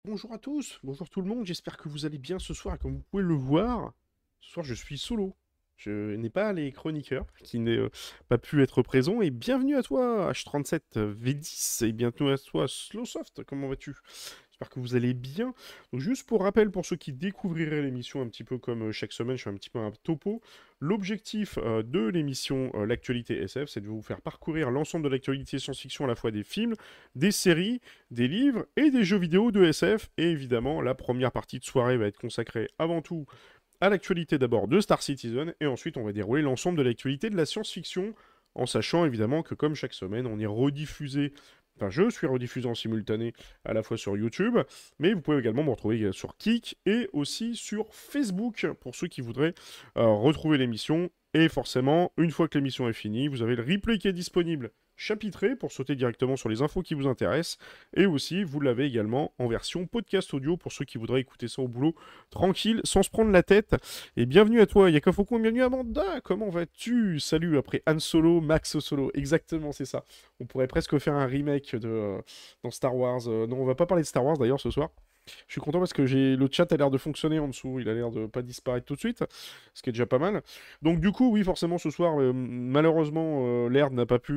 Bonjour à tous, bonjour tout le monde, j'espère que vous allez bien ce soir et comme vous pouvez le voir, ce soir je suis solo. Je n'ai pas les chroniqueurs qui n'ont pas pu être présents et bienvenue à toi H37 V10 et bienvenue à toi Slowsoft, comment vas-tu? J'espère que vous allez bien. Donc juste pour rappel pour ceux qui découvriraient l'émission un petit peu comme chaque semaine, je fais un petit peu un topo. L'objectif de l'émission L'actualité SF, c'est de vous faire parcourir l'ensemble de l'actualité science-fiction à la fois des films, des séries, des livres et des jeux vidéo de SF. Et évidemment, la première partie de soirée va être consacrée avant tout à l'actualité d'abord de Star Citizen, et ensuite on va dérouler l'ensemble de l'actualité de la science-fiction, en sachant évidemment que comme chaque semaine, on est rediffusé, enfin je suis rediffusé en simultané à la fois sur YouTube, mais vous pouvez également me retrouver sur Kik et aussi sur Facebook pour ceux qui voudraient retrouver l'émission. Et forcément, une fois que l'émission est finie, vous avez le replay qui est disponible chapitré pour sauter directement sur les infos qui vous intéressent. Et aussi, vous l'avez également en version podcast audio pour ceux qui voudraient écouter ça au boulot tranquille, sans se prendre la tête. Et bienvenue à toi, Yakafoko, et bienvenue à Amanda. Comment vas-tu? Salut, après Han Solo, Max Solo. Exactement, c'est ça. On pourrait presque faire un remake dans Star Wars. Non, on va pas parler de Star Wars d'ailleurs ce soir. Je suis content parce que le chat a l'air de fonctionner en dessous, il a l'air de pas disparaître tout de suite, ce qui est déjà pas mal. Donc du coup, oui, forcément, ce soir, malheureusement, Laird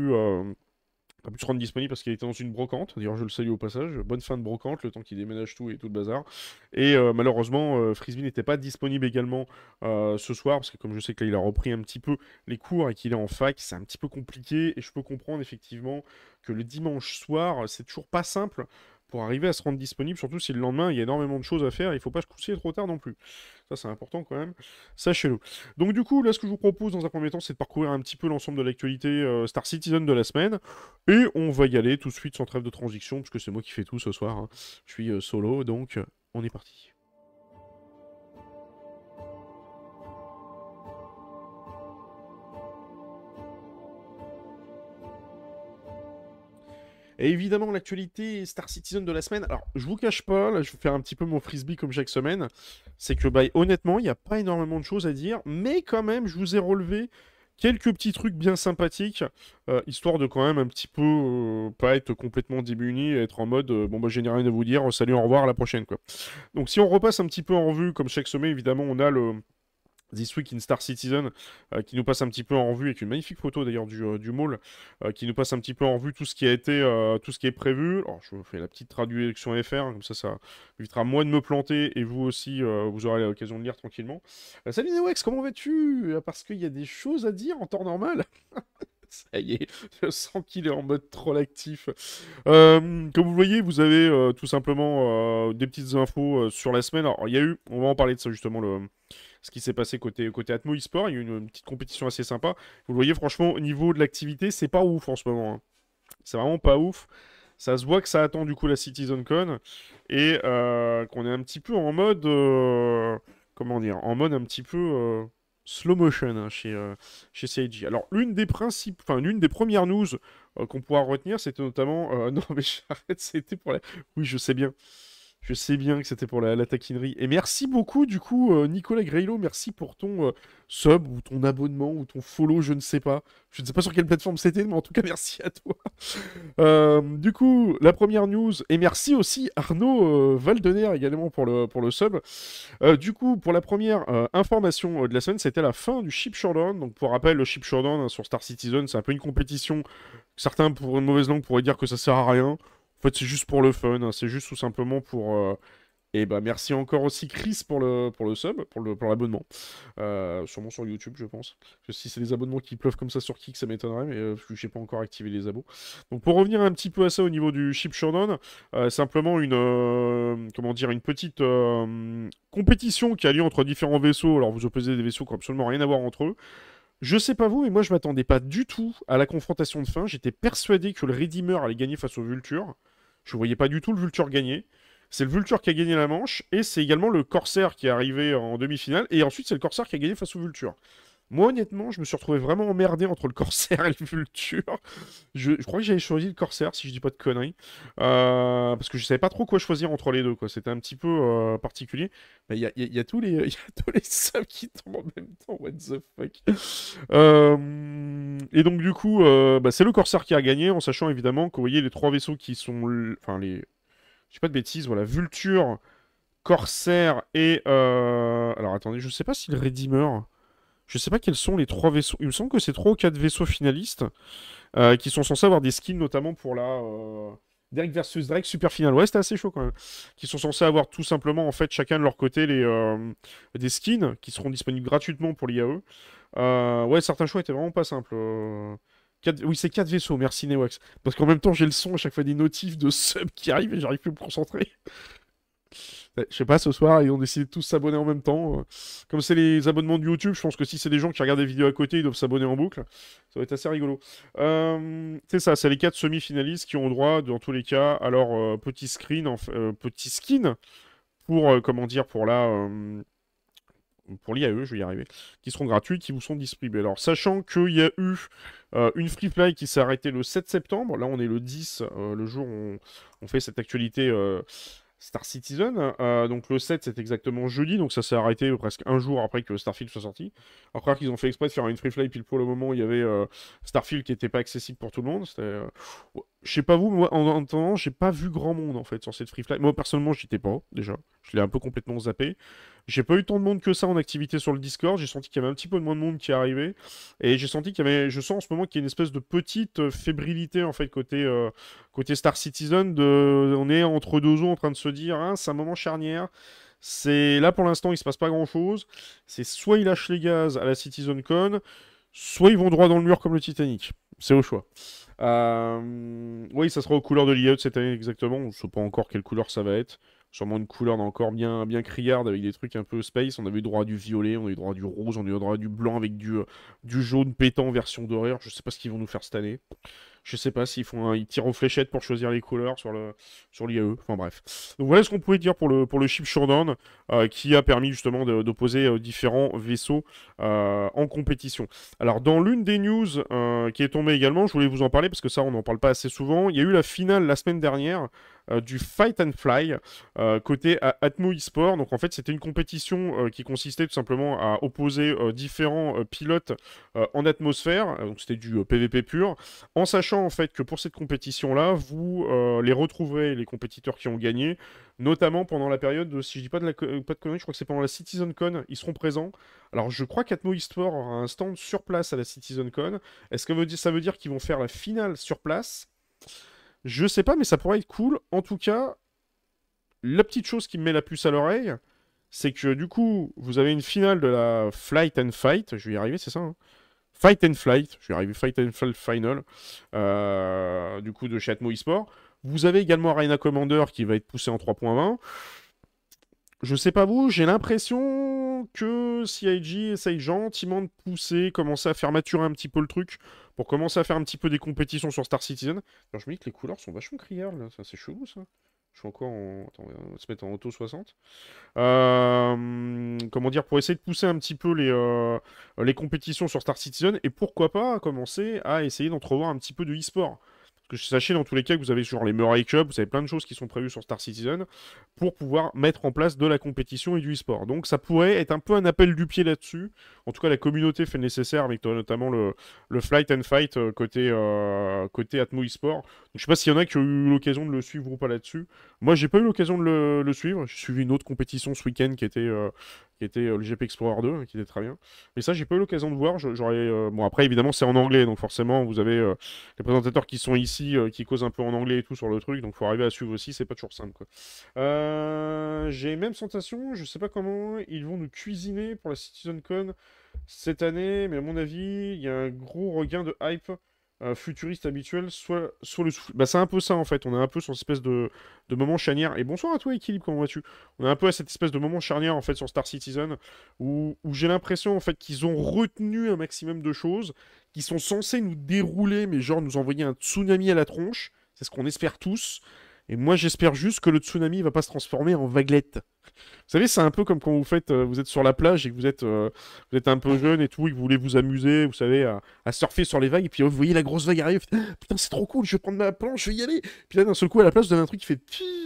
n'a pu se rendre disponible parce qu'il était dans une brocante. D'ailleurs, je le salue au passage. Bonne fin de brocante, le temps qu'il déménage tout et tout le bazar. Et malheureusement, Frisbee n'était pas disponible également ce soir parce que comme je sais que là, il a repris un petit peu les cours et qu'il est en fac, c'est un petit peu compliqué. Et je peux comprendre effectivement que le dimanche soir, c'est toujours pas simple pour arriver à se rendre disponible, surtout si le lendemain, il y a énormément de choses à faire. Il faut pas se coucher trop tard non plus. Ça, c'est important quand même. Sachez-le. Donc du coup, là, ce que je vous propose dans un premier temps, c'est de parcourir un petit peu l'ensemble de l'actualité Star Citizen de la semaine. Et on va y aller tout de suite sans trêve de transition, parce que c'est moi qui fais tout ce soir, hein. Je suis solo, donc on est parti. Et évidemment, l'actualité Star Citizen de la semaine. Alors, je vous cache pas, là, je vais faire un petit peu mon frisbee comme chaque semaine. C'est que, bah, honnêtement, il n'y a pas énormément de choses à dire, mais quand même, je vous ai relevé quelques petits trucs bien sympathiques, histoire de quand même un petit peu pas être complètement démuni et être en mode bon, bah, j'ai rien à vous dire, salut, au revoir, à la prochaine, quoi. Donc, si on repasse un petit peu en revue, comme chaque semaine, évidemment, on a le This Week in Star Citizen, qui nous passe un petit peu en revue, avec une magnifique photo d'ailleurs du mall, qui nous passe un petit peu en revue tout ce qui a été, tout ce qui est prévu. Alors, je vous fais la petite traduction FR, hein, comme ça évitera moi de me planter, et vous aussi, vous aurez l'occasion de lire tranquillement. Salut Newex, comment vas-tu? Parce qu'il y a des choses à dire en temps normal. Ça y est, je sens qu'il est en mode troll actif. Comme vous le voyez, vous avez tout simplement des petites infos sur la semaine. Alors, il y a eu, on va en parler de ça justement, ce qui s'est passé côté Atmo eSport. Il y a eu une petite compétition assez sympa. Vous le voyez, franchement, au niveau de l'activité, c'est pas ouf en ce moment, hein. C'est vraiment pas ouf. Ça se voit que ça attend du coup la CitizenCon et qu'on est un petit peu en mode, comment dire, en mode un petit peu slow motion, hein, chez CIG. Alors l'une des premières news qu'on pourra retenir, c'était notamment, non mais j'arrête, c'était pour la, oui je sais bien. Je sais bien que c'était pour la taquinerie. Et merci beaucoup, du coup, Nicolas Greilo, merci pour ton sub ou ton abonnement ou ton follow, je ne sais pas. Je ne sais pas sur quelle plateforme c'était, mais en tout cas, merci à toi. Du coup, la première news, et merci aussi Arnaud Valdener également pour le sub. Du coup, pour la première information de la semaine, c'était la fin du Ship Showdown. Donc, pour rappel, le Ship Showdown hein, sur Star Citizen, c'est un peu une compétition. Certains, pour une mauvaise langue, pourraient dire que ça sert à rien. En fait, c'est juste pour le fun, hein, c'est juste tout simplement pour. Et bah, merci encore aussi Chris pour le sub, pour l'abonnement. Sûrement sur YouTube, je pense. Parce que si c'est des abonnements qui pleuvent comme ça sur Kick, ça m'étonnerait, mais parce que j'ai pas encore activé les abos. Donc pour revenir un petit peu à ça au niveau du Ship Showdown, simplement comment dire, une petite compétition qui a lieu entre différents vaisseaux. Alors vous opposez des vaisseaux qui n'ont absolument rien à voir entre eux. Je sais pas vous, mais moi je m'attendais pas du tout à la confrontation de fin. J'étais persuadé que le Redeemer allait gagner face au Vulture. Je voyais pas du tout le Vulture gagner. C'est le Vulture qui a gagné la manche, et c'est également le Corsair qui est arrivé en demi-finale, et ensuite c'est le Corsair qui a gagné face au Vulture. Moi honnêtement, je me suis retrouvé vraiment emmerdé entre le Corsair et le Vulture. Je crois que j'avais choisi le Corsair, si je dis pas de conneries. Parce que je savais pas trop quoi choisir entre les deux, quoi. C'était un petit peu particulier. Mais il y a tous les, il y a tous les subs qui tombent en même temps, what the fuck. Et donc du coup, bah, c'est le Corsair qui a gagné, en sachant évidemment que vous voyez les trois vaisseaux qui sont... Enfin, les je dis pas de bêtises, voilà, Vulture, Corsair et... Alors attendez, je sais pas si le Redeemer... Je sais pas quels sont les 3 vaisseaux. Il me semble que c'est 3 ou 4 vaisseaux finalistes qui sont censés avoir des skins, notamment pour la Drake versus Drake Super Final. Ouais, c'était assez chaud quand même. Qui sont censés avoir tout simplement, en fait, chacun de leur côté des skins qui seront disponibles gratuitement pour l'IAE. Ouais, certains choix étaient vraiment pas simples. Oui, c'est 4 vaisseaux, merci Newax. Parce qu'en même temps, j'ai le son à chaque fois des notifs de sub qui arrivent et j'arrive plus à me concentrer. Ouais, je sais pas, ce soir, ils ont décidé de tous s'abonner en même temps. Comme c'est les abonnements de YouTube, je pense que si c'est des gens qui regardent des vidéos à côté, ils doivent s'abonner en boucle. Ça va être assez rigolo. C'est ça, c'est les 4 semi-finalistes qui ont droit, dans tous les cas, à leur petit screen, petit skin pour, comment dire, pour l'IAE, je vais y arriver, qui seront gratuits, qui vous sont distribués. Alors, sachant qu'il y a eu une free fly qui s'est arrêtée le 7 septembre, là on est le 10, le jour où on fait cette actualité Star Citizen. Donc le 7, c'est exactement jeudi, donc ça s'est arrêté presque un jour après que Starfield soit sorti. Alors, croire qu'ils ont fait exprès de faire une free fly pile pour le moment où il y avait Starfield qui n'était pas accessible pour tout le monde. Je sais pas vous, mais moi en attendant, j'ai pas vu grand monde en fait sur cette free fly. Moi personnellement, j'y étais pas déjà. Je l'ai un peu complètement zappé. J'ai pas eu tant de monde que ça en activité sur le Discord. J'ai senti qu'il y avait un petit peu de moins de monde qui arrivait. Et j'ai senti qu'il y avait. Je sens en ce moment qu'il y a une espèce de petite fébrilité en fait côté Star Citizen. On est entre deux eaux en train de se dire, hein, c'est un moment charnière. C'est là pour l'instant, il se passe pas grand chose. C'est soit ils lâchent les gaz à la CitizenCon, soit ils vont droit dans le mur comme le Titanic. C'est au choix. Oui, ça sera aux couleurs de l'IA de cette année exactement. On ne sait pas encore quelle couleur ça va être. Sûrement une couleur encore bien, bien criarde avec des trucs un peu space. On avait eu droit à du violet, on a eu droit à du rose, on a eu droit à du blanc avec du jaune pétant version dorée. Je sais pas ce qu'ils vont nous faire cette année. Je sais pas s'ils ils tirent aux fléchettes pour choisir les couleurs sur l'IAE. Enfin bref. Donc voilà ce qu'on pouvait dire pour le Ship Showdown qui a permis justement d'opposer différents vaisseaux en compétition. Alors dans l'une des news qui est tombée également, je voulais vous en parler parce que ça on n'en parle pas assez souvent. Il y a eu la finale la semaine dernière du Fight and Fly côté Atmo eSport. Donc en fait c'était une compétition qui consistait tout simplement à opposer différents pilotes en atmosphère. Donc c'était du PVP pur. En sachant en fait que pour cette compétition-là, vous les retrouverez, les compétiteurs qui ont gagné, notamment pendant la période, si je dis pas pas de conneries, je crois que c'est pendant la CitizenCon, ils seront présents. Alors je crois qu'Atmo eSport aura un stand sur place à la CitizenCon. Est-ce que ça veut dire qu'ils vont faire la finale sur place? Je sais pas, mais ça pourrait être cool. En tout cas, la petite chose qui me met la puce à l'oreille, c'est que du coup, vous avez une finale de la Flight and Fight, je vais y arriver, c'est ça, hein, Fight and Flight, je vais arriver, Fight and Flight Final, du coup de chez Atmo eSport. Vous avez également Arena Commander qui va être poussé en 3.20. Je sais pas vous, j'ai l'impression que CIG essaye gentiment de pousser, commencer à faire maturer un petit peu le truc, pour commencer à faire un petit peu des compétitions sur Star Citizen. Alors je me dis que les couleurs sont vachement criardes là, ça c'est chelou ça. Je suis encore en... Attends, on va se mettre en auto 60. Comment dire, pour essayer de pousser un petit peu les compétitions sur Star Citizen et pourquoi pas commencer à essayer d'entrevoir un petit peu de e-sport. Parce que sachez dans tous les cas que vous avez genre les Murray Cup, vous avez plein de choses qui sont prévues sur Star Citizen pour pouvoir mettre en place de la compétition et du e-sport. Donc ça pourrait être un peu un appel du pied là-dessus. En tout cas, la communauté fait le nécessaire avec notamment le Flight and Fight côté Atmo eSport. Donc je sais pas s'il y en a qui ont eu l'occasion de le suivre ou pas là-dessus. Moi, j'ai pas eu l'occasion de le suivre. J'ai suivi une autre compétition ce week-end qui était le GP Explorer 2, qui était très bien. Mais ça, j'ai pas eu l'occasion de voir. Bon, après, évidemment, c'est en anglais, donc forcément, vous avez les présentateurs qui sont ici, qui causent un peu en anglais et tout sur le truc, donc faut arriver à suivre aussi, c'est pas toujours simple, quoi. J'ai même sensation, je sais pas comment ils vont nous cuisiner pour la CitizenCon cette année, mais à mon avis, il y a un gros regain de hype futuriste habituel, soit le souffle. Bah, c'est un peu ça en fait. On est un peu sur cette espèce de moment charnière. Et bonsoir à toi, Équilibre, comment vas-tu? On est un peu à cette espèce de moment charnière en fait sur Star Citizen où j'ai l'impression en fait qu'ils ont retenu un maximum de choses qui sont censées nous dérouler, mais genre nous envoyer un tsunami à la tronche. C'est ce qu'on espère tous. Et moi, j'espère juste que le tsunami va pas se transformer en vaguelette. Vous savez, c'est un peu comme quand vous êtes sur la plage et que vous êtes un peu jeune et tout, et que vous voulez vous amuser, vous savez, à surfer sur les vagues, et puis vous voyez la grosse vague arriver, vous faites, ah, putain, c'est trop cool, je vais prendre ma planche, je vais y aller. Puis là, d'un seul coup, à la place, vous avez un truc qui fait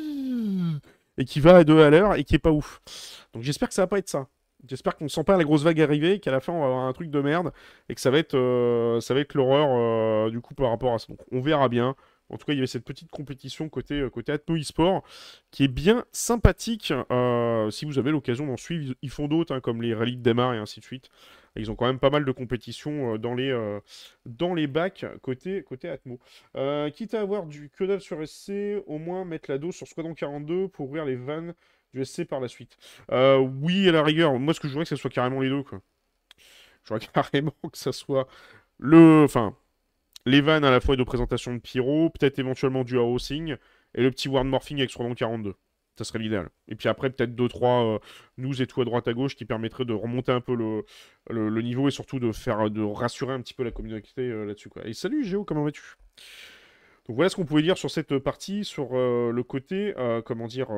et qui va à 2 à l'heure et qui est pas ouf. Donc j'espère que ça va pas être ça. J'espère qu'on sent pas la grosse vague arriver, qu'à la fin on va avoir un truc de merde et que ça va être l'horreur du coup par rapport à ça. Donc on verra bien. En tout cas, il y avait cette petite compétition côté Atmo eSport qui est bien sympathique. Si vous avez l'occasion d'en suivre, ils font d'autres, hein, comme les rallyes de Démarre et ainsi de suite. Ils ont quand même pas mal de compétitions dans les bacs côté Atmo. Quitte à avoir du que dalle sur SC, au moins mettre la dose sur Squadron 42 pour ouvrir les vannes du SC par la suite. Oui, à la rigueur, moi ce que je voudrais que ce soit carrément les deux, quoi. Je voudrais carrément que ça soit enfin, les vannes à la fois de présentation de Pyro, peut-être éventuellement du housing, et le petit word morphing avec Squadron 42. Ça serait l'idéal. Et puis après, peut-être 2-3 news et tout à droite à gauche qui permettraient de remonter un peu le niveau et surtout de rassurer un petit peu la communauté là-dessus, quoi. Et salut Géo, comment vas-tu? Donc voilà ce qu'on pouvait dire sur cette partie, sur le côté, comment dire,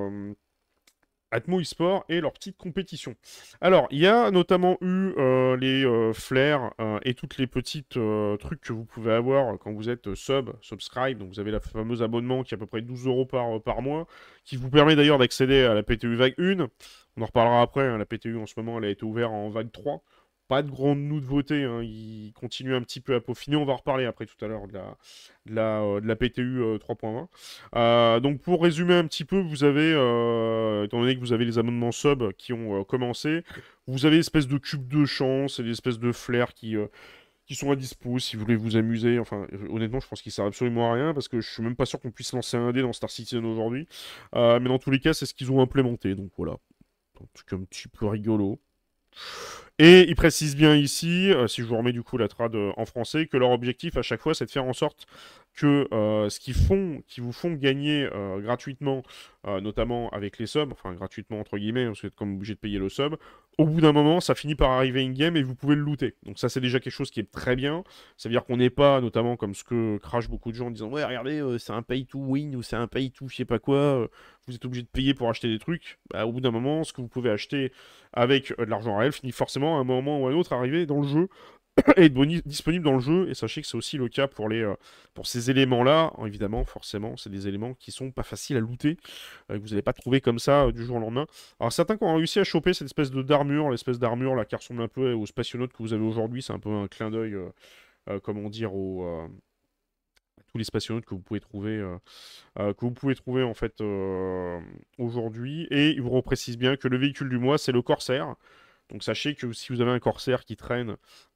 Atmo eSport et leur petite compétition. Alors, il y a notamment eu les flares et toutes les petites trucs que vous pouvez avoir quand vous êtes subscribe. Donc, vous avez la fameuse abonnement qui est à peu près 12 euros par mois, qui vous permet d'ailleurs d'accéder à la PTU vague 1. On en reparlera après, hein, la PTU en ce moment, elle a été ouverte en vague 3. Pas de grande nouveauté, hein, il continue un petit peu à peaufiner. On va en reparler après tout à l'heure de la PTU 3.20. Donc pour résumer un petit peu, vous avez, étant donné que vous avez les abonnements sub qui ont commencé, vous avez l'espèce de cube de chance et l'espèce de flair qui sont à dispo si vous voulez vous amuser. Enfin, honnêtement, je pense qu'ils servent absolument à rien parce que je suis même pas sûr qu'on puisse lancer un dé dans Star Citizen aujourd'hui. Mais dans tous les cas, c'est ce qu'ils ont implémenté. Donc voilà, un truc un petit peu rigolo. Et ils précisent bien ici, si je vous remets du coup la trad en français, que leur objectif à chaque fois c'est de faire en sorte que ce qui vous font gagner gratuitement, notamment avec les subs, enfin gratuitement entre guillemets, parce que vous êtes comme obligé de payer le sub, au bout d'un moment ça finit par arriver in-game et vous pouvez le looter. Donc ça c'est déjà quelque chose qui est très bien. Ça veut dire qu'on n'est pas, notamment comme ce que crachent beaucoup de gens en disant ouais regardez c'est un pay to win ou c'est un pay to je sais pas quoi, vous êtes obligé de payer pour acheter des trucs. Bah, au bout d'un moment ce que vous pouvez acheter avec de l'argent réel finit forcément à un moment ou à un autre arriver dans le jeu et être disponible dans le jeu. Et sachez que c'est aussi le cas pour ces éléments-là. Évidemment, forcément, c'est des éléments qui sont pas faciles à looter, que vous n'allez pas trouver comme ça du jour au lendemain. Alors certains qui ont réussi à choper cette espèce l'espèce d'armure là qui ressemble un peu aux spationautes que vous avez aujourd'hui, c'est un peu un clin d'œil, comment dire, à tous les spationautes que vous pouvez trouver en fait aujourd'hui. Et il vous reprécise bien que le véhicule du mois, c'est le Corsair. Donc sachez que si vous avez un Corsair qui traîne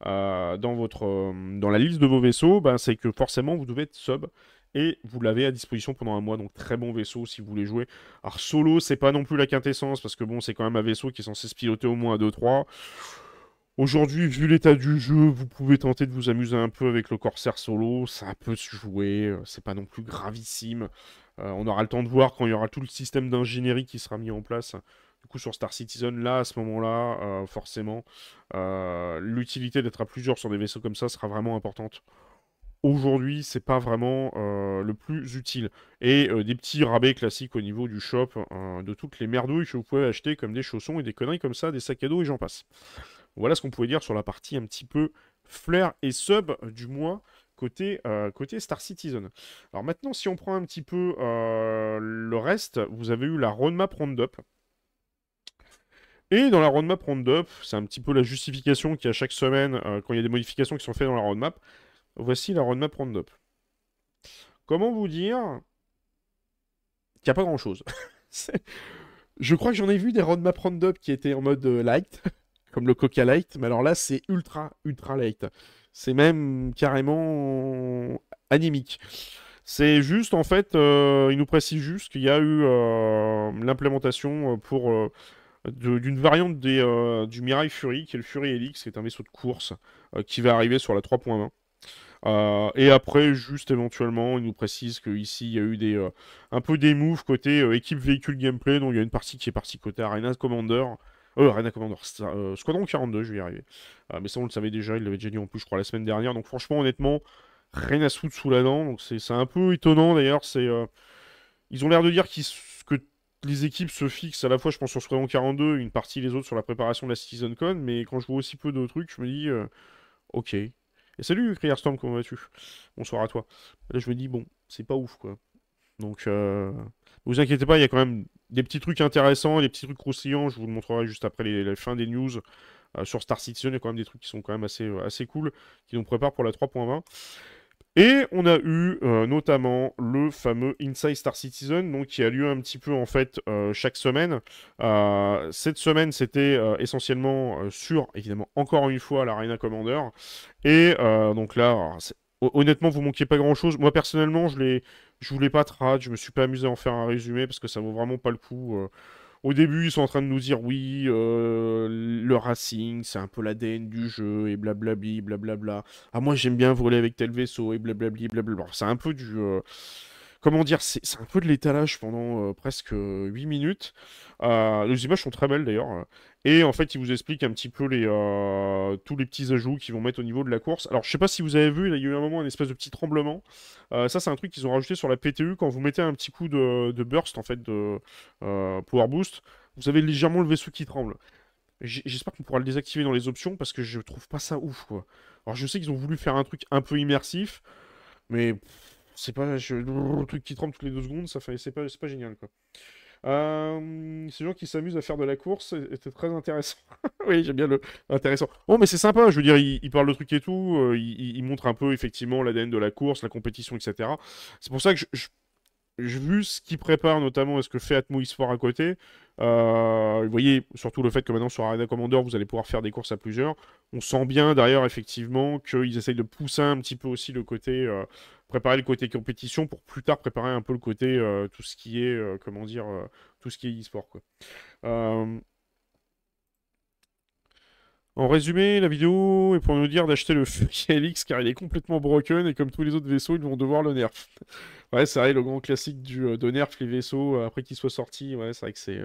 dans la liste de vos vaisseaux, ben, c'est que forcément vous devez être sub. Et vous l'avez à disposition pendant un mois, donc très bon vaisseau si vous voulez jouer. Alors solo, c'est pas non plus la quintessence, parce que bon, c'est quand même un vaisseau qui est censé se piloter au moins à 2-3. Aujourd'hui, vu l'état du jeu, vous pouvez tenter de vous amuser un peu avec le Corsair solo, ça peut se jouer, c'est pas non plus gravissime. On aura le temps de voir quand il y aura tout le système d'ingénierie qui sera mis en place. Du coup, sur Star Citizen, là, à ce moment-là, forcément, l'utilité d'être à plusieurs sur des vaisseaux comme ça sera vraiment importante. Aujourd'hui, c'est pas vraiment le plus utile. Et des petits rabais classiques au niveau du shop, de toutes les merdouilles que vous pouvez acheter, comme des chaussons et des conneries comme ça, des sacs à dos et j'en passe. Voilà ce qu'on pouvait dire sur la partie un petit peu flair et sub du mois côté Star Citizen. Alors maintenant, si on prend un petit peu le reste, vous avez eu la roadmap roundup. Et dans la roadmap roundup, c'est un petit peu la justification qu'il y a chaque semaine quand il y a des modifications qui sont faites dans la roadmap. Voici la roadmap roundup. Comment vous dire qu'il n'y a pas grand-chose. Je crois que j'en ai vu des roadmap roundup qui étaient en mode light, comme le Coca Light, mais alors là, c'est ultra, ultra light. C'est même carrément anémique. C'est juste, en fait, il nous précise juste qu'il y a eu l'implémentation d'une variante du Mirai Fury, qui est le Fury Helix, qui est un vaisseau de course qui va arriver sur la 3.20. Et après, juste éventuellement, il nous précise qu'ici, il y a eu un peu des moves côté équipe véhicule gameplay, donc il y a une partie qui est partie côté Arena Commander, Squadron 42, je vais y arriver. Mais ça, on le savait déjà, il l'avait déjà dit en plus, je crois, la semaine dernière. Donc franchement, honnêtement, rien à se foutre sous la dent. Donc c'est un peu étonnant d'ailleurs. Ils ont l'air de dire que les équipes se fixent à la fois, je pense, sur Squadron 42, une partie les autres sur la préparation de la CitizenCon. Mais quand je vois aussi peu de trucs, je me dis, ok. Et salut, Clearstorm, comment vas-tu? Bonsoir à toi. Là, je me dis, bon, c'est pas ouf, quoi. Donc, vous inquiétez pas, il y a quand même des petits trucs intéressants, des petits trucs croustillants. Je vous le montrerai juste après la fin des news. Sur Star Citizen, il y a quand même des trucs qui sont quand même assez cool, qui nous préparent pour la 3.20. Et on a eu notamment le fameux Inside Star Citizen, donc qui a lieu un petit peu en fait chaque semaine. Cette semaine, c'était essentiellement sur, évidemment, encore une fois, l'Arena Commander. Et donc là, alors, honnêtement, vous manquez pas grand-chose. Moi, personnellement, je voulais pas trad, je me suis pas amusé à en faire un résumé parce que ça vaut vraiment pas le coup. Au début, ils sont en train de nous dire oui, le racing, c'est un peu l'ADN du jeu, et blablabli, blablabla. Ah, moi j'aime bien voler avec tel vaisseau, et blablabli, blablabla. C'est un peu du. Comment dire, c'est un peu de l'étalage pendant presque 8 minutes. Les images sont très belles d'ailleurs. Et en fait, il vous explique un petit peu tous les petits ajouts qu'ils vont mettre au niveau de la course. Alors, je sais pas si vous avez vu, là, il y a eu un moment un espèce de petit tremblement. Ça, c'est un truc qu'ils ont rajouté sur la PTU quand vous mettez un petit coup de burst, en fait, de power boost. Vous avez légèrement le vaisseau qui tremble. J'espère qu'on pourra le désactiver dans les options parce que je trouve pas ça ouf, quoi. Alors, je sais qu'ils ont voulu faire un truc un peu immersif, mais c'est pas le truc qui tremble toutes les 2 secondes, c'est pas génial, quoi. Ces gens qui s'amusent à faire de la course était très intéressant. Oui, j'aime bien le intéressant. Oh, mais c'est sympa, je veux dire, il parle de trucs et tout, il montre un peu effectivement l'ADN de la course, la compétition, etc. C'est pour ça que vu ce qu'il prépare, notamment, et ce que fait Atmo eSport à côté, vous voyez, surtout le fait que maintenant sur Arena Commander, vous allez pouvoir faire des courses à plusieurs. On sent bien d'ailleurs, effectivement, qu'ils essayent de pousser un petit peu aussi le côté, préparer le côté compétition pour plus tard préparer un peu le côté, tout ce qui est, comment dire, tout ce qui est e-sport, quoi. Euh, En résumé, la vidéo est pour nous dire d'acheter le Fury Helix car il est complètement broken et comme tous les autres vaisseaux, ils vont devoir le nerf. Ouais, c'est vrai, le grand classique de nerf les vaisseaux après qu'ils soient sortis. Ouais, c'est vrai que c'est.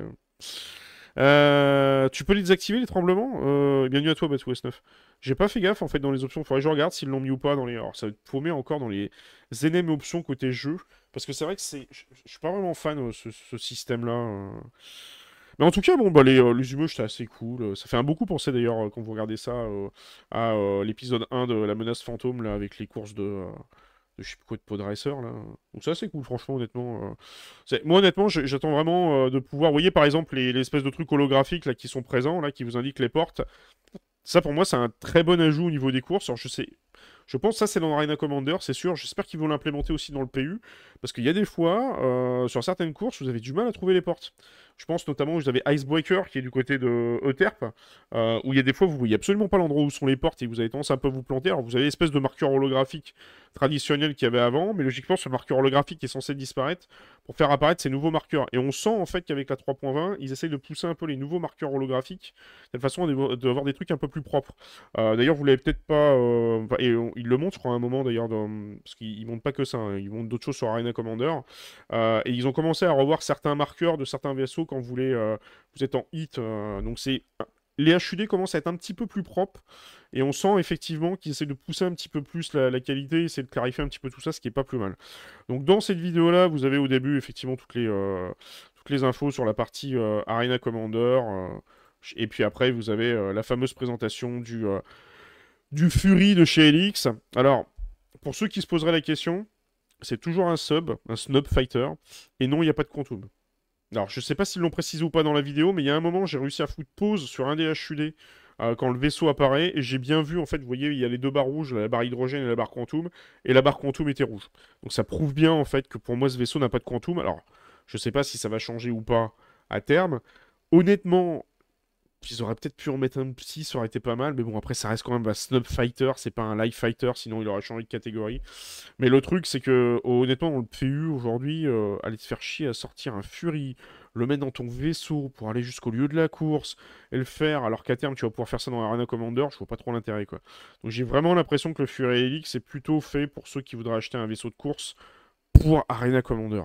Tu peux les désactiver les tremblements? Bienvenue à toi, Batou S9. J'ai pas fait gaffe en fait dans les options. Faudrait que je regarde s'ils l'ont mis ou pas dans les. Alors ça va être paumé encore dans les NM options côté jeu. Parce que c'est vrai que c'est. Je suis pas vraiment fan ce système-là. Mais en tout cas, bon, bah, les images, c'était assez cool. Ça fait un beaucoup penser d'ailleurs, quand vous regardez ça, à l'épisode 1 de La Menace Fantôme, là, avec les courses de je sais plus quoi, de Podracer, là. Donc c'est assez cool, franchement, honnêtement. Moi, honnêtement, j'attends vraiment de pouvoir. Vous voyez, par exemple, les espèces de trucs holographiques là, qui sont présents, là, qui vous indiquent les portes. Ça, pour moi, c'est un très bon ajout au niveau des courses. Alors, je sais. Je pense que ça, c'est dans Arena Commander, c'est sûr. J'espère qu'ils vont l'implémenter aussi dans le PU. Parce qu'il y a des fois, sur certaines courses, vous avez du mal à trouver les portes. Je pense notamment que vous avez Icebreaker qui est du côté de Euterpe, où il y a des fois vous voyez absolument pas l'endroit où sont les portes et vous avez tendance à un peu vous planter. Alors vous avez l'espèce de marqueur holographique traditionnel qu'il y avait avant, mais logiquement ce marqueur holographique est censé disparaître pour faire apparaître ces nouveaux marqueurs. Et on sent en fait qu'avec la 3.20, ils essayent de pousser un peu les nouveaux marqueurs holographiques de telle façon d'avoir des trucs un peu plus propres. D'ailleurs vous l'avez peut-être pas, ils le montrent je crois à un moment d'ailleurs, parce qu'ils montrent pas que ça, hein, ils montrent d'autres choses sur Arena Commander. Et ils ont commencé à revoir certains marqueurs de certains vaisseaux quand vous êtes en hit. Donc les HUD commencent à être un petit peu plus propres. Et on sent effectivement qu'ils essaient de pousser un petit peu plus la qualité, essayer de clarifier un petit peu tout ça, ce qui est pas plus mal. Donc dans cette vidéo-là, vous avez au début effectivement toutes les infos sur la partie Arena Commander. Et puis après, vous avez la fameuse présentation du Fury de chez Helix. Alors, pour ceux qui se poseraient la question, c'est toujours un snub fighter. Et non, il n'y a pas de quantum. Alors, je sais pas s'ils l'ont précisé ou pas dans la vidéo, mais il y a un moment, j'ai réussi à foutre pause sur un des HUD quand le vaisseau apparaît, et j'ai bien vu, en fait, vous voyez, il y a les deux barres rouges, la barre hydrogène et la barre quantum, et la barre quantum était rouge. Donc ça prouve bien, en fait, que pour moi, ce vaisseau n'a pas de quantum. Alors, je sais pas si ça va changer ou pas à terme. Honnêtement, ils auraient peut-être pu en mettre un petit, ça aurait été pas mal, mais bon, après, ça reste quand même un Snub Fighter, c'est pas un Live Fighter, sinon il aurait changé de catégorie. Mais le truc, c'est que, honnêtement, on le PU aujourd'hui, aller te faire chier à sortir un Fury, le mettre dans ton vaisseau pour aller jusqu'au lieu de la course, et le faire, alors qu'à terme, tu vas pouvoir faire ça dans Arena Commander, je vois pas trop l'intérêt, quoi. Donc j'ai vraiment l'impression que le Fury Helix est plutôt fait pour ceux qui voudraient acheter un vaisseau de course pour Arena Commander.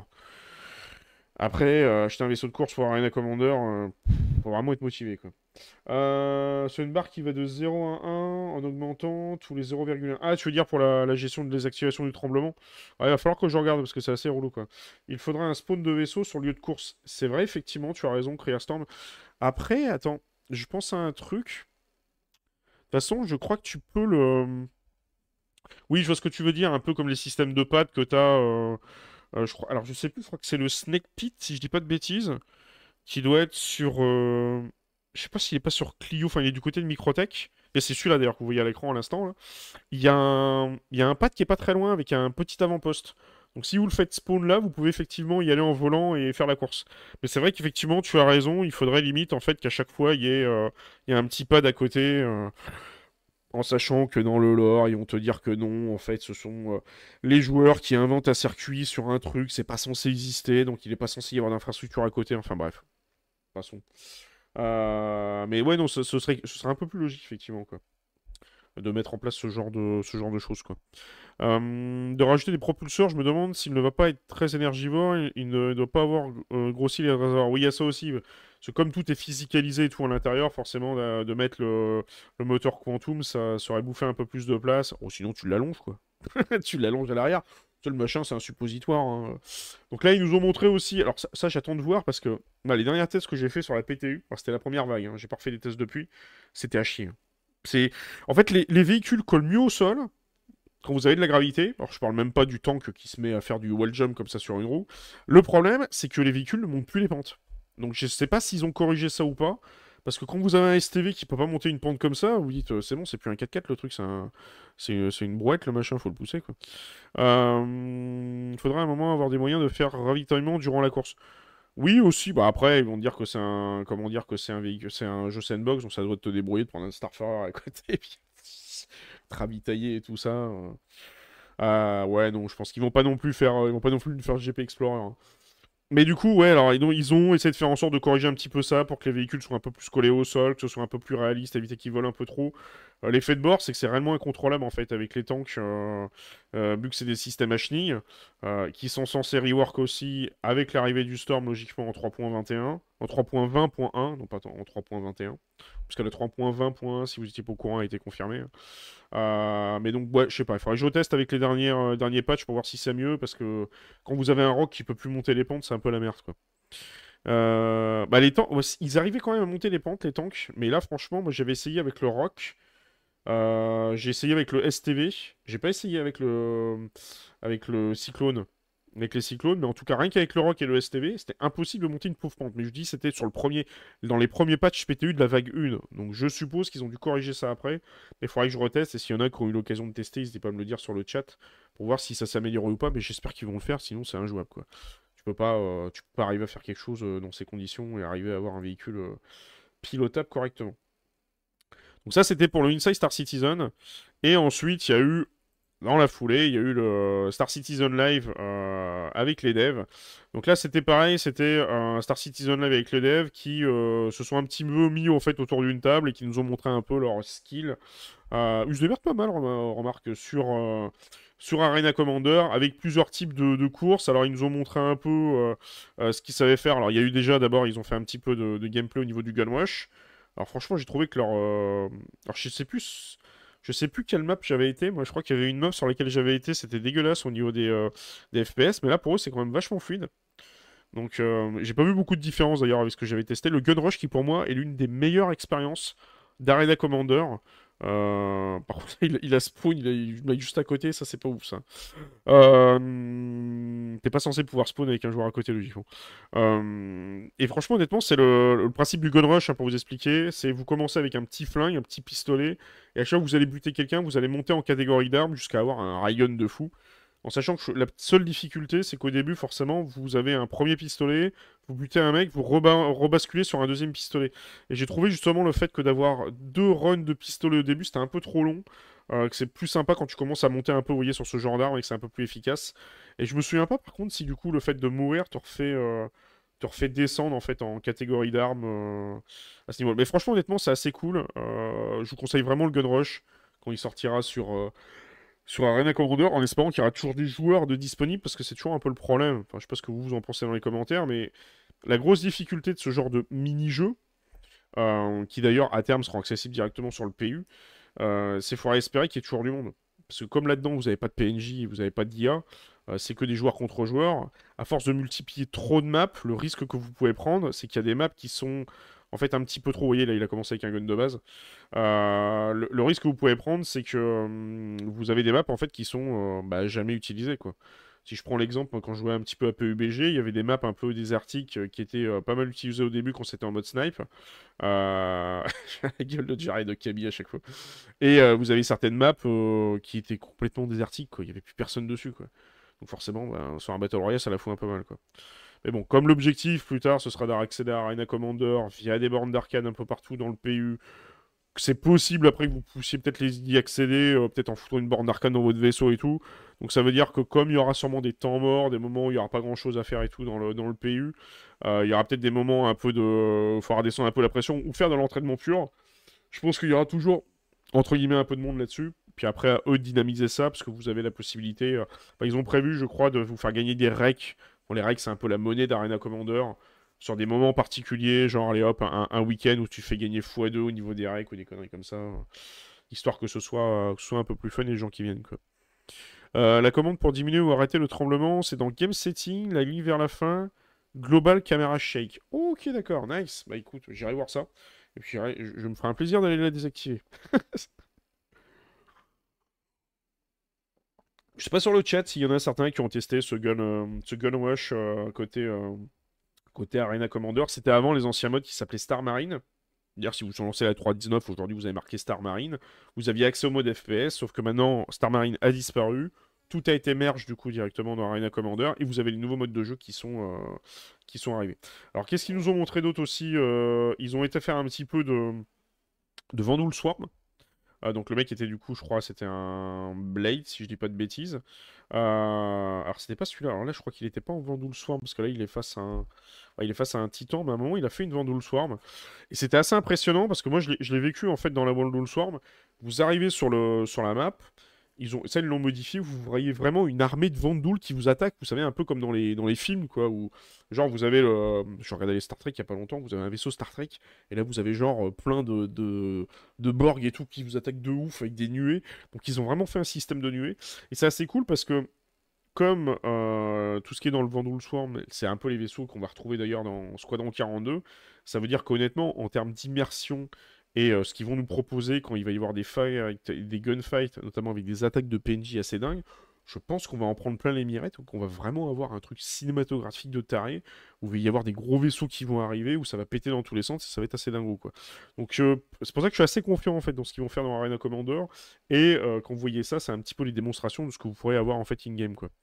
Après, acheter un vaisseau de course pour Arena Commander, faut vraiment être motivé, quoi. Sur une barre qui va de 0 à 1 en augmentant tous les 0,1. Ah, tu veux dire pour la gestion de désactivation du tremblement? Ouais, il va falloir que je regarde parce que c'est assez relou, quoi. Il faudra un spawn de vaisseau sur le lieu de course. C'est vrai, effectivement, tu as raison, Storm. Après, attends, je pense à un truc. De toute façon, je crois que tu peux le. Oui, je vois ce que tu veux dire, un peu comme les systèmes de pads que tu as. Je crois... Alors, je sais plus, je crois que c'est le Snake Pit, si je dis pas de bêtises, qui doit être sur. Je sais pas s'il est pas sur Clio, enfin il est du côté de Microtech. Et c'est celui-là d'ailleurs que vous voyez à l'écran à l'instant, là. Il y a un pad qui est pas très loin avec un petit avant-poste. Donc si vous le faites spawn là, vous pouvez effectivement y aller en volant et faire la course. Mais c'est vrai qu'effectivement, tu as raison, il faudrait limite en fait qu'à chaque fois il y ait un petit pad à côté, en sachant que dans le lore, ils vont te dire que non, en fait, ce sont les joueurs qui inventent un circuit sur un truc, c'est pas censé exister, donc il est pas censé y avoir d'infrastructure à côté, enfin bref. De toute façon. Mais ouais, non, ce serait un peu plus logique, effectivement, quoi. De mettre en place ce genre de choses, quoi. De rajouter des propulseurs, je me demande s'il ne va pas être très énergivore, il ne doit pas avoir grossi les réservoirs. Oui, il y a ça aussi. Parce que comme tout est physicalisé et tout à l'intérieur, forcément, de mettre le moteur Quantum, ça aurait bouffé un peu plus de place. Oh, sinon, tu l'allonges, quoi. Tu l'allonges à l'arrière. Le machin, c'est un suppositoire, hein. Donc là, ils nous ont montré aussi. Alors, ça, j'attends de voir parce que bah, les derniers tests que j'ai fait sur la PTU, alors, c'était la première vague, hein, j'ai pas refait des tests depuis, c'était à chier, hein. C'est... En fait, les véhicules collent mieux au sol quand vous avez de la gravité. Alors, je parle même pas du tank qui se met à faire du wall jump comme ça sur une roue. Le problème, c'est que les véhicules ne montent plus les pentes. Donc, je sais pas s'ils ont corrigé ça ou pas. Parce que quand vous avez un STV qui peut pas monter une pente comme ça, vous dites c'est bon, c'est plus un 4x4 le truc, c'est une brouette le machin, faut le pousser quoi. Il faudrait à un moment avoir des moyens de faire ravitaillement durant la course. Oui aussi, bah après ils vont dire que c'est un, comment dire que c'est un véhicule, c'est un jeu sandbox, donc ça doit te débrouiller de prendre un Starfire à côté, et puis te ravitailler et tout ça. Ouais non, je pense qu'ils vont pas non plus faire, ils vont pas non plus faire GP Explorer, hein. Mais du coup, ouais, alors ils ont essayé de faire en sorte de corriger un petit peu ça pour que les véhicules soient un peu plus collés au sol, que ce soit un peu plus réaliste, éviter qu'ils volent un peu trop. L'effet de bord, c'est que c'est réellement incontrôlable en fait avec les tanks, vu que c'est des systèmes à chenilles, qui sont censés rework aussi avec l'arrivée du Storm logiquement en 3.21, en 3.20.1, non pas en 3.21, parce que le 3.20.1, si vous étiez pas au courant, a été confirmé, hein. Mais donc, ouais, je sais pas, il faudrait que je teste avec les derniers patchs pour voir si c'est mieux, parce que quand vous avez un rock qui peut plus monter les pentes, c'est un peu la merde, quoi. Bah, les tanks, ouais, ils arrivaient quand même à monter les pentes, les tanks, mais là, franchement, moi j'avais essayé avec le rock, j'ai essayé avec le STV, j'ai pas essayé avec le cyclone. Avec les cyclones, mais en tout cas, rien qu'avec le rock et le STV, c'était impossible de monter une pauvre pente. Mais je dis, c'était dans les premiers patchs PTU de la vague 1. Donc je suppose qu'ils ont dû corriger ça après. Mais il faudrait que je reteste. Et s'il y en a qui ont eu l'occasion de tester, n'hésitez pas à me le dire sur le chat pour voir si ça s'améliore ou pas. Mais j'espère qu'ils vont le faire, sinon c'est injouable, quoi. Tu peux pas arriver à faire quelque chose dans ces conditions et arriver à avoir un véhicule pilotable correctement. Donc ça, c'était pour le Inside Star Citizen. Et ensuite, il y a eu dans la foulée, il y a eu le Star Citizen Live avec les devs. Donc là, c'était pareil, c'était un Star Citizen Live avec les devs qui se sont un petit peu mis en fait autour d'une table et qui nous ont montré un peu leur skill. Ils se démerdent pas mal, remarque, sur Arena Commander avec plusieurs types de courses. Alors, ils nous ont montré un peu ce qu'ils savaient faire. Alors, il y a eu déjà, d'abord, ils ont fait un petit peu de gameplay au niveau du Gunrush. Alors, franchement, j'ai trouvé que alors, je sais plus quelle map j'avais été. Moi, je crois qu'il y avait une map sur laquelle j'avais été. C'était dégueulasse au niveau des FPS. Mais là, pour eux, c'est quand même vachement fluide. Donc, j'ai pas vu beaucoup de différence d'ailleurs avec ce que j'avais testé. Le Gun Rush, qui pour moi est l'une des meilleures expériences d'Arena Commander. Par contre, il a spawn, il est juste à côté. Ça, c'est pas ouf, ça. T'es pas censé pouvoir spawn avec un joueur à côté, logiquement. Et franchement, honnêtement, c'est le principe du gun rush, hein, pour vous expliquer. C'est vous commencez avec un petit flingue, un petit pistolet, et à chaque fois que vous allez buter quelqu'un, vous allez monter en catégorie d'armes jusqu'à avoir un rayon de fou. En sachant que la seule difficulté, c'est qu'au début, forcément, vous avez un premier pistolet, vous butez un mec, vous rebasculez sur un deuxième pistolet. Et j'ai trouvé justement le fait que d'avoir deux runs de pistolet au début, c'était un peu trop long. Que c'est plus sympa quand tu commences à monter un peu, vous voyez, sur ce genre d'arme et que c'est un peu plus efficace. Et je me souviens pas, par contre, si du coup le fait de mourir te refait descendre en fait en catégorie d'armes à ce niveau. Mais franchement, honnêtement, c'est assez cool. Je vous conseille vraiment le Gun Rush quand il sortira sur Arena Commander, en espérant qu'il y aura toujours des joueurs de disponibles, parce que c'est toujours un peu le problème. Enfin, je sais pas ce que vous en pensez dans les commentaires, mais la grosse difficulté de ce genre de mini-jeu, qui d'ailleurs à terme seront accessibles directement sur le PU, c'est qu'il faudra espérer qu'il y ait toujours du monde. Parce que comme là-dedans, vous n'avez pas de PNJ, vous n'avez pas d'IA, c'est que des joueurs contre joueurs. À force de multiplier trop de maps, le risque que vous pouvez prendre, c'est qu'il y a des maps qui sont en fait un petit peu trop. Vous voyez, là, il a commencé avec un gun de base. Le risque que vous pouvez prendre, c'est que vous avez des maps en fait qui sont bah, jamais utilisées, quoi. Si je prends l'exemple, moi, quand je jouais un petit peu à PUBG, il y avait des maps un peu désertiques qui étaient pas mal utilisées au début quand c'était en mode snipe. La gueule de Jared de Kaby à chaque fois. Et vous avez certaines maps qui étaient complètement désertiques, quoi. Il n'y avait plus personne dessus, quoi. Donc forcément, bah, sur un Battle Royale, ça la fout un peu mal, quoi. Mais bon, comme l'objectif plus tard, ce sera d'accéder à Arena Commander via des bornes d'arcade un peu partout dans le PU, c'est possible après que vous puissiez peut-être y accéder, peut-être en foutant une borne d'arcade dans votre vaisseau et tout. Donc ça veut dire que comme il y aura sûrement des temps morts, des moments où il n'y aura pas grand-chose à faire et tout dans le PU, il y aura peut-être des moments un peu de... Il faudra descendre un peu la pression ou faire de l'entraînement pur. Je pense qu'il y aura toujours, entre guillemets, un peu de monde là-dessus. Puis après, à eux de dynamiser ça, parce que vous avez la possibilité... enfin, ils ont prévu, je crois, de vous faire gagner des recs. Bon, les recs, c'est un peu la monnaie d'Arena Commander sur des moments particuliers, genre allez hop, un week-end où tu fais gagner x2 au niveau des règles ou des conneries comme ça, histoire que ce soit un peu plus fun et les gens qui viennent, quoi. La commande pour diminuer ou arrêter le tremblement, c'est dans Game Setting, la ligne vers la fin, Global Camera Shake. Ok, d'accord, nice. Bah écoute, j'irai voir ça. Et puis je me ferai un plaisir d'aller la désactiver. Je sais pas sur le chat s'il y en a certains qui ont testé ce gun Rush côté Arena Commander. C'était avant les anciens modes qui s'appelaient Star Marine. D'ailleurs, si vous lancez la 3.19, aujourd'hui vous avez marqué Star Marine. Vous aviez accès au mode FPS, sauf que maintenant Star Marine a disparu. Tout a été merge du coup directement dans Arena Commander et vous avez les nouveaux modes de jeu qui sont arrivés. Alors qu'est-ce qu'ils nous ont montré d'autre aussi? Ils ont été faire un petit peu de Vandal Swarm. Donc le mec était du coup, je crois, c'était un Blade, si je dis pas de bêtises. Alors c'était pas celui-là. Alors là, je crois qu'il était pas en Vandal Swarm parce que là, il est face à un, ouais, il est face à un Titan. Mais à un moment, il a fait une Vandal Swarm et c'était assez impressionnant parce que moi, je l'ai vécu en fait dans la Vandal Swarm. Vous arrivez sur la map. Ça, ils l'ont modifié. Vous voyez vraiment une armée de Vandals qui vous attaque. Vous savez, un peu comme dans les films, quoi. Où, genre, vous avez je regardais les Star Trek il y a pas longtemps. Vous avez un vaisseau Star Trek et là, vous avez genre plein de Borg et tout qui vous attaquent de ouf avec des nuées. Donc ils ont vraiment fait un système de nuées. Et c'est assez cool parce que comme tout ce qui est dans le Vandal Swarm, c'est un peu les vaisseaux qu'on va retrouver d'ailleurs dans Squadron 42, ça veut dire qu'honnêtement, en termes d'immersion et ce qu'ils vont nous proposer quand il va y avoir des gunfights, notamment avec des attaques de PNJ assez dingues, je pense qu'on va en prendre plein les mirettes, donc on va vraiment avoir un truc cinématographique de taré, où il va y avoir des gros vaisseaux qui vont arriver, où ça va péter dans tous les sens, et ça va être assez dingo, quoi. Donc c'est pour ça que je suis assez confiant, en fait, dans ce qu'ils vont faire dans Arena Commander, et quand vous voyez ça, c'est un petit peu les démonstrations de ce que vous pourrez avoir, en fait, in-game, quoi.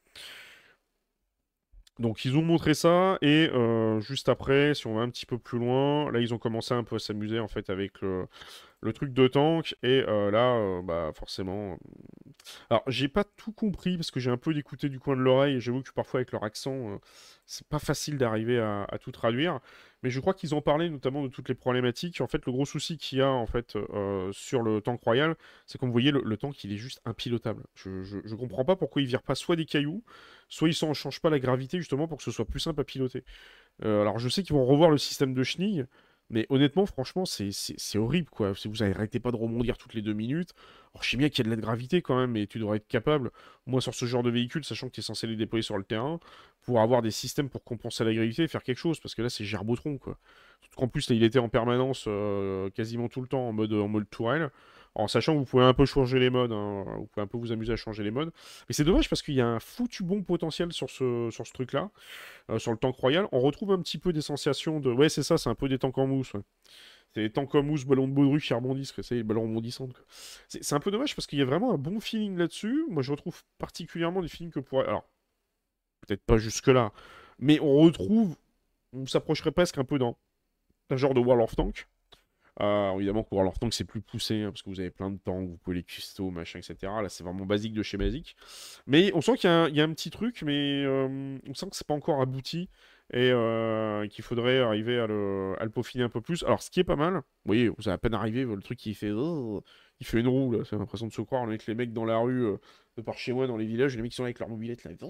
Donc ils ont montré ça, et juste après, si on va un petit peu plus loin, là ils ont commencé un peu à s'amuser en fait avec le truc de tank, et là, bah forcément... Alors j'ai pas tout compris, parce que j'ai un peu écouté du coin de l'oreille, et j'avoue que parfois avec leur accent, c'est pas facile d'arriver à tout traduire, mais je crois qu'ils ont parlé notamment de toutes les problématiques. En fait, le gros souci qu'il y a en fait sur le tank royal, c'est comme vous voyez, le tank il est juste impilotable. Je comprends pas pourquoi il vire pas soit des cailloux, soit ils ne changent pas la gravité justement pour que ce soit plus simple à piloter. Alors je sais qu'ils vont revoir le système de chenilles, mais honnêtement, franchement, c'est horrible quoi. Si vous arrêtez pas de rebondir toutes les 2 minutes, alors je sais bien qu'il y a de la gravité quand même, mais tu devrais être capable, moi sur ce genre de véhicule, sachant que tu es censé les déployer sur le terrain, pour avoir des systèmes pour compenser la gravité et faire quelque chose, parce que là c'est gerbotron quoi. Surtout qu'en plus là, il était en permanence quasiment tout le temps en mode tourelle. En sachant que vous pouvez un peu changer les modes, hein, vous pouvez un peu vous amuser à changer les modes. Mais c'est dommage parce qu'il y a un foutu bon potentiel sur ce truc-là, sur le tank royal. On retrouve un petit peu des sensations de... Ouais, c'est ça, c'est un peu des tanks en mousse. Ouais. C'est des tanks en mousse, ballons de baudruche qui rebondissent, c'est les ballons rebondissants. C'est un peu dommage parce qu'il y a vraiment un bon feeling là-dessus. Moi, je retrouve particulièrement des feelings que pourrait... Alors, peut-être pas jusque-là, mais on retrouve... On s'approcherait presque un peu dans un genre de World of Tanks. Évidemment, que World of Tanks c'est plus poussé, hein, parce que vous avez plein de tanks, vous pouvez les custo, machin, etc. Là, c'est vraiment basique de chez basique. Mais on sent qu'il y a un petit truc, mais on sent que c'est pas encore abouti et qu'il faudrait arriver à le peaufiner un peu plus. Alors, ce qui est pas mal, vous voyez, vous avez à peine arrivé, le truc il fait une roue, là, c'est l'impression de se croire, avec les mecs dans la rue, de par chez moi, dans les villages, les mecs qui sont là avec leur mobilette, là.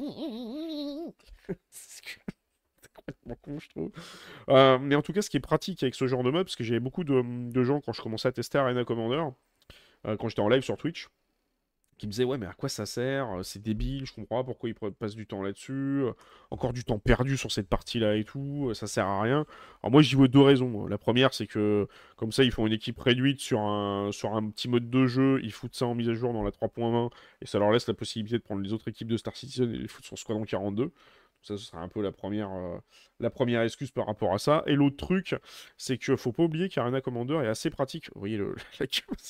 C'est complètement con, je trouve. Mais en tout cas, ce qui est pratique avec ce genre de mode, parce que j'avais beaucoup de gens quand je commençais à tester Arena Commander, quand j'étais en live sur Twitch, qui me disait ouais mais à quoi ça sert? C'est débile, je comprends pas pourquoi ils passent du temps là-dessus, encore du temps perdu sur cette partie-là et tout, ça sert à rien. Alors moi j'y vois deux raisons. La première c'est que comme ça ils font une équipe réduite sur un petit mode de jeu, ils foutent ça en mise à jour dans la 3.20 et ça leur laisse la possibilité de prendre les autres équipes de Star Citizen et les foutre sur Squadron 42. Ça, ce sera un peu la première excuse par rapport à ça. Et l'autre truc, c'est que faut pas oublier qu'Arena Commander est assez pratique. Vous voyez, la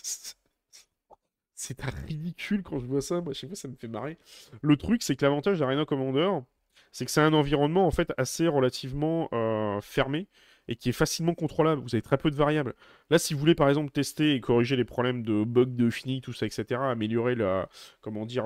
c'est un ridicule quand je vois ça. Moi, à chaque fois, ça me fait marrer. Le truc, c'est que l'avantage d'Arena Commander, c'est que c'est un environnement en fait assez relativement fermé et qui est facilement contrôlable. Vous avez très peu de variables. Là, si vous voulez par exemple tester et corriger les problèmes de bugs de fini, tout ça, etc., améliorer comment dire,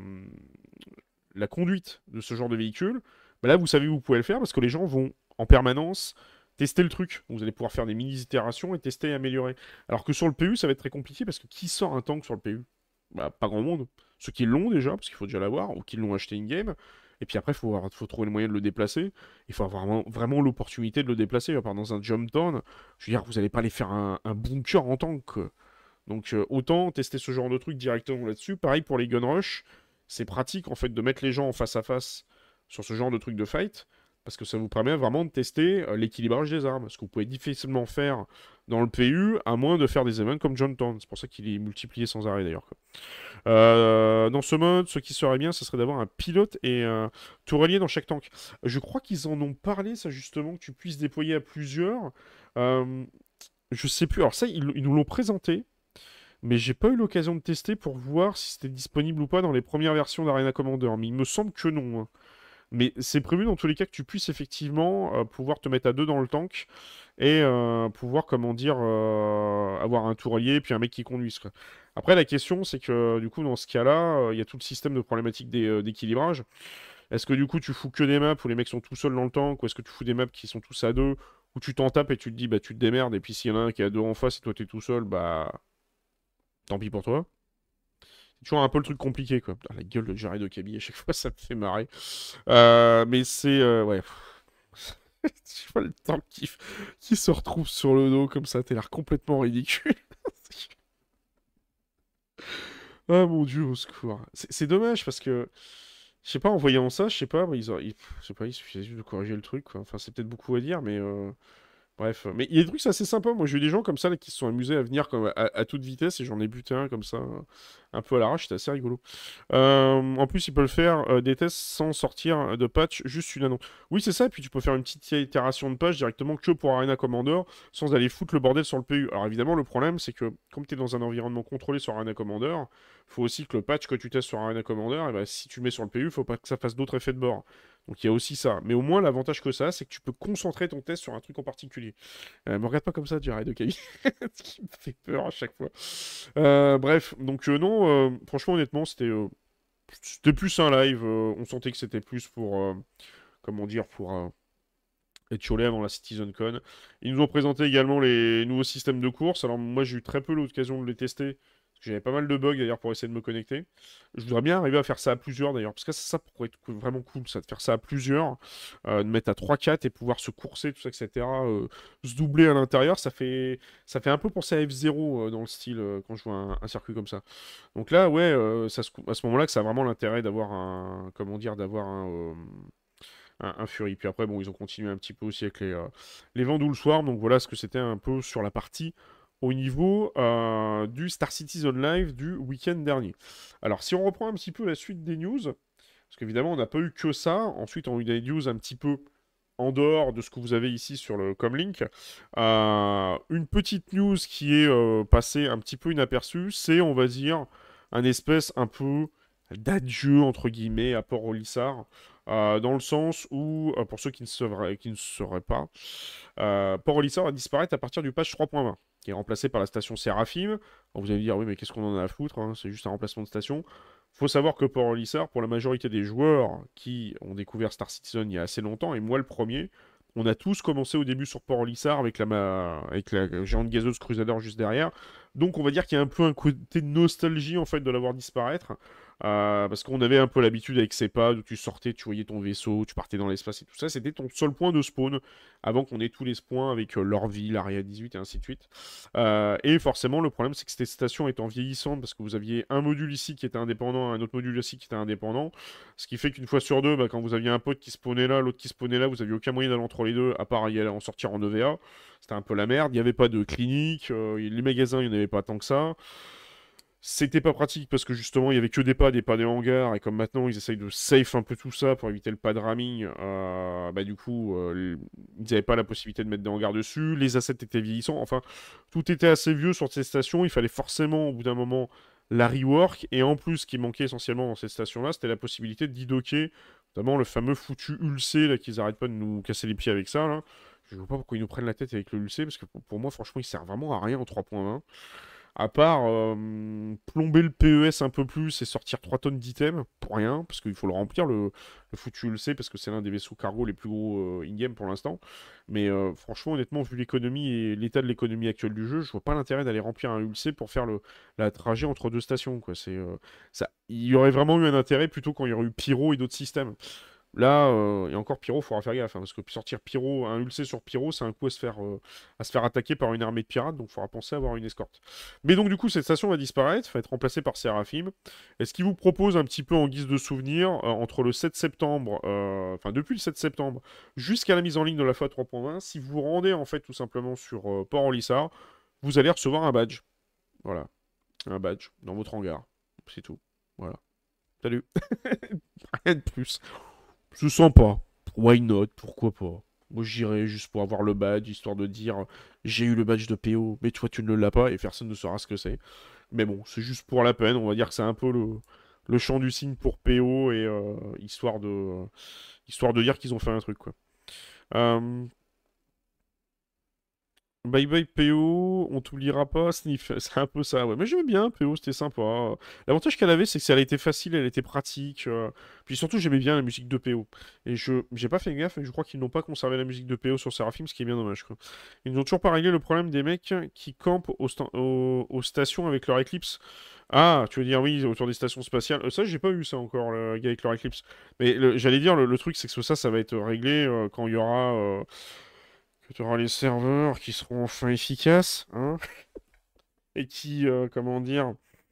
la conduite de ce genre de véhicule, bah là, vous savez où vous pouvez le faire parce que les gens vont en permanence tester le truc. Vous allez pouvoir faire des mini-itérations et tester et améliorer. Alors que sur le PU, ça va être très compliqué parce que qui sort un tank sur le PU? Bah, pas grand monde. Ceux qui l'ont déjà, parce qu'il faut déjà l'avoir, ou qui l'ont acheté in-game. Et puis après, faut trouver le moyen de le déplacer. Il faut avoir vraiment l'opportunité de le déplacer. À part dans un jump down, je veux dire, vous n'allez pas aller faire un bunker en tank, quoi. Donc autant tester ce genre de truc directement là-dessus. Pareil pour les gun rush, c'est pratique en fait de mettre les gens en face à face sur ce genre de truc de fight, parce que ça vous permet vraiment de tester l'équilibrage des armes, ce que vous pouvez difficilement faire dans le PU, à moins de faire des events comme John Town. C'est pour ça qu'il est multiplié sans arrêt d'ailleurs, quoi. Dans ce mode, ce qui serait bien, ce serait d'avoir un pilote et un tourelier dans chaque tank. Je crois qu'ils en ont parlé, ça justement, que tu puisses déployer à plusieurs. Euh, je sais plus. Alors ça, ils nous l'ont présenté. Mais j'ai pas eu l'occasion de tester pour voir si c'était disponible ou pas dans les premières versions d'Arena Commander. Mais il me semble que non, hein. Mais c'est prévu dans tous les cas que tu puisses effectivement pouvoir te mettre à deux dans le tank et pouvoir, comment dire, avoir un tourelier et puis un mec qui conduise, quoi. Après, la question, c'est que du coup, dans ce cas-là, il y a tout le système de problématique d'équilibrage. Est-ce que du coup, tu fous que des maps où les mecs sont tout seuls dans le tank, ou est-ce que tu fous des maps qui sont tous à deux, où tu t'en tapes et tu te dis, bah tu te démerdes, et puis s'il y en a un qui est à deux en face et toi t'es tout seul, bah tant pis pour toi. C'est toujours un peu le truc compliqué, quoi. Putain, la gueule de Jared Okabi, à chaque fois, ça me fait marrer. Mais c'est... ouais. Tu vois le temps qui se retrouve sur le dos comme ça, t'as l'air complètement ridicule. Ah mon dieu, au secours. C'est dommage parce que, je sais pas, en voyant ça, je sais pas, je sais pas, il suffisait juste de corriger le truc, quoi. Enfin, c'est peut-être beaucoup à dire, mais bref, mais il y a des trucs assez sympas. Moi, j'ai eu des gens comme ça là, qui se sont amusés à venir comme à toute vitesse et j'en ai buté un comme ça, un peu à l'arrache. C'était assez rigolo. En plus, il peut le faire des tests sans sortir de patch, juste une annonce. Oui, c'est ça. Et puis, tu peux faire une petite itération de patch directement que pour Arena Commander sans aller foutre le bordel sur le PU. Alors, évidemment, le problème, c'est que comme tu es dans un environnement contrôlé sur Arena Commander, faut aussi que le patch que tu testes sur Arena Commander, et ben, si tu le mets sur le PU, faut pas que ça fasse d'autres effets de bord. Donc il y a aussi ça. Mais au moins, l'avantage que ça a, c'est que tu peux concentrer ton test sur un truc en particulier. Me regarde pas comme ça, Jared, ok? Ce qui me fait peur à chaque fois. Bref, donc non, franchement, honnêtement, c'était plus un live. On sentait que c'était plus pour, comment dire, pour être chaulé avant la CitizenCon. Ils nous ont présenté également les nouveaux systèmes de course. Alors moi, j'ai eu très peu l'occasion de les tester. Parce que j'avais pas mal de bugs d'ailleurs pour essayer de me connecter. Je voudrais bien arriver à faire ça à plusieurs d'ailleurs. Parce que ça pourrait être vraiment cool, ça, de faire ça à plusieurs. De mettre à 3-4 et pouvoir se courser, tout ça, etc. Se doubler à l'intérieur. Ça fait un peu penser à F0 dans le style quand je vois un circuit comme ça. Donc là, ouais, à ce moment-là que ça a vraiment l'intérêt d'avoir un. Comment dire, d'avoir un Fury. Puis après, bon, ils ont continué un petit peu aussi avec les Vendoule Swarm. Donc voilà ce que c'était un peu sur la partie au niveau du Star Citizen Live du week-end dernier. Alors, si on reprend un petit peu la suite des news, parce qu'évidemment, on n'a pas eu que ça. Ensuite, on a eu des news un petit peu en dehors de ce que vous avez ici sur le Comlink. Une petite news qui est passée un petit peu inaperçue, c'est, on va dire, un espèce un peu d'adieu, entre guillemets, à Port-Rollissard. Dans le sens où, pour ceux qui ne sauraient pas, Port-Rollissard va disparaître à partir du patch 3.20, qui est remplacé par la station Séraphim. Alors vous allez me dire, oui, mais qu'est-ce qu'on en a à foutre, hein, c'est juste un remplacement de station. Faut savoir que Port-Rollissard, pour la majorité des joueurs qui ont découvert Star Citizen il y a assez longtemps, et moi le premier, on a tous commencé au début sur Port-Rollissard avec la géante gazeuse Crusader juste derrière. Donc on va dire qu'il y a un peu un côté de nostalgie en fait de la voir disparaître. Parce qu'on avait un peu l'habitude avec CEPAD où tu sortais, tu voyais ton vaisseau, tu partais dans l'espace et tout ça. C'était ton seul point de spawn avant qu'on ait tous les points avec l'Orville, l'Aria 18 et ainsi de suite. Et forcément, le problème, c'est que cette station étant vieillissante, parce que vous aviez un module ici qui était indépendant, un autre module ici qui était indépendant, ce qui fait qu'une fois sur deux, bah, quand vous aviez un pote qui spawnait là, l'autre qui spawnait là, vous aviez aucun moyen d'aller entre les deux, à part y aller en sortir en EVA. C'était un peu la merde. Il n'y avait pas de clinique, les magasins, il n'y en avait pas tant que ça. C'était pas pratique parce que justement il y avait que des pads et pas des hangars et comme maintenant ils essayent de safe un peu tout ça pour éviter le pad ramming, bah du coup ils n'avaient pas la possibilité de mettre des hangars dessus, les assets étaient vieillissants, enfin tout était assez vieux sur ces stations, il fallait forcément au bout d'un moment la rework et en plus ce qui manquait essentiellement dans cette station là c'était la possibilité d'y docker, notamment le fameux foutu Ulcé là qu'ils arrêtent pas de nous casser les pieds avec ça là. Je vois pas pourquoi ils nous prennent la tête avec le Ulcé parce que pour moi franchement il sert vraiment à rien en 3.20. À part plomber le PES un peu plus et sortir 3 tonnes d'items, pour rien, parce qu'il faut le remplir, le foutu LC, parce que c'est l'un des vaisseaux cargo les plus gros in-game pour l'instant. Mais franchement, honnêtement, vu l'économie et l'état de l'économie actuelle du jeu, je vois pas l'intérêt d'aller remplir un ULC pour faire la trajet entre deux stations, quoi. Il y aurait vraiment eu un intérêt plutôt quand il y aurait eu Pyro et d'autres systèmes. Là, et encore Pyro, il faudra faire gaffe, hein, parce que sortir Pyro, un ulcé sur Pyro, c'est un coup à se faire attaquer par une armée de pirates, donc il faudra penser à avoir une escorte. Mais donc du coup, cette station va disparaître, va être remplacée par Seraphim. Et ce qui vous propose un petit peu en guise de souvenir, entre le 7 septembre, enfin depuis le 7 septembre, jusqu'à la mise en ligne de la FA 3.20, si vous vous rendez en fait tout simplement sur Port-en-Lissard, vous allez recevoir un badge. Voilà, un badge dans votre hangar. C'est tout. Voilà. Salut. Rien de plus. C'est sympa. Why not? Pourquoi pas? Moi j'irai juste pour avoir le badge, histoire de dire j'ai eu le badge de PO, mais toi tu ne l'as pas et personne ne saura ce que c'est. Mais bon, c'est juste pour la peine, on va dire que c'est un peu le chant du cygne pour PO et histoire de dire qu'ils ont fait un truc quoi. Euh, Bye bye PO, on t'oubliera pas, Sniff. C'est un peu ça, ouais. Mais j'aimais bien PO, c'était sympa. L'avantage qu'elle avait, c'est que elle était facile, elle était pratique. Puis surtout, j'aimais bien la musique de PO. Et j'ai pas fait gaffe, mais je crois qu'ils n'ont pas conservé la musique de PO sur Seraphim, ce qui est bien dommage, quoi. Ils n'ont toujours pas réglé le problème des mecs qui campent aux stations avec leur Eclipse. Ah, tu veux dire oui, autour des stations spatiales. Ça, j'ai pas eu ça encore, le gars avec leur Eclipse. Mais j'allais dire, le truc, c'est que ça va être réglé quand il y aura. Que tu auras les serveurs qui seront enfin efficaces, hein, et qui, comment dire,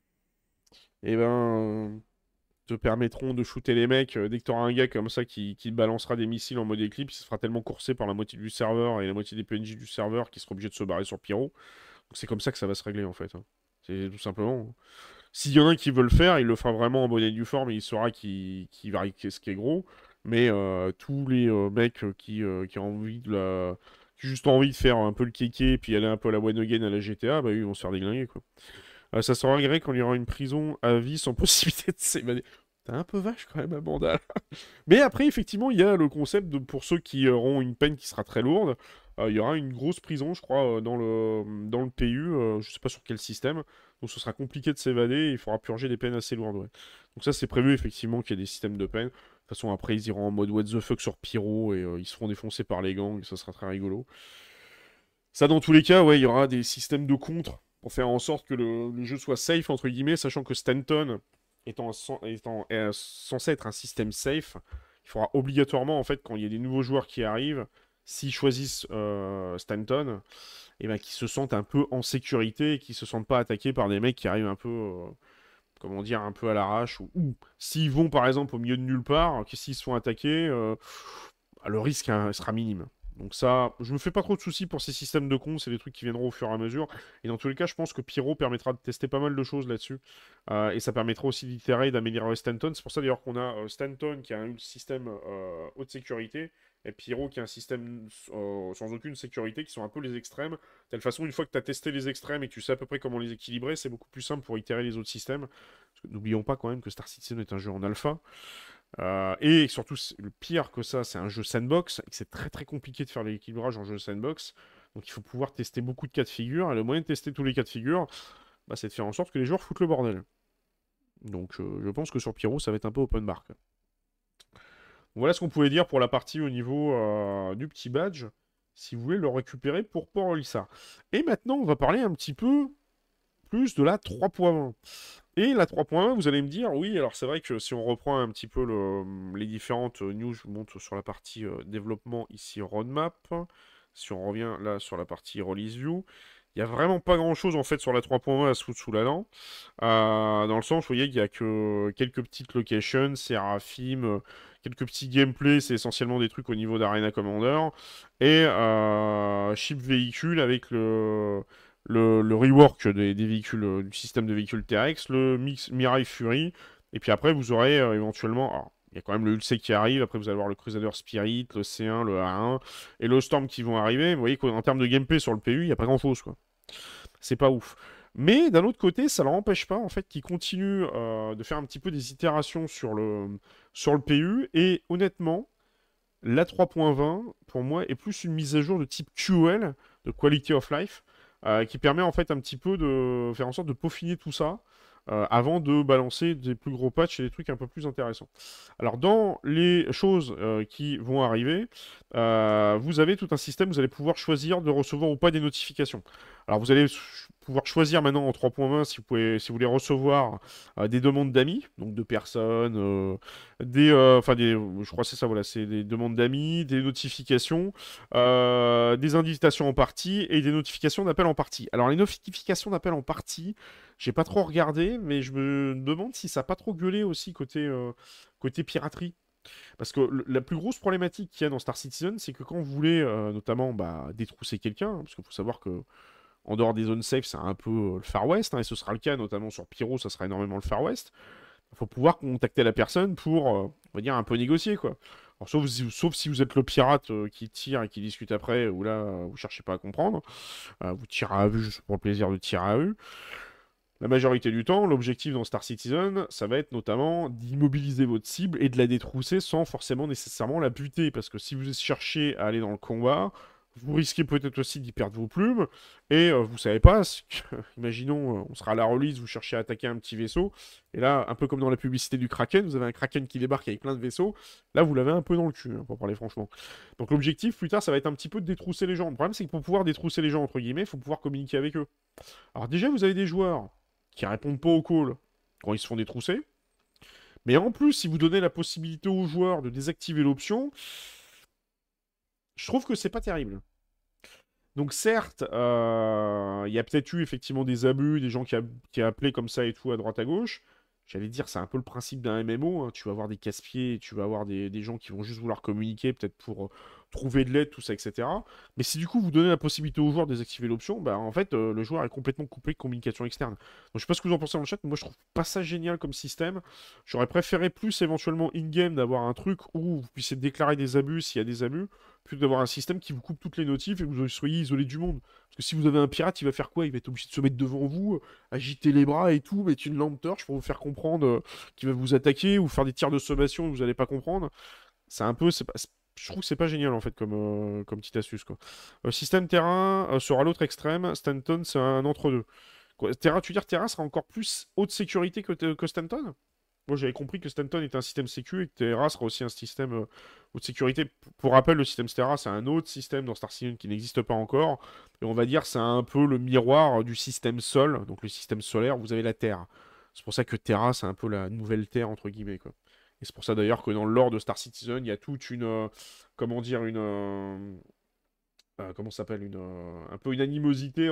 eh ben, te permettront de shooter les mecs. Dès que tu auras un gars comme ça qui te balancera des missiles en mode Eclipse, il se fera tellement courser par la moitié du serveur et la moitié des PNJ du serveur qu'il sera obligé de se barrer sur Pyro. Donc c'est comme ça que ça va se régler en fait, hein. C'est tout simplement. S'il y en a un qui veut le faire, il le fera vraiment en bonne et due forme et il saura qui va ce qui est gros. Mais tous les mecs qui ont envie qui ont juste envie de faire un peu le kéké et puis aller un peu à la one again à la GTA, bah eux, ils vont se faire déglinguer quoi. Ça sera réglé quand il y aura une prison à vie sans possibilité de s'évader. T'es un peu vache quand même, Amanda. Mais après, effectivement, il y a le concept de pour ceux qui auront une peine qui sera très lourde, il y aura une grosse prison, je crois, dans le PU, je sais pas sur quel système, donc ce sera compliqué de s'évader et il faudra purger des peines assez lourdes, ouais. Donc ça, c'est prévu, effectivement, qu'il y ait des systèmes de peine. De toute façon, après, ils iront en mode what the fuck sur Pyro et ils se feront défoncer par les gangs et ça sera très rigolo. Ça, dans tous les cas, ouais, il y aura des systèmes de contre pour faire en sorte que le jeu soit safe, entre guillemets, sachant que Stanton étant censé être un système safe, il faudra obligatoirement, en fait, quand il y a des nouveaux joueurs qui arrivent, s'ils choisissent Stanton, et ben, qu'ils se sentent un peu en sécurité et qu'ils se sentent pas attaqués par des mecs qui arrivent un peu, comment dire, un peu à l'arrache, ou s'ils vont, par exemple, au milieu de nulle part, que s'ils se font attaquer, le risque hein, sera minime. Donc ça, je me fais pas trop de soucis pour ces systèmes de cons, c'est des trucs qui viendront au fur et à mesure. Et dans tous les cas, je pense que Pyro permettra de tester pas mal de choses là-dessus. Et ça permettra aussi d'itérer et d'améliorer Stanton. C'est pour ça d'ailleurs qu'on a Stanton qui a un système haute sécurité, et Pyro qui a un système sans aucune sécurité, qui sont un peu les extrêmes. De telle façon, une fois que tu as testé les extrêmes et que tu sais à peu près comment les équilibrer, c'est beaucoup plus simple pour itérer les autres systèmes. N'oublions pas quand même que Star Citizen est un jeu en alpha. Et surtout, le pire que ça, c'est un jeu sandbox, et que c'est très très compliqué de faire l'équilibrage en jeu sandbox. Donc il faut pouvoir tester beaucoup de cas de figure, et le moyen de tester tous les cas de figure, bah, c'est de faire en sorte que les joueurs foutent le bordel. Donc je pense que sur Pyro, ça va être un peu open bar, quoi. Voilà ce qu'on pouvait dire pour la partie au niveau du petit badge, si vous voulez le récupérer pour Port-Olissa. Et maintenant, on va parler un petit peu plus de la 3.20. Et la 3.1, vous allez me dire, oui, alors c'est vrai que si on reprend un petit peu les différentes news, je vous montre sur la partie développement ici roadmap. Si on revient là sur la partie release view, il n'y a vraiment pas grand-chose en fait sur la 3.1 à se foutre sous la dent. Dans le sens, vous voyez qu'il n'y a que quelques petites locations, Seraphim, quelques petits gameplays, c'est essentiellement des trucs au niveau d'Arena Commander, et ship véhicule avec le rework des véhicules, du système de véhicules TRX, le mix Mirai Fury, et puis après vous aurez éventuellement, alors, il y a quand même le Ulse qui arrive, après vous allez avoir le Crusader Spirit, le C1, le A1 et le Storm qui vont arriver. Vous voyez qu'en termes de gameplay sur le PU, il n'y a pas grand-chose, quoi. C'est pas ouf. Mais d'un autre côté, ça ne leur empêche pas en fait qu'ils continuent de faire un petit peu des itérations sur le PU, et honnêtement, la 3.20, pour moi, est plus une mise à jour de type QoL, de Quality of Life, qui permet en fait un petit peu de faire en sorte de peaufiner tout ça avant de balancer des plus gros patchs et des trucs un peu plus intéressants. Alors, dans les choses qui vont arriver, vous avez tout un système, vous allez pouvoir choisir de recevoir ou pas des notifications. Alors, vous allez pouvoir choisir maintenant en 3.20 si vous voulez recevoir des demandes d'amis, donc de personnes, je crois que c'est ça, voilà, c'est des demandes d'amis, des notifications, des invitations en partie et des notifications d'appel en partie. Alors les notifications d'appel en partie, j'ai pas trop regardé, mais je me demande si ça a pas trop gueulé aussi côté piraterie. Parce que la plus grosse problématique qu'il y a dans Star Citizen, c'est que quand vous voulez notamment détrousser quelqu'un, hein, parce qu'il faut savoir que en dehors des zones safe, c'est un peu le Far West, hein, et ce sera le cas notamment sur Pyro, ça sera énormément le Far West. Il faut pouvoir contacter la personne pour, on va dire, un peu négocier, quoi. Alors, sauf si vous êtes le pirate qui tire et qui discute après, ou là, vous cherchez pas à comprendre. Vous tirez à vue juste pour le plaisir de tirer à vue. La majorité du temps, l'objectif dans Star Citizen, ça va être notamment d'immobiliser votre cible et de la détrousser sans forcément nécessairement la buter. Parce que si vous cherchez à aller dans le combat, vous risquez peut-être aussi d'y perdre vos plumes. Et vous savez pas, imaginons, on sera à la release, vous cherchez à attaquer un petit vaisseau. Et là, un peu comme dans la publicité du Kraken, vous avez un Kraken qui débarque avec plein de vaisseaux. Là, vous l'avez un peu dans le cul, hein, pour parler franchement. Donc l'objectif, plus tard, ça va être un petit peu de détrousser les gens. Le problème, c'est que pour pouvoir détrousser les gens, entre guillemets, il faut pouvoir communiquer avec eux. Alors déjà, vous avez des joueurs qui répondent pas au call quand ils se font détrousser. Mais en plus, si vous donnez la possibilité aux joueurs de désactiver l'option, je trouve que c'est pas terrible. Donc certes, il y a peut-être eu effectivement des abus, des gens qui appelaient comme ça et tout à droite à gauche. J'allais dire, c'est un peu le principe d'un MMO, hein. Tu vas avoir des casse-pieds, tu vas avoir des gens qui vont juste vouloir communiquer, peut-être pour trouver de l'aide, tout ça, etc. Mais si du coup vous donnez la possibilité aux joueurs de désactiver l'option, bah en fait, le joueur est complètement coupé de communication externe. Donc je sais pas ce que vous en pensez dans le chat, mais moi je trouve pas ça génial comme système. J'aurais préféré plus éventuellement in-game d'avoir un truc où vous puissiez déclarer des abus s'il y a des abus, plutôt d'avoir un système qui vous coupe toutes les notifs et que vous soyez isolé du monde. Parce que si vous avez un pirate, il va faire quoi? Il va être obligé de se mettre devant vous, agiter les bras et tout, mettre une lampe torche pour vous faire comprendre qu'il va vous attaquer ou faire des tirs de sommation que vous n'allez pas comprendre. C'est un peu. Je trouve que c'est pas génial en fait comme petite astuce quoi. Système Terra sera l'autre extrême, Stanton c'est un entre-deux. Terra, tu veux dire Terra sera encore plus haute sécurité que Stanton? Moi, j'avais compris que Stanton était un système sécu et que Terra sera aussi un système haute sécurité. Pour rappel, le système Terra, c'est un autre système dans Star Citizen qui n'existe pas encore. Et on va dire c'est un peu le miroir du système Sol, donc le système solaire, vous avez la Terre. C'est pour ça que Terra, c'est un peu la nouvelle Terre, entre guillemets, quoi. Et c'est pour ça d'ailleurs que dans le lore de Star Citizen, il y a toute une. Comment dire, comment ça s'appelle un peu une animosité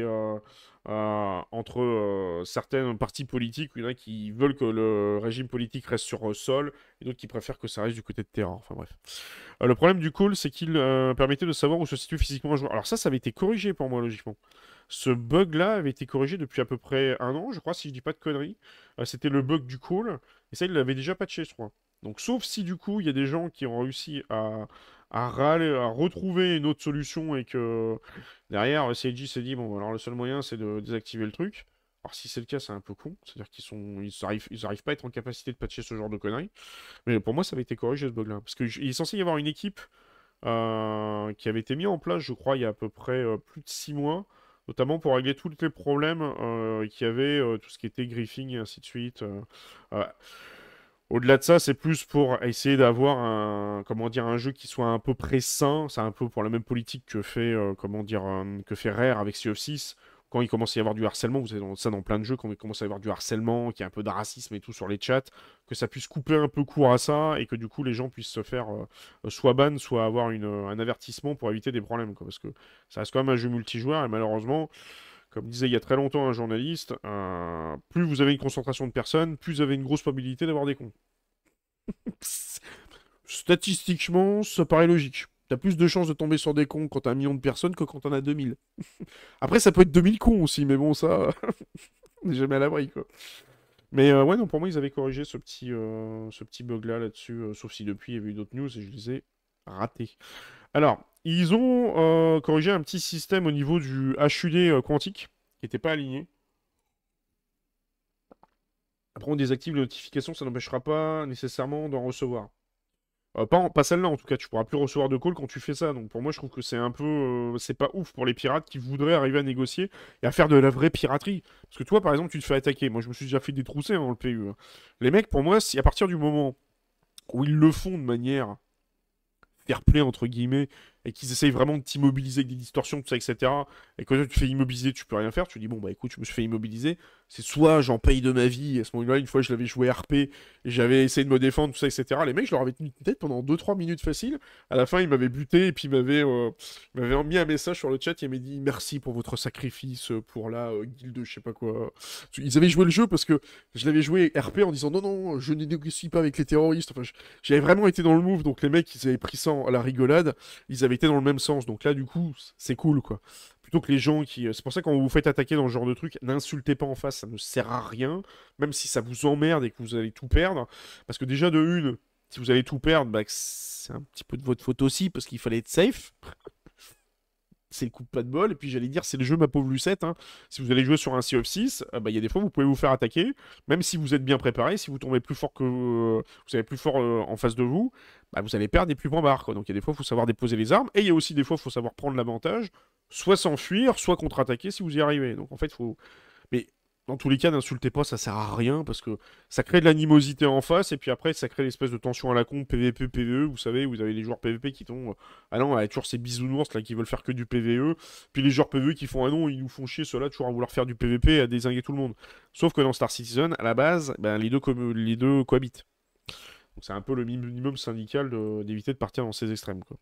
entre certains partis politiques. Il y en a qui veulent que le régime politique reste sur sol et d'autres qui préfèrent que ça reste du côté de terrain. Enfin bref. Le problème du call, c'est qu'il permettait de savoir où se situe physiquement un joueur. Alors ça avait été corrigé pour moi logiquement. Ce bug-là avait été corrigé depuis à peu près un an, je crois, si je dis pas de conneries. C'était le bug du call, et ça, il l'avait déjà patché, je crois. Donc, sauf si du coup, il y a des gens qui ont réussi à retrouver une autre solution et que derrière, CIG s'est dit, bon, alors le seul moyen, c'est de désactiver le truc. Alors, si c'est le cas, c'est un peu con. C'est-à-dire ils arrivent pas à être en capacité de patcher ce genre de conneries. Mais pour moi, ça avait été corrigé ce bug-là. Parce qu'il est censé y avoir une équipe qui avait été mise en place, je crois, il y a à peu près plus de 6 mois, notamment pour régler tous les problèmes qu'il y avait, tout ce qui était griefing et ainsi de suite. Euh, Au-delà de ça, c'est plus pour essayer d'avoir comment dire, un jeu qui soit un peu près sain. C'est un peu pour la même politique que fait, comment dire, que fait Rare avec Sea of 6, quand il commence à y avoir du harcèlement, vous avez ça dans plein de jeux, quand il commence à y avoir du harcèlement, qu'il y a un peu de racisme et tout sur les chats, que ça puisse couper un peu court à ça et que du coup les gens puissent se faire soit ban, soit avoir un avertissement pour éviter des problèmes, quoi. Parce que ça reste quand même un jeu multijoueur et malheureusement, comme disait il y a très longtemps un journaliste, plus vous avez une concentration de personnes, plus vous avez une grosse probabilité d'avoir des cons. Statistiquement, ça paraît logique. T'as plus de chances de tomber sur des cons quand t'as 1 million de personnes que quand t'en as 2000. Après, ça peut être 2000 cons aussi, mais bon, ça, on n'est jamais à l'abri, quoi. Mais ouais, non, pour moi, ils avaient corrigé ce petit bug-là là-dessus, sauf si depuis, il y avait eu d'autres news et je les ai ratés. Alors, ils ont corrigé un petit système au niveau du HUD quantique, qui n'était pas aligné. Après, on désactive les notifications, ça n'empêchera pas nécessairement d'en recevoir. Pas celle-là, en tout cas, tu pourras plus recevoir de call quand tu fais ça. Donc pour moi, je trouve que c'est un peu... c'est pas ouf pour les pirates qui voudraient arriver à négocier et à faire de la vraie piraterie. Parce que toi, par exemple, tu te fais attaquer. Moi, je me suis déjà fait détrousser dans le PU, hein. Les mecs, pour moi, si à partir du moment où ils le font de manière fair play, entre guillemets, et qu'ils essayent vraiment de t'immobiliser avec des distorsions, tout ça, etc., et que toi, tu te fais immobiliser, tu peux rien faire, tu dis, bon, bah écoute, je me suis fait immobiliser, c'est soit j'en paye de ma vie, et à ce moment-là, une fois, je l'avais joué RP, et j'avais essayé de me défendre, tout ça, etc., les mecs, je leur avais tenu une tête pendant 2-3 minutes facile, à la fin, ils m'avaient buté, et puis ils m'avaient mis un message sur le chat, ils m'avaient dit, merci pour votre sacrifice, pour la guilde, je sais pas quoi. Ils avaient joué le jeu parce que je l'avais joué RP en disant, non, non, je ne négocie pas avec les terroristes, enfin, j'avais vraiment été dans le move, donc les mecs, ils avaient pris ça à la rigolade, ils avaient été dans le même sens. Donc là, du coup, c'est cool, quoi. Plutôt que les gens qui... C'est pour ça que quand vous vous faites attaquer dans ce genre de truc, n'insultez pas en face, ça ne sert à rien, même si ça vous emmerde et que vous allez tout perdre. Parce que déjà, de une, si vous allez tout perdre, bah, c'est un petit peu de votre faute aussi, parce qu'il fallait être safe. C'est le coup de pas de bol. Et puis j'allais dire, c'est le jeu, ma pauvre Lucette, hein. Si vous allez jouer sur un Sea of 6, bah, il y a des fois, vous pouvez vous faire attaquer, même si vous êtes bien préparé, si vous tombez plus fort que... vous avez plus fort en face de vous, bah, vous allez perdre des plus points barres, quoi. Donc il y a des fois, il faut savoir déposer les armes, et il y a aussi des fois, il faut savoir prendre l'avantage, soit s'enfuir, soit contre-attaquer si vous y arrivez. Donc en fait, il faut... Mais dans tous les cas, n'insultez pas, ça sert à rien, parce que ça crée de l'animosité en face, et puis après, ça crée l'espèce de tension à la con, PVP, PVE, vous savez, vous avez les joueurs PVP qui tombent... Ah non, il y a toujours ces bisounours là qui veulent faire que du PVE, puis les joueurs PVE qui font ah non, ils nous font chier ceux-là toujours à vouloir faire du PVP et à dézinguer tout le monde. Sauf que dans Star Citizen, à la base, ben, les deux cohabitent. Donc c'est un peu le minimum syndical d'éviter de partir dans ces extrêmes, quoi.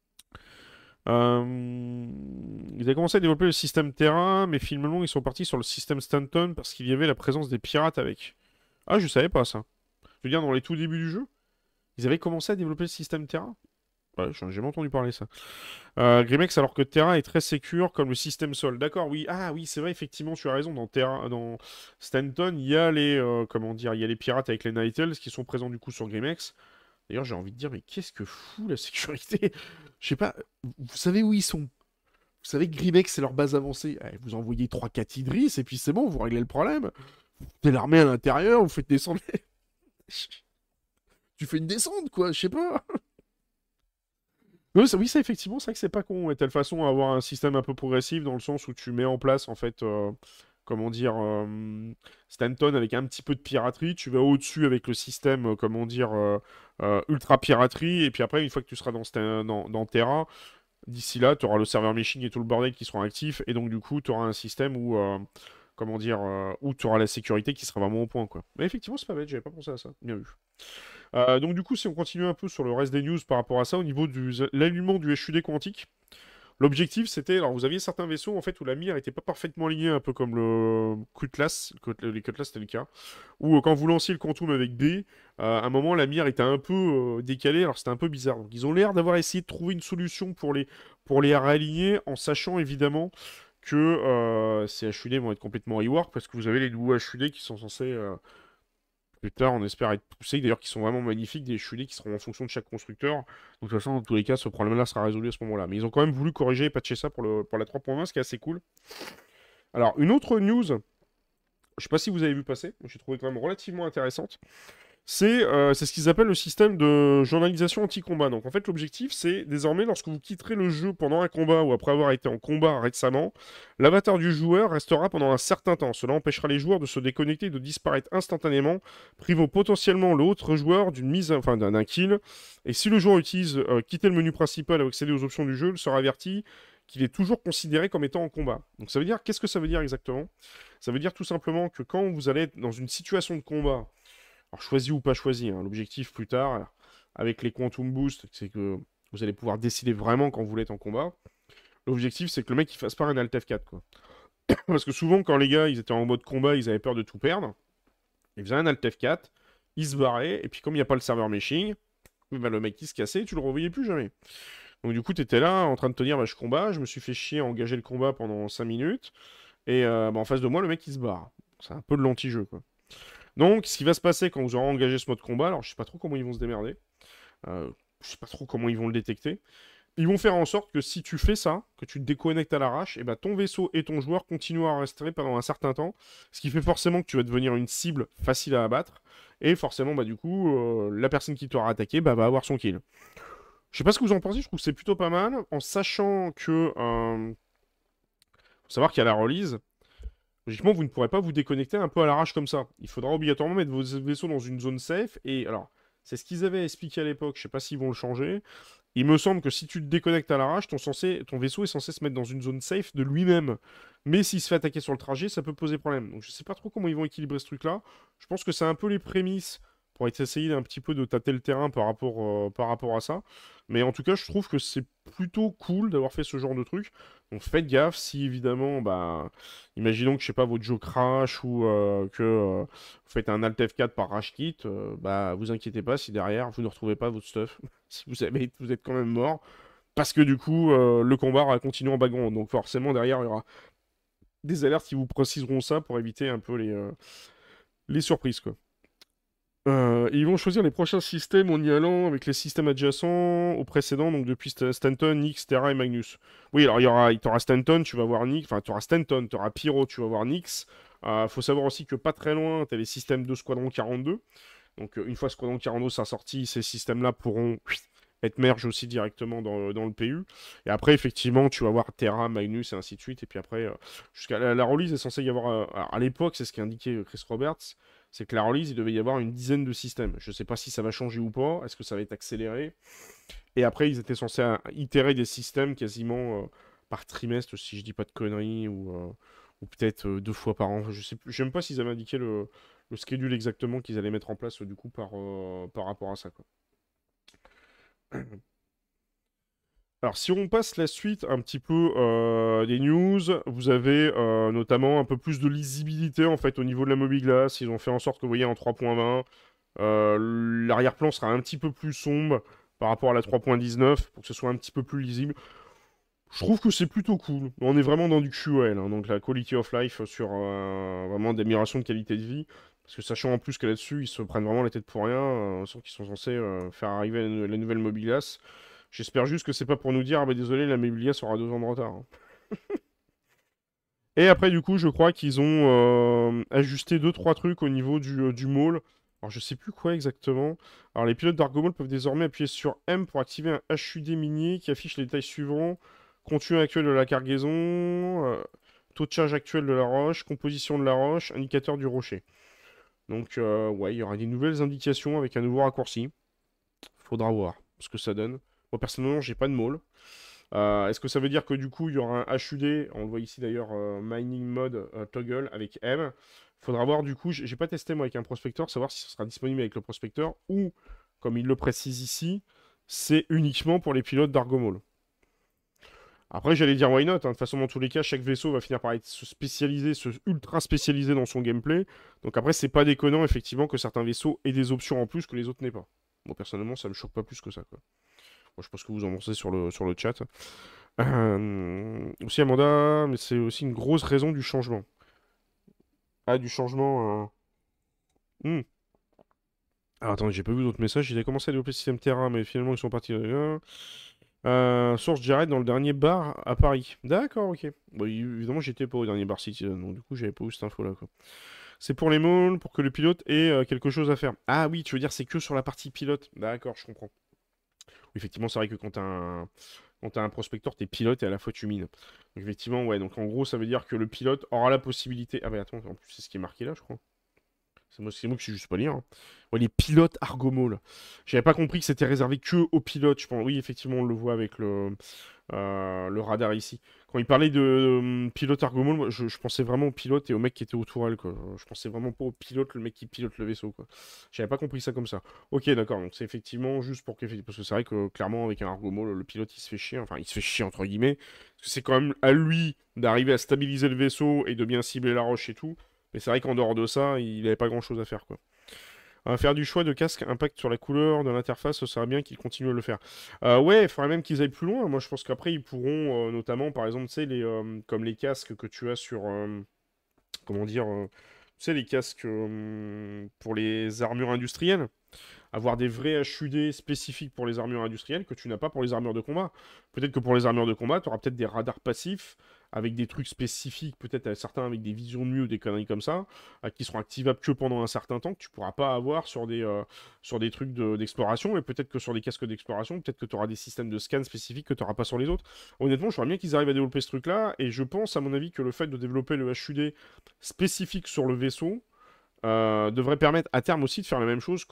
Ils avaient commencé à développer le système Terra, mais finalement ils sont partis sur le système Stanton parce qu'il y avait la présence des pirates avec. Ah, je savais pas ça. Je veux dire, dans les tout débuts du jeu, ils avaient commencé à développer le système Terra. Ouais, j'en ai jamais entendu parler ça. Grimex, alors que Terra est très sécure comme le système Sol. D'accord, oui. Ah oui, c'est vrai, effectivement, tu as raison. Dans Terra, dans Stanton, il y a comment dire, il y a les pirates avec les Nightels qui sont présents du coup sur Grimex. D'ailleurs, j'ai envie de dire, mais qu'est-ce que fout la sécurité? Je sais pas. Vous savez où ils sont? Vous savez que Grimex, c'est leur base avancée. Eh, vous envoyez 3-4 Idris et puis c'est bon, vous réglez le problème. Vous mettez l'armée à l'intérieur, vous faites descendre. Tu fais une descente, quoi, je sais pas. Oui, ça, effectivement, c'est vrai que c'est pas con. Et telle façon à avoir un système un peu progressif dans le sens où tu mets en place, en fait, comment dire, Stanton avec un petit peu de piraterie. Tu vas au-dessus avec le système, comment dire, ultra piraterie. Et puis après, une fois que tu seras dans Terra, d'ici là, tu auras le serveur meshing et tout le bordel qui seront actifs. Et donc, du coup, tu auras un système où, comment dire, où tu auras la sécurité qui sera vraiment au point, quoi. Mais effectivement, c'est pas bête, j'avais pas pensé à ça. Bien vu. Donc du coup, si on continue un peu sur le reste des news par rapport à ça, au niveau de l'alignement du HUD quantique, l'objectif c'était, alors vous aviez certains vaisseaux en fait où la mire n'était pas parfaitement alignée, un peu comme le Cutlass, les Cutlass c'était le cas, où quand vous lanciez le Quantum avec B, à un moment la mire était un peu décalée, alors c'était un peu bizarre. Donc ils ont l'air d'avoir essayé de trouver une solution pour les réaligner, en sachant évidemment que ces HUD vont être complètement rework, parce que vous avez les nouveaux HUD qui sont censés... plus tard, on espère être poussés, d'ailleurs, qui sont vraiment magnifiques, des HUD qui seront en fonction de chaque constructeur. Donc, de toute façon, dans tous les cas, ce problème-là sera résolu à ce moment-là. Mais ils ont quand même voulu corriger et patcher ça pour la 3.20, ce qui est assez cool. Alors, une autre news, je sais pas si vous avez vu passer, j'ai trouvé quand même relativement intéressante. C'est ce qu'ils appellent le système de journalisation anti-combat. Donc en fait, l'objectif, c'est désormais, lorsque vous quitterez le jeu pendant un combat ou après avoir été en combat récemment, l'avatar du joueur restera pendant un certain temps. Cela empêchera les joueurs de se déconnecter et de disparaître instantanément, privant potentiellement l'autre joueur d'un kill. Et si le joueur utilise quitter le menu principal ou accéder aux options du jeu, il sera averti qu'il est toujours considéré comme étant en combat. Donc ça veut dire, qu'est-ce que ça veut dire exactement? Ça veut dire tout simplement que quand vous allez être dans une situation de combat, alors choisi ou pas choisi, hein, l'objectif plus tard, avec les Quantum Boost, c'est que vous allez pouvoir décider vraiment quand vous voulez être en combat. L'objectif, c'est que le mec, il fasse pas un Alt F4, quoi. Parce que souvent, quand les gars, ils étaient en mode combat, ils avaient peur de tout perdre. Ils faisaient un Alt F4, ils se barraient, et puis comme il n'y a pas le serveur meshing, bah, le mec, il se cassait, et tu le revoyais plus jamais. Donc du coup, t'étais là, en train de te dire, bah, je combat, je me suis fait chier à engager le combat pendant 5 minutes, et bah, en face de moi, le mec, il se barre. C'est un peu de l'anti-jeu, quoi. Donc, ce qui va se passer quand vous aurez engagé ce mode combat, alors je sais pas trop comment ils vont se démerder, je sais pas trop comment ils vont le détecter, ils vont faire en sorte que si tu fais ça, que tu te déconnectes à l'arrache, et ben ton vaisseau et ton joueur continuent à rester pendant un certain temps, ce qui fait forcément que tu vas devenir une cible facile à abattre, et forcément, bah du coup, la personne qui t'aura attaqué bah, va avoir son kill. Je sais pas ce que vous en pensez, je trouve que c'est plutôt pas mal, en sachant que... faut savoir qu'il y a la release, logiquement, vous ne pourrez pas vous déconnecter un peu à l'arrache comme ça. Il faudra obligatoirement mettre vos vaisseaux dans une zone safe, et alors... C'est ce qu'ils avaient expliqué à l'époque, je sais pas s'ils vont le changer. Il me semble que si tu te déconnectes à l'arrache, ton vaisseau est censé se mettre dans une zone safe de lui-même. Mais s'il se fait attaquer sur le trajet, ça peut poser problème. Donc je sais pas trop comment ils vont équilibrer ce truc-là. Je pense que c'est un peu les prémices pour essayer un petit peu de tâter le terrain par rapport à ça. Mais en tout cas, je trouve que c'est plutôt cool d'avoir fait ce genre de truc. Donc faites gaffe si évidemment, bah, imaginons que je sais pas, votre jeu crash ou que vous faites un Alt F4 par rage kit, bah vous inquiétez pas si derrière vous ne retrouvez pas votre stuff. Si vous êtes quand même mort, parce que du coup, le combat va continuer en background. Donc forcément, derrière, il y aura des alertes qui vous préciseront ça pour éviter un peu les surprises, quoi. Ils vont choisir les prochains systèmes en y allant avec les systèmes adjacents aux précédents, donc depuis Stanton, Nyx, Terra et Magnus. Oui, alors t'auras Stanton, tu vas voir Nyx, enfin t'auras Stanton, t'auras Pyro, tu vas voir Nyx. Faut savoir aussi que pas très loin, t'as les systèmes de Squadron 42. Donc une fois Squadron 42 sera sorti, ces systèmes-là pourront être merge aussi directement dans le PU. Et après, effectivement, tu vas voir Terra, Magnus et ainsi de suite. Et puis après, jusqu'à la release est censé y avoir. Alors, à l'époque, c'est ce qu'indiquait Chris Roberts, c'est que la release, il devait y avoir une dizaine de systèmes. Je sais pas si ça va changer ou pas. Est-ce que ça va être accéléré? Et après, ils étaient censés itérer des systèmes quasiment par trimestre, si je dis pas de conneries, ou peut-être 2 fois par an. Je sais plus. Je sais même pas s'ils avaient indiqué le schedule exactement qu'ils allaient mettre en place du coup par rapport à ça, quoi. Alors, si on passe la suite un petit peu des news, vous avez notamment un peu plus de lisibilité en fait au niveau de la Mobiglass. Ils ont fait en sorte que vous voyez en 3.20, l'arrière-plan sera un petit peu plus sombre par rapport à la 3.19 pour que ce soit un petit peu plus lisible. Je trouve que c'est plutôt cool. On est vraiment dans du QoL, hein, donc la quality of life sur vraiment d'amélioration de qualité de vie. Parce que sachant en plus que là-dessus, ils se prennent vraiment la tête pour rien, sans qu'ils sont censés faire arriver la nouvelle Mobigas. J'espère juste que c'est pas pour nous dire, ah bah désolé, la Mobigas aura 2 ans de retard, hein. Et après, du coup, je crois qu'ils ont ajusté 2-3 trucs au niveau du mall. Alors, je sais plus quoi exactement. Alors, les pilotes d'Argomall peuvent désormais appuyer sur M pour activer un HUD minier qui affiche les détails suivants. Contenu actuel de la cargaison, taux de charge actuel de la roche, composition de la roche, indicateur du rocher. Donc, ouais, il y aura des nouvelles indications avec un nouveau raccourci. Faudra voir ce que ça donne. Moi, personnellement, j'ai pas de mall. Est-ce que ça veut dire que du coup il y aura un HUD, on le voit ici d'ailleurs, mining mode toggle avec M. Faudra voir du coup, j'ai pas testé moi avec un prospecteur, savoir si ce sera disponible avec le prospecteur ou, comme il le précise ici, c'est uniquement pour les pilotes d'Argomall. Après j'allais dire why not, hein. De toute façon dans tous les cas chaque vaisseau va finir par être se ultra spécialisé dans son gameplay. Donc après c'est pas déconnant effectivement que certains vaisseaux aient des options en plus que les autres n'aient pas. Moi personnellement ça me choque pas plus que ça, quoi. Moi, je pense que vous en pensez sur le chat. Aussi Amanda, mais c'est aussi une grosse raison du changement. Ah, du changement. Hmm. Alors, attendez, j'ai pas vu d'autres messages. Ils avaient commencé à développer le système Terra, mais finalement ils sont partis. Source Jared dans le dernier bar à Paris. D'accord, ok. Bon, évidemment, j'étais pas au dernier bar Citizen, donc du coup, j'avais pas eu cette info-là, quoi. C'est pour les malls, pour que le pilote ait quelque chose à faire. Ah oui, tu veux dire, c'est que sur la partie pilote. D'accord, je comprends. Oui, effectivement, c'est vrai que quand t'as un prospecteur, t'es pilote et à la fois tu mines. Donc, effectivement, ouais. Donc en gros, ça veut dire que le pilote aura la possibilité. Ah, bah attends, en plus, c'est ce qui est marqué là, je crois. C'est moi qui sais juste pas lire. Hein. Ouais, les pilotes Argomol. J'avais pas compris que c'était réservé que aux pilotes. Je pense, oui, effectivement, on le voit avec le radar ici. Quand il parlait de pilote Argomol, moi, je pensais vraiment au pilote et au mec qui était aux tourelles, quoi. Je pensais vraiment pas au pilote, le mec qui pilote le vaisseau, quoi. J'avais pas compris ça comme ça. Ok, d'accord, donc c'est effectivement juste pour que... Parce que c'est vrai que, clairement, avec un Argomol, le pilote, il se fait chier. Enfin, il se fait chier, entre guillemets. Parce que c'est quand même à lui d'arriver à stabiliser le vaisseau et de bien cibler la roche et tout. Mais c'est vrai qu'en dehors de ça, il avait pas grand-chose à faire, quoi. Faire du choix de casque impact sur la couleur de l'interface, ce serait bien qu'ils continuent à le faire. Ouais, il faudrait même qu'ils aillent plus loin. Moi, je pense qu'après, ils pourront, notamment, par exemple, tu sais, comme les casques que tu as sur, comment dire, tu sais, les casques pour les armures industrielles, avoir des vrais HUD spécifiques pour les armures industrielles que tu n'as pas pour les armures de combat. Peut-être que pour les armures de combat, tu auras peut-être des radars passifs avec des trucs spécifiques, peut-être certains avec des visions de nuit ou des conneries comme ça, qui seront activables que pendant un certain temps, que tu pourras pas avoir sur des trucs d'exploration, et peut-être que sur des casques d'exploration, peut-être que tu auras des systèmes de scan spécifiques que tu n'auras pas sur les autres. Honnêtement, je vois bien qu'ils arrivent à développer ce truc-là, et je pense, à mon avis, que le fait de développer le HUD spécifique sur le vaisseau, devrait permettre à terme aussi de faire la même chose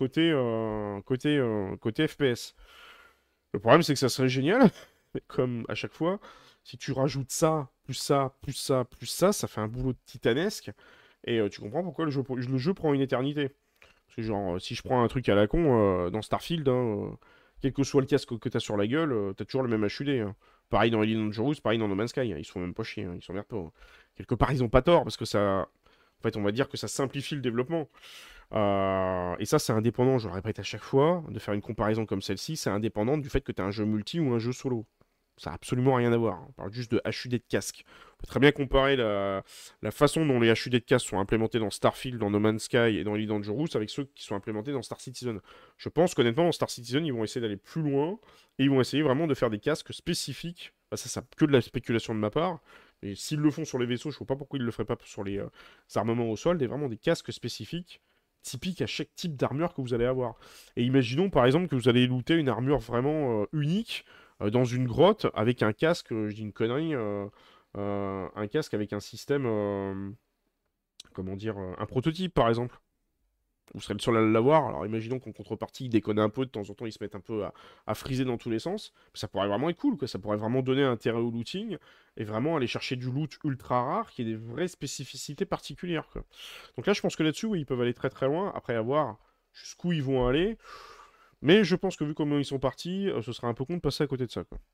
côté FPS. Le problème, c'est que ça serait génial, mais comme à chaque fois, si tu rajoutes ça, plus ça, plus ça, plus ça fait un boulot titanesque, et tu comprends pourquoi le jeu prend une éternité. Parce que genre, si je prends un truc à la con, dans Starfield, hein, quel que soit le casque que t'as sur la gueule, t'as toujours le même HUD. Hein. Pareil dans Alien Dangerous, pareil dans No Man's Sky, hein. Ils se font même pas chier, hein, ils s'emmerdent pas. Hein. Quelque part, ils ont pas tort, parce que ça... En fait, on va dire que ça simplifie le développement. Et ça, c'est indépendant, je le répète à chaque fois, de faire une comparaison comme celle-ci, c'est indépendant du fait que tu as un jeu multi ou un jeu solo. Ça n'a absolument rien à voir. On parle juste de HUD de casque. On peut très bien comparer la façon dont les HUD de casque sont implémentés dans Starfield, dans No Man's Sky et dans Elite Dangerous avec ceux qui sont implémentés dans Star Citizen. Je pense qu'honnêtement, dans Star Citizen, ils vont essayer d'aller plus loin et ils vont essayer vraiment de faire des casques spécifiques. Bah, ça, que de la spéculation de ma part. Et s'ils le font sur les vaisseaux, je ne vois pas pourquoi ils ne le feraient pas sur les armements au sol, des vraiment des casques spécifiques typique à chaque type d'armure que vous allez avoir. Et imaginons par exemple que vous allez looter une armure vraiment unique dans une grotte avec un casque, je dis une connerie, un casque avec un système, comment dire, un prototype par exemple. Vous serez le seul à l'avoir. Alors imaginons qu'en contrepartie, ils déconnent un peu, de temps en temps, ils se mettent un peu à friser dans tous les sens. Ça pourrait vraiment être cool, quoi. Ça pourrait vraiment donner intérêt au looting et vraiment aller chercher du loot ultra rare qui ait des vraies spécificités particulières, quoi. Donc là, je pense que là-dessus, oui, ils peuvent aller très très loin. Après avoir jusqu'où ils vont aller. Mais je pense que vu comment ils sont partis, ce serait un peu con de passer à côté de ça, quoi.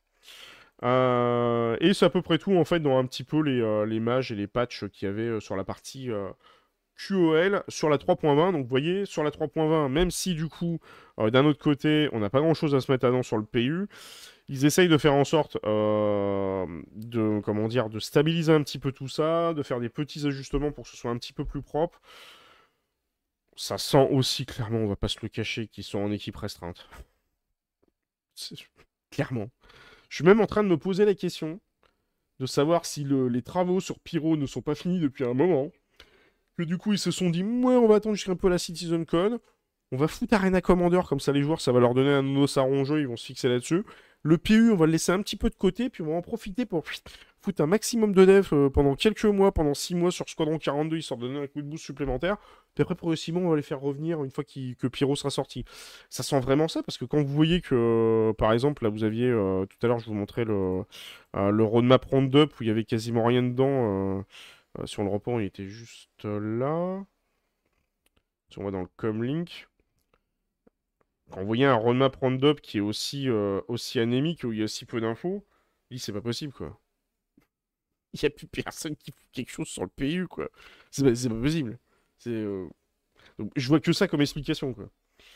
Et c'est à peu près tout en fait dans un petit peu les mages et les patchs qu'il y avait sur la partie QOL sur la 3.20. Donc vous voyez, sur la 3.20, même si du coup, d'un autre côté, on n'a pas grand-chose à se mettre à dents sur le PU, ils essayent de faire en sorte comment dire, de stabiliser un petit peu tout ça, de faire des petits ajustements pour que ce soit un petit peu plus propre. Ça sent aussi clairement, on va pas se le cacher, qu'ils sont en équipe restreinte. Clairement. Je suis même en train de me poser la question de savoir si les travaux sur Pyro ne sont pas finis depuis un moment. Que du coup, ils se sont dit, ouais, on va attendre jusqu'à un peu la CitizenCon. On va foutre Arena Commander, comme ça les joueurs, ça va leur donner un nouveau sarron jeu, ils vont se fixer là-dessus. Le PU, on va le laisser un petit peu de côté, puis on va en profiter pour foutre un maximum de dev pendant quelques mois, pendant 6 mois sur Squadron 42, histoire de donner un coup de boost supplémentaire. Puis après, progressivement, on va les faire revenir une fois que Pyro sera sorti. Ça sent vraiment ça, parce que quand vous voyez que, par exemple, là, vous aviez, tout à l'heure, je vous montrais le roadmap roundup, où il y avait quasiment rien dedans. Si on le reprend, il était juste là. Si on va dans le comlink, quand vous voyez un roadmap roundup qui est aussi anémique, où il y a si peu d'infos, il dit c'est pas possible, quoi. Il n'y a plus personne qui fait quelque chose sur le PU, quoi. C'est pas possible. Donc, je vois que ça comme explication, quoi.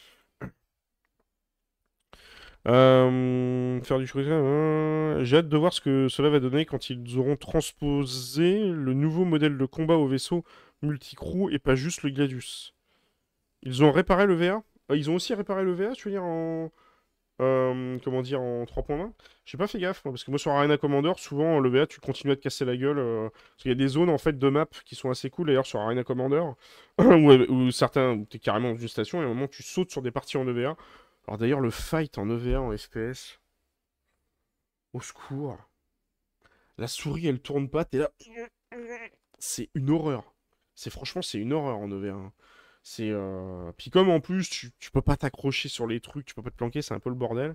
Faire du scrutin. J'ai hâte de voir ce que cela va donner quand ils auront transposé le nouveau modèle de combat au vaisseau multicrew et pas juste le Gladius. Ils ont réparé le VA? Ils ont aussi réparé le VA, tu veux dire, comment dire, en 3.20? J'ai pas fait gaffe, moi, parce que moi sur Arena Commander, souvent le VA, tu continues à te casser la gueule. Parce qu'il y a des zones en fait de map qui sont assez cool d'ailleurs sur Arena Commander, où certains, où t'es carrément dans une station et à un moment tu sautes sur des parties en EVA. Alors d'ailleurs, le fight en EVA en FPS, au secours. La souris elle tourne pas, t'es là. C'est une horreur. Franchement, c'est une horreur en EVA. Hein. Puis comme en plus, tu peux pas t'accrocher sur les trucs, tu peux pas te planquer, c'est un peu le bordel.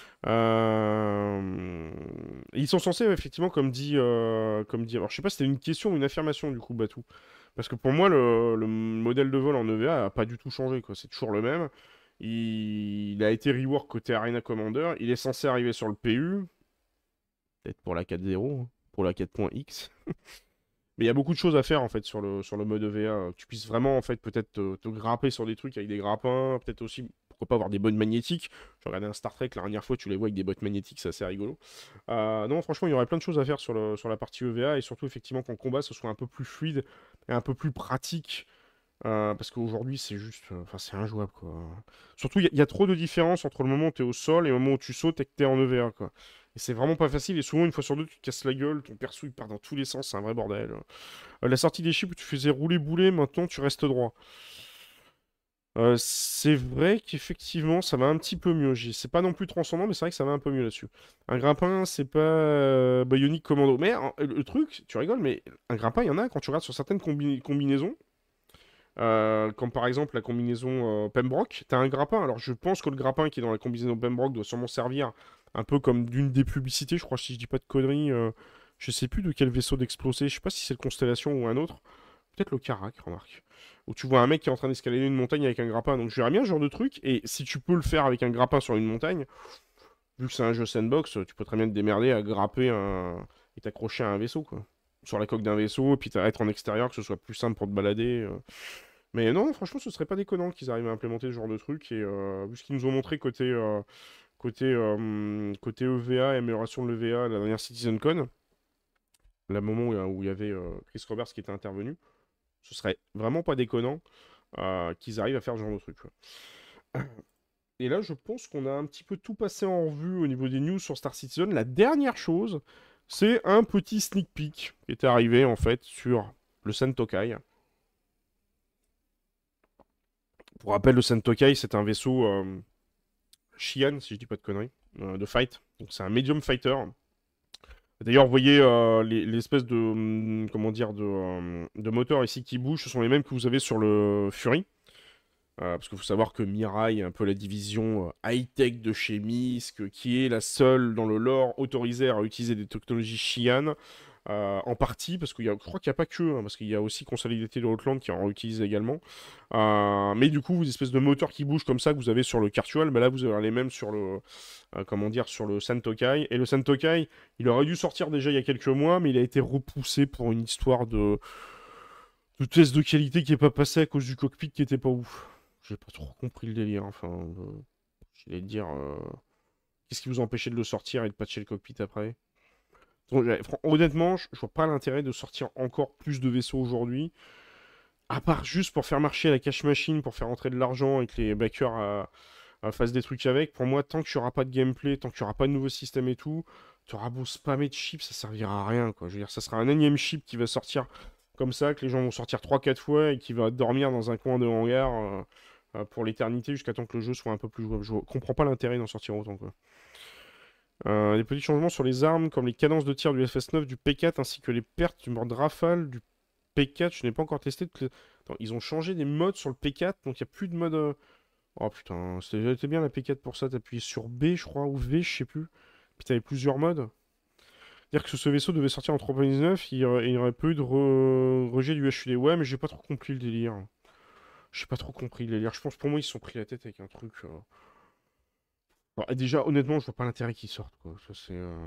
Ils sont censés, effectivement, alors je sais pas si c'était une question ou une affirmation, du coup, Batou. Parce que pour moi, le modèle de vol en EVA a pas du tout changé, quoi. C'est toujours le même. Il a été rework côté Arena Commander. Il est censé arriver sur le PU. Peut-être pour la 4.0, hein, pour la 4.x. Mais il y a beaucoup de choses à faire en fait sur le mode EVA. Que tu puisses vraiment en fait peut-être te grapper sur des trucs avec des grappins, peut-être aussi pourquoi pas avoir des bottes magnétiques. J'ai regardé un Star Trek la dernière fois, tu les vois avec des bottes magnétiques, c'est assez rigolo. Non, franchement, il y aurait plein de choses à faire sur la partie EVA et surtout effectivement qu'en combat ce soit un peu plus fluide et un peu plus pratique. Parce qu'aujourd'hui c'est juste, enfin c'est injouable quoi. Surtout il y a trop de différence entre le moment où tu es au sol et le moment où tu sautes et que tu es en EVA quoi. Et c'est vraiment pas facile et souvent une fois sur deux tu te casses la gueule, ton perso il part dans tous les sens, c'est un vrai bordel. La sortie des chips où tu faisais rouler boulet, maintenant tu restes droit. C'est vrai qu'effectivement ça va un petit peu mieux. C'est pas non plus transcendant, mais c'est vrai que ça va un peu mieux là-dessus. Un grimpin, c'est pas Bionic Commando. Mais le truc, tu rigoles, mais un grimpin, il y en a quand tu regardes sur certaines combinaisons. Comme par exemple la combinaison Pembroke, t'as un grappin. Alors je pense que le grappin qui est dans la combinaison Pembroke doit sûrement servir un peu comme d'une des publicités, je crois, si je dis pas de conneries. Je sais plus de quel vaisseau d'explosé, je sais pas si c'est le Constellation ou un autre. Peut-être le Karak, remarque. Où tu vois un mec qui est en train d'escalader une montagne avec un grappin. Donc je verrais bien ce genre de truc. Et si tu peux le faire avec un grappin sur une montagne, vu que c'est un jeu sandbox, tu peux très bien te démerder à grapper et t'accrocher à un vaisseau, quoi. Sur la coque d'un vaisseau, et puis être en extérieur, que ce soit plus simple pour te balader. Mais non, franchement, ce serait pas déconnant qu'ils arrivent à implémenter ce genre de truc. Et vu ce qu'ils nous ont montré côté EVA et amélioration de l'EVA à la dernière CitizenCon, le moment où il y avait Chris Roberts qui était intervenu, ce serait vraiment pas déconnant qu'ils arrivent à faire ce genre de truc, quoi. Et là, je pense qu'on a un petit peu tout passé en revue au niveau des news sur Star Citizen. La dernière chose, c'est un petit sneak peek qui est arrivé en fait sur le Sentokai. Pour rappel, le Sentokai, c'est un vaisseau Shian, si je dis pas de conneries, de fight. Donc c'est un medium fighter. D'ailleurs, vous voyez l'espèce de, comment dire, de moteur ici qui bouge, ce sont les mêmes que vous avez sur le Fury. Parce qu'il faut savoir que Mirai est un peu la division high-tech de chez Misk, qui est la seule dans le lore autorisée à utiliser des technologies Shian. En partie, parce je crois qu'il n'y a pas que eux, hein, parce qu'il y a aussi Consolidated Outland qui en utilise également. Mais du coup, vous espèces de moteurs qui bougent comme ça que vous avez sur le Cartual, mais là vous avez les mêmes sur comment dire, sur le Sentokai. Et le Sentokai, il aurait dû sortir déjà il y a quelques mois, mais il a été repoussé pour une histoire de test de qualité qui n'est pas passé à cause du cockpit qui était pas ouf. J'ai pas trop compris le délire. Enfin, j'allais dire, qu'est-ce qui vous a empêché de le sortir et de patcher le cockpit après? Donc, honnêtement, je vois pas l'intérêt de sortir encore plus de vaisseaux aujourd'hui, à part juste pour faire marcher la cash machine, pour faire entrer de l'argent et que les backers fassent des trucs avec. Pour moi, tant qu'il n'y aura pas de gameplay, tant qu'il n'y aura pas de nouveau système et tout, tu auras beau spammer de chips, ça servira à rien, quoi. Je veux dire, ça sera un énième chip qui va sortir comme ça, que les gens vont sortir 3 4 fois et qui va dormir dans un coin de hangar pour l'éternité jusqu'à temps que le jeu soit un peu plus jouable. Je comprends pas l'intérêt d'en sortir autant, quoi. Des petits changements sur les armes, comme les cadences de tir du FS9, du P4, ainsi que les pertes du mode rafale du P4. Je n'ai pas encore testé. Attends, ils ont changé des modes sur le P4, donc il n'y a plus de mode. Oh putain, c'était bien la P4 pour ça. T'appuyais sur B, je crois, ou V, je sais plus. Puis t'avais plusieurs modes. Dire que ce vaisseau devait sortir en 3.19, il n'y aurait pas eu de rejet du HUD. Ouais, mais j'ai pas trop compris le délire. J'ai pas trop compris le délire. Je pense pour moi, ils se sont pris la tête avec un truc. Alors, déjà, honnêtement, je vois pas l'intérêt qu'ils sortent, quoi. Ça,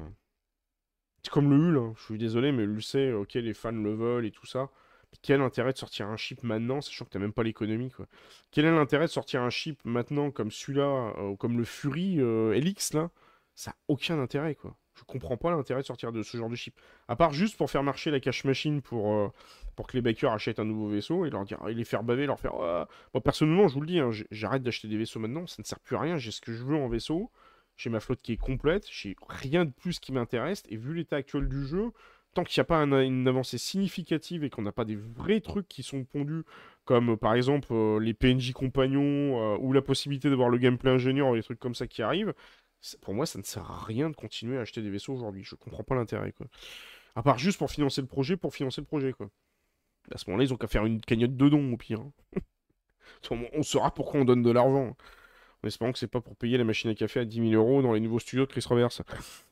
c'est comme le Hul, hein. Je suis désolé, mais le sait, ok, les fans le veulent et tout ça. Mais quel intérêt de sortir un chip maintenant, sachant que t'as même pas l'économie, quoi. Quel est l'intérêt de sortir un chip maintenant comme celui-là, ou comme le Fury LX, là? Ça a aucun intérêt, quoi. Je comprends pas l'intérêt de sortir de ce genre de chip. À part juste pour faire marcher la cash machine pour que les backers achètent un nouveau vaisseau et leur dire, et les faire baver, leur faire. Ah. Moi, personnellement, je vous le dis, hein, j'arrête d'acheter des vaisseaux maintenant, ça ne sert plus à rien, j'ai ce que je veux en vaisseau. J'ai ma flotte qui est complète, j'ai rien de plus qui m'intéresse, et vu l'état actuel du jeu, tant qu'il n'y a pas une avancée significative et qu'on n'a pas des vrais trucs qui sont pondus, comme par exemple les PNJ compagnons, ou la possibilité d'avoir le gameplay ingénieur, ou des trucs comme ça qui arrivent, pour moi ça ne sert à rien de continuer à acheter des vaisseaux aujourd'hui, je comprends pas l'intérêt, quoi. À part juste pour financer le projet, quoi. À ce moment-là, ils ont qu'à faire une cagnotte de dons, au pire, hein. On saura pourquoi on donne de l'argent. En espérant que c'est pas pour payer la machine à café à 10 000 € dans les nouveaux studios de Chris Roberts.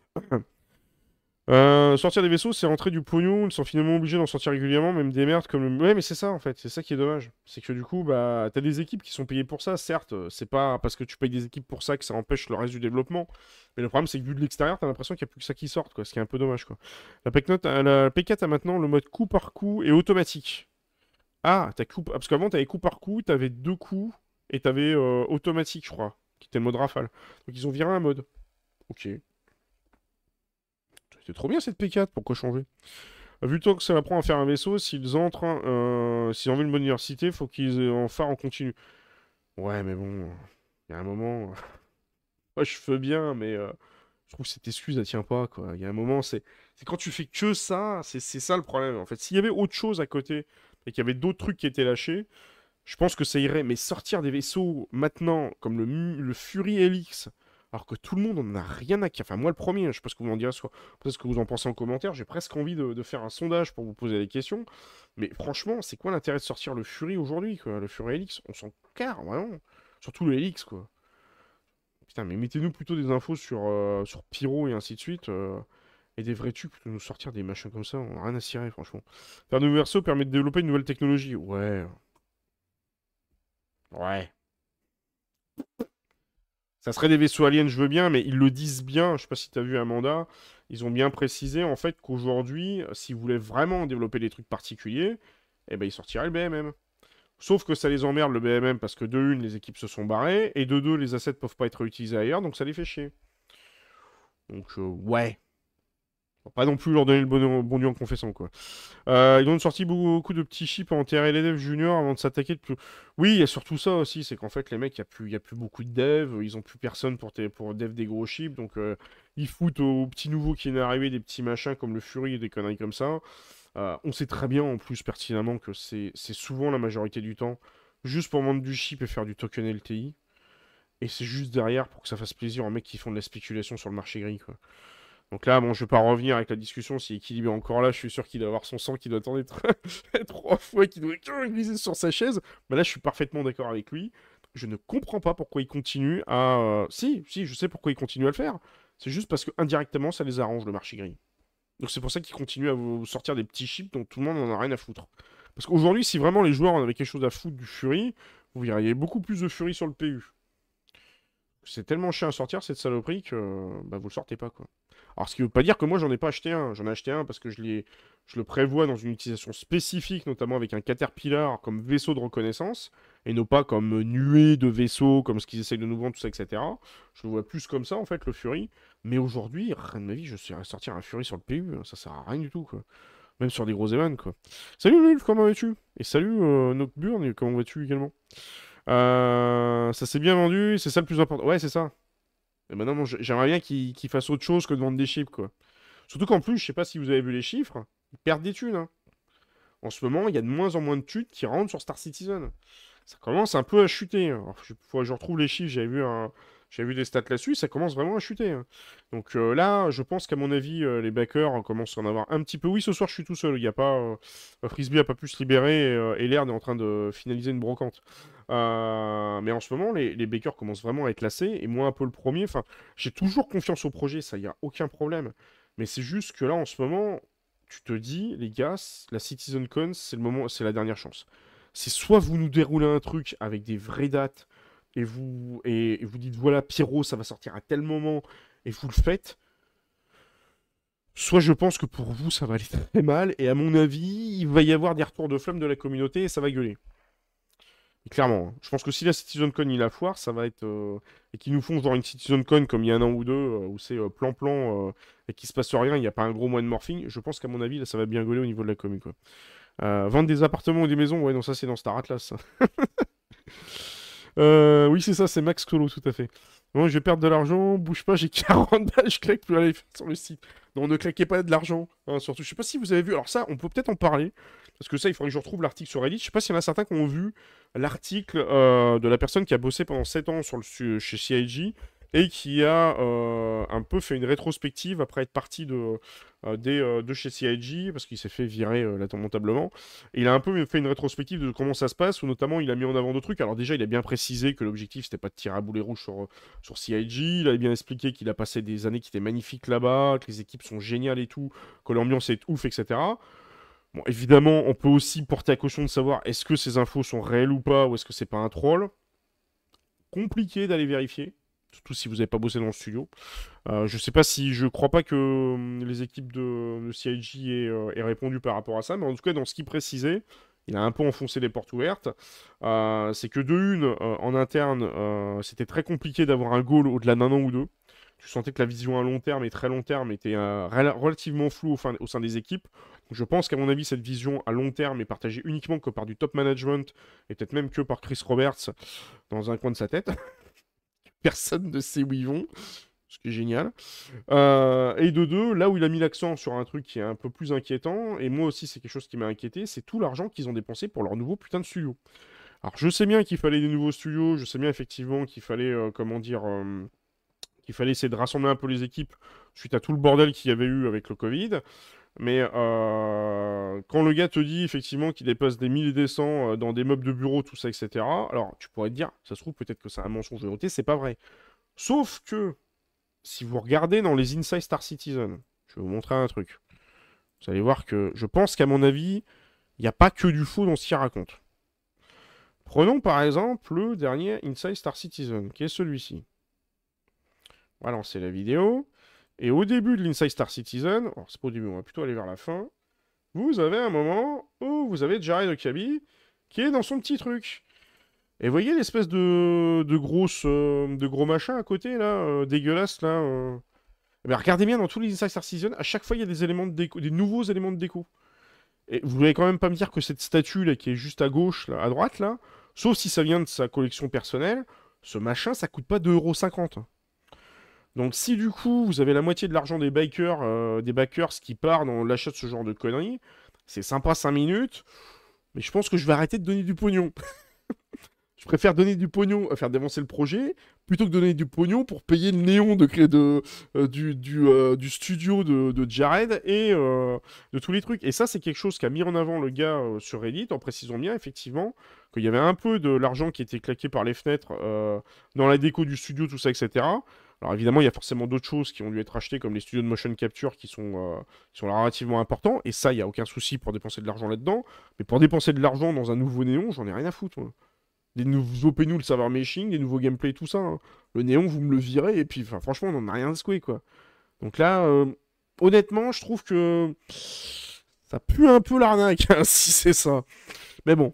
Sortir des vaisseaux, c'est rentrer du pognon, ils sont finalement obligés d'en sortir régulièrement, même des merdes comme le... Ouais, mais c'est ça en fait, c'est ça qui est dommage. C'est que du coup, bah, t'as des équipes qui sont payées pour ça, certes, c'est pas parce que tu payes des équipes pour ça que ça empêche le reste du développement. Mais le problème, c'est que vu de l'extérieur, t'as l'impression qu'il n'y a plus que ça qui sort, quoi, ce qui est un peu dommage, quoi. La P4 a maintenant le mode coup par coup et automatique. Ah, parce qu'avant, t'avais coup par coup, t'avais deux coups, et t'avais automatique, je crois, qui était le mode rafale. Donc ils ont viré un mode. Ok. C'est trop bien cette P4, pourquoi changer? Vu le temps que ça va prendre à faire un vaisseau, s'ils ont envie le mode université, faut qu'ils en fassent en continu. Ouais, mais bon, il y a un moment, moi je veux bien, mais je trouve que cette excuse, elle tient pas, quoi. Il y a un moment, c'est quand tu fais que ça, c'est ça le problème, en fait. S'il y avait autre chose à côté, et qu'il y avait d'autres trucs qui étaient lâchés, je pense que ça irait, mais sortir des vaisseaux maintenant, comme le Fury Helix, alors que tout le monde en a rien à... Enfin, moi le premier, hein, je sais pas ce que vous en direz, peut-être ce que vous en pensez en commentaire, j'ai presque envie de faire un sondage pour vous poser des questions, mais franchement, c'est quoi l'intérêt de sortir le Fury aujourd'hui, quoi? Le Fury Helix, on s'en carre, vraiment. Surtout le Helix, quoi. Putain, mais mettez-nous plutôt des infos sur Pyro et ainsi de suite, et des vrais trucs, plutôt que de nous sortir des machins comme ça, on a rien à cirer, franchement. Faire de nouveaux vaisseaux permet de développer une nouvelle technologie, ouais. Ouais. Ça serait des vaisseaux aliens, je veux bien, mais ils le disent bien. Je sais pas si tu as vu Amanda. Ils ont bien précisé en fait qu'aujourd'hui, s'ils voulaient vraiment développer des trucs particuliers, eh ben ils sortiraient le BMM. Sauf que ça les emmerde le BMM parce que de une, les équipes se sont barrées, et de deux, les assets peuvent pas être utilisés ailleurs, donc ça les fait chier. Donc ouais. Faut pas non plus leur donner le bon Dieu en confessant, quoi. Ils ont sorti beaucoup de petits chips en enterrer les devs juniors avant de s'attaquer de plus. Oui, il y a surtout ça aussi, c'est qu'en fait, les mecs, il y a plus beaucoup de devs, ils ont plus personne pour dev des gros chips, donc ils foutent aux petits nouveaux qui viennent d'arriver des petits machins comme le Fury et des conneries comme ça. On sait très bien en plus pertinemment que c'est souvent la majorité du temps juste pour vendre du chip et faire du token LTI. Et c'est juste derrière pour que ça fasse plaisir aux mecs qui font de la spéculation sur le marché gris, quoi. Donc là, bon, je vais pas revenir avec la discussion. Si Équilibre est encore là, je suis sûr qu'il doit avoir son sang qui doit attendre trois fois, qu'il doit glisser sur sa chaise. Mais là, je suis parfaitement d'accord avec lui. Je ne comprends pas pourquoi il continue à... Si, je sais pourquoi il continue à le faire. C'est juste parce que indirectement, ça les arrange, le marché gris. Donc c'est pour ça qu'ils continuent à vous sortir des petits chips dont tout le monde en a rien à foutre. Parce qu'aujourd'hui, si vraiment les joueurs en avaient quelque chose à foutre du Fury, vous verriez beaucoup plus de Fury sur le PU. C'est tellement chiant à sortir cette saloperie que bah, vous le sortez pas, quoi. Alors, ce qui veut pas dire que moi, j'en ai pas acheté un. J'en ai acheté un parce que je le prévois dans une utilisation spécifique, notamment avec un Caterpillar comme vaisseau de reconnaissance, et non pas comme nuée de vaisseaux, comme ce qu'ils essayent de nous vendre, tout ça, etc. Je le vois plus comme ça, en fait, le Fury. Mais aujourd'hui, rien de ma vie, je suis à sortir un Fury sur le PU. Ça sert à rien du tout, quoi. Même sur des gros events, quoi. Salut Lulf, comment vas-tu? Et salut Nocturne, comment vas-tu également? Ça s'est bien vendu, c'est ça le plus important. Ouais, c'est ça. Et maintenant, j'aimerais bien qu'ils fassent autre chose que de vendre des chips, quoi. Surtout qu'en plus, je sais pas si vous avez vu les chiffres, ils perdent des thunes, hein. En ce moment, il y a de moins en moins de thunes qui rentrent sur Star Citizen. Ça commence un peu à chuter, hein. Alors, faut que je retrouve les chiffres, j'avais vu des stats là-dessus, ça commence vraiment à chuter, hein. Donc là, je pense qu'à mon avis, les backers commencent à en avoir un petit peu. Oui, ce soir, je suis tout seul. Il y a pas, Frisbee a pas pu se libérer et Laird est en train de finaliser une brocante. Mais en ce moment, les backers commencent vraiment à être lassés, et moi un peu le premier. Enfin, j'ai toujours confiance au projet, ça, y a aucun problème. Mais c'est juste que là, en ce moment, tu te dis, les gars, la CitizenCon, c'est le moment, c'est la dernière chance. C'est soit vous nous déroulez un truc avec des vraies dates, et vous dites, voilà, Pyro, ça va sortir à tel moment, et vous le faites. Soit je pense que pour vous, ça va aller très mal, et à mon avis, il va y avoir des retours de flamme de la communauté, et ça va gueuler. Clairement, hein. Je pense que si la CitizenCon il la foire, ça va être. Et qu'ils nous font genre une CitizenCon comme il y a un an ou deux, où c'est plan-plan et qu'il se passe rien, il n'y a pas un gros mois de morphing, je pense qu'à mon avis, là, ça va bien gueuler au niveau de la commune, quoi. Vendre des appartements ou des maisons, ouais, non, ça c'est dans Star Atlas, ça. Oui, c'est ça, c'est Max Solo, tout à fait. Bon, je vais perdre de l'argent, bouge pas, j'ai 40 balles, je claque plus aller sur le site. Non, ne claquez pas de l'argent, hein, surtout. Je sais pas si vous avez vu, alors ça, on peut peut-être en parler, parce que ça, il faudrait que je retrouve l'article sur Reddit. Je sais pas s'il y en a certains qui ont vu l'article de la personne qui a bossé pendant 7 ans chez CIG et qui a un peu fait une rétrospective après être parti de chez CIG, parce qu'il s'est fait virer lamentablement. Et il a un peu fait une rétrospective de comment ça se passe, où notamment il a mis en avant deux trucs. Alors déjà, il a bien précisé que l'objectif, c'était pas de tirer à boulet rouge sur CIG. Il avait bien expliqué qu'il a passé des années qui étaient magnifiques là-bas, que les équipes sont géniales et tout, que l'ambiance est ouf, etc. Bon, évidemment, on peut aussi porter à caution de savoir est-ce que ces infos sont réelles ou pas, ou est-ce que c'est pas un troll. Compliqué d'aller vérifier, surtout si vous n'avez pas bossé dans le studio. Je sais pas si, je crois pas que les équipes de CIG aient répondu par rapport à ça, mais en tout cas, dans ce qu'il précisait, il a un peu enfoncé les portes ouvertes. C'est que de une, en interne, c'était très compliqué d'avoir un goal au-delà d'un an ou deux. Tu sentais que la vision à long terme et très long terme était relativement floue au sein des équipes. Donc je pense qu'à mon avis, cette vision à long terme est partagée uniquement que par du top management et peut-être même que par Chris Roberts dans un coin de sa tête. Personne ne sait où ils vont, ce qui est génial. Et de deux, là où il a mis l'accent sur un truc qui est un peu plus inquiétant, et moi aussi c'est quelque chose qui m'a inquiété, c'est tout l'argent qu'ils ont dépensé pour leur nouveau putain de studio. Alors je sais bien qu'il fallait des nouveaux studios, je sais bien effectivement qu'il fallait, comment dire, qu'il fallait essayer de rassembler un peu les équipes suite à tout le bordel qu'il y avait eu avec le Covid. Mais quand le gars te dit effectivement qu'il dépasse des 1000 et des cents dans des meubles de bureau, tout ça, etc., alors tu pourrais te dire, ça se trouve peut-être que c'est un mensonge vérité, c'est pas vrai. Sauf que, si vous regardez dans les Inside Star Citizen, je vais vous montrer un truc. Vous allez voir que je pense qu'à mon avis, il n'y a pas que du faux dans ce qu'il raconte. Prenons par exemple le dernier Inside Star Citizen, qui est celui-ci. On va lancer la vidéo. Et au début de l'Inside Star Citizen, alors c'est pas au début, on va plutôt aller vers la fin, vous avez un moment où vous avez Jared Okabe qui est dans son petit truc. Et vous voyez l'espèce de gros machin à côté, là, dégueulasse, là. Eh ben, regardez bien dans tous les Inside Star Citizen, à chaque fois il y a des éléments de déco, des nouveaux éléments de déco. Et vous voulez quand même pas me dire que cette statue là qui est juste à gauche, là, à droite, là, sauf si ça vient de sa collection personnelle, ce machin ça coûte pas 2,50 €. Donc si du coup vous avez la moitié de l'argent des backers qui part dans l'achat de ce genre de conneries, c'est sympa 5 minutes, mais je pense que je vais arrêter de donner du pognon. Je préfère donner du pognon à faire dévancer le projet plutôt que donner du pognon pour payer le néon du studio de Jared et de tous les trucs. Et ça, c'est quelque chose qu'a mis en avant le gars sur Reddit en précisant bien, effectivement, qu'il y avait un peu de l'argent qui était claqué par les fenêtres dans la déco du studio, tout ça, etc. Alors évidemment, il y a forcément d'autres choses qui ont dû être achetées, comme les studios de motion capture qui sont relativement importants. Et ça, il n'y a aucun souci pour dépenser de l'argent là-dedans. Mais pour dépenser de l'argent dans un nouveau néon, j'en ai rien à foutre, moi. Des nouveaux pénous, le savoir meshing, des nouveaux gameplay, tout ça, hein. Le néon, vous me le virez, et puis franchement, on n'en a rien à secouer, quoi. Donc là, honnêtement, je trouve que ça pue un peu l'arnaque, hein, si c'est ça. Mais bon.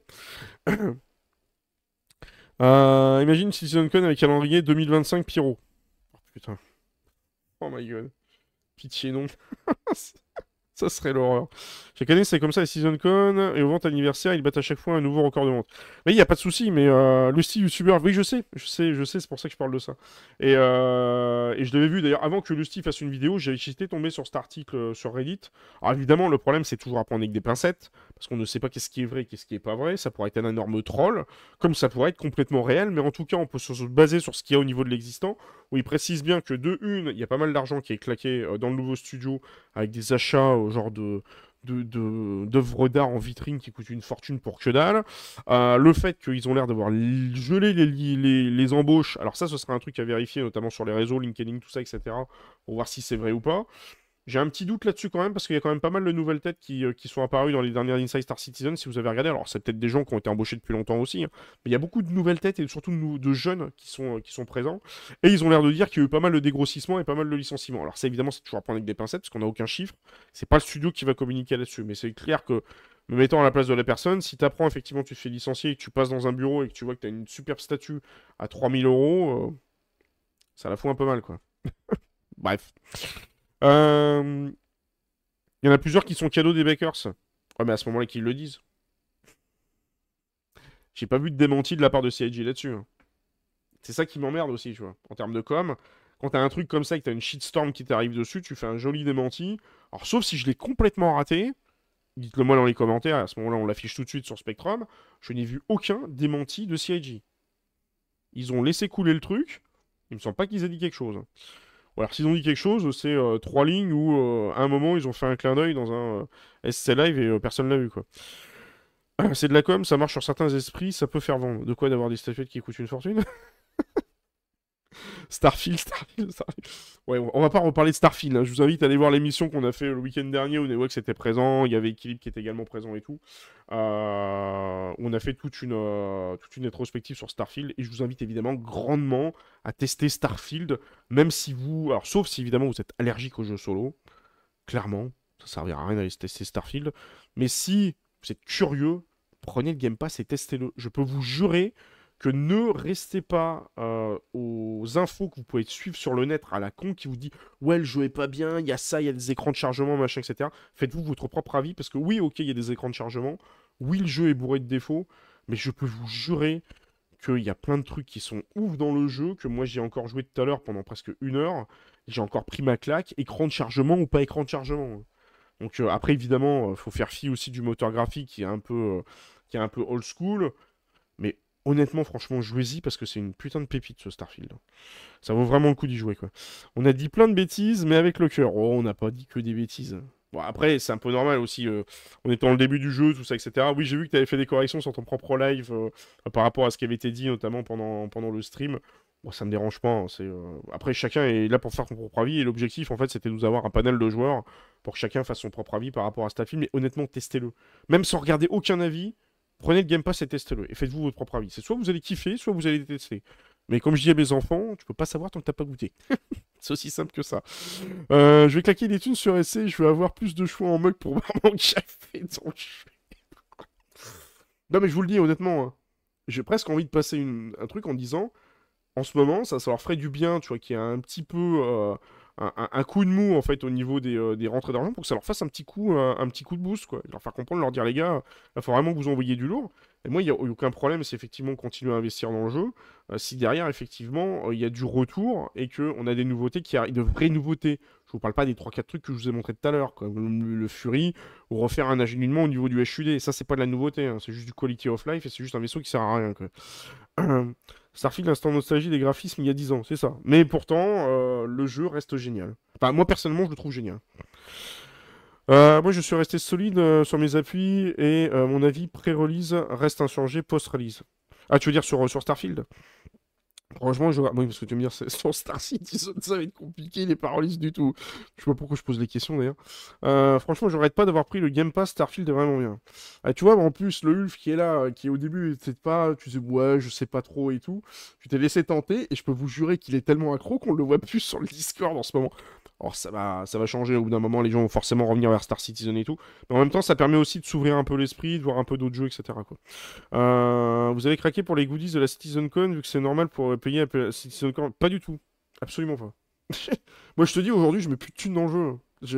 Imagine SeasonCon avec calendrier 2025 Pyro. Oh, putain. Oh my god. Pitié, non. Ça serait l'horreur. Chaque année, c'est comme ça, les SeasonCon, et aux ventes anniversaires, ils battent à chaque fois un nouveau record de vente. Mais il n'y a pas de souci, mais le style youtubeur, oui, je sais, c'est pour ça que je parle de ça. Et je l'avais vu d'ailleurs, avant que Lusty fasse une vidéo, j'étais tombé sur cet article sur Reddit. Alors évidemment, le problème, c'est toujours à prendre avec des pincettes, parce qu'on ne sait pas qu'est-ce qui est vrai, qu'est-ce qui est pas vrai. Ça pourrait être un énorme troll, comme ça pourrait être complètement réel, mais en tout cas, on peut se baser sur ce qu'il y a au niveau de l'existant, où il précise bien que de une, il y a pas mal d'argent qui est claqué dans le nouveau studio, avec des achats genre d'œuvres d'art en vitrine qui coûtent une fortune pour que dalle. Le fait qu'ils ont l'air d'avoir gelé les embauches, alors ça, ce serait un truc à vérifier, notamment sur les réseaux, LinkedIn, tout ça, etc., pour voir si c'est vrai ou pas. J'ai un petit doute là-dessus quand même, parce qu'il y a quand même pas mal de nouvelles têtes qui sont apparues dans les dernières Inside Star Citizen, si vous avez regardé. Alors, c'est peut-être des gens qui ont été embauchés depuis longtemps aussi, hein, mais il y a beaucoup de nouvelles têtes et surtout de jeunes qui sont présents. Et ils ont l'air de dire qu'il y a eu pas mal de dégrossissements et pas mal de licenciements. Alors, ça, évidemment, c'est toujours à prendre avec des pincettes, parce qu'on n'a aucun chiffre. C'est pas le studio qui va communiquer là-dessus, mais c'est clair que, me mettant à la place de la personne, si tu apprends effectivement, tu te fais licencier et que tu passes dans un bureau et que tu vois que tu as une superbe statue à 3000 €, ça la fout un peu mal, quoi. Bref. Euh, Il y en a plusieurs qui sont cadeaux des bakers. Ouais, mais à ce moment-là, qu'ils le disent. J'ai pas vu de démenti de la part de CIG là-dessus, hein. C'est ça qui m'emmerde aussi, tu vois. En termes de com, quand t'as un truc comme ça et que t'as une shitstorm qui t'arrive dessus, tu fais un joli démenti. Alors, sauf si je l'ai complètement raté, dites-le moi dans les commentaires, à ce moment-là, on l'affiche tout de suite sur Spectrum. Je n'ai vu aucun démenti de CIG. Ils ont laissé couler le truc. Il me semble pas qu'ils aient dit quelque chose. Ou alors s'ils ont dit quelque chose, c'est 3 lignes où à un moment ils ont fait un clin d'œil dans un SC Live et personne l'a vu quoi. C'est de la com, ça marche sur certains esprits, ça peut faire vendre. De quoi d'avoir des statuettes qui coûtent une fortune? Starfield. Ouais, on va pas reparler de Starfield, hein. Je vous invite à aller voir l'émission qu'on a fait le week-end dernier où Newox était présent, il y avait Equilibre qui était également présent et tout. On a fait toute une rétrospective sur Starfield et je vous invite évidemment grandement à tester Starfield, même si vous... Alors, sauf si évidemment vous êtes allergique aux jeux solo, clairement, ça servira à rien d'aller tester Starfield. Mais si vous êtes curieux, prenez le Game Pass et testez-le. Je peux vous jurer que ne restez pas aux infos que vous pouvez suivre sur le net à la con qui vous dit ouais le jeu est pas bien, il y a ça, il y a des écrans de chargement, machin, etc. Faites-vous votre propre avis parce que oui, ok, il y a des écrans de chargement, oui, le jeu est bourré de défauts, mais je peux vous jurer qu'il y a plein de trucs qui sont ouf dans le jeu, que moi j'ai encore joué tout à l'heure pendant presque 1 heure, j'ai encore pris ma claque, écran de chargement ou pas écran de chargement. Donc après évidemment, faut faire fi aussi du moteur graphique qui est un peu old school, mais honnêtement, franchement, jouez-y parce que c'est une putain de pépite ce Starfield. Ça vaut vraiment le coup d'y jouer quoi. On a dit plein de bêtises, mais avec le cœur. Oh, on n'a pas dit que des bêtises. Bon, après, c'est un peu normal aussi. On est dans le début du jeu, tout ça, etc. Oui, j'ai vu que tu avais fait des corrections sur ton propre live par rapport à ce qui avait été dit, notamment pendant le stream. Bon, ça me dérange pas, hein, Après, chacun est là pour faire son propre avis. Et l'objectif, en fait, c'était de nous avoir un panel de joueurs pour que chacun fasse son propre avis par rapport à Starfield. Mais honnêtement, testez-le. Même sans regarder aucun avis, prenez le Game Pass et testez-le. Et faites-vous votre propre avis. C'est soit vous allez kiffer, soit vous allez détester. Mais comme je dis à mes enfants, tu peux pas savoir tant que t'as pas goûté. C'est aussi simple que ça. Je vais claquer des thunes sur essai, je vais avoir plus de choix en mug pour boire mon café dans le jeu. Non mais je vous le dis honnêtement, hein, j'ai presque envie de passer un truc en disant, en ce moment, ça leur ferait du bien, tu vois, qu'il y a un petit peu un coup de mou en fait au niveau des rentrées d'argent pour que ça leur fasse un petit coup de boost, quoi. Leur faire comprendre, leur dire les gars, il faut vraiment que vous envoyiez du lourd. Et moi, il n'y a aucun problème, c'est effectivement continuer à investir dans le jeu. Si derrière, effectivement, il y a du retour et qu'on a des nouveautés qui arrivent, de vraies nouveautés. Je vous parle pas des 3-4 trucs que je vous ai montré tout à l'heure, comme le Fury, ou refaire un alignement au niveau du HUD. Ça, c'est pas de la nouveauté, hein, c'est juste du quality of life et c'est juste un vaisseau qui sert à rien, quoi. Starfield, l'instant nostalgie des graphismes il y a 10 ans, c'est ça. Mais pourtant, le jeu reste génial. Enfin, moi personnellement, je le trouve génial. Moi, je suis resté solide sur mes appuis et mon avis pré-release reste inchangé post-release. Ah, tu veux dire sur Starfield? Franchement, oui, parce que tu vas me dire, sur Star Citizen, ça va être compliqué, les paroles du tout. Je sais pas pourquoi je pose les questions d'ailleurs. Franchement, je regrette pas d'avoir pris le Game Pass. Starfield est vraiment bien. Tu vois, en plus, le Ulf qui est là, qui au début, tu sais, ouais, je sais pas trop et tout. Tu t'es laissé tenter et je peux vous jurer qu'il est tellement accro qu'on le voit plus sur le Discord en ce moment. Alors, ça va changer au bout d'un moment, les gens vont forcément revenir vers Star Citizen et tout. Mais en même temps, ça permet aussi de s'ouvrir un peu l'esprit, de voir un peu d'autres jeux, etc., quoi. Vous avez craqué pour les goodies de la CitizenCon vu que c'est normal pour payer la CitizenCon? Pas du tout. Absolument pas. Moi, je te dis, aujourd'hui, je mets plus de thunes dans le jeu.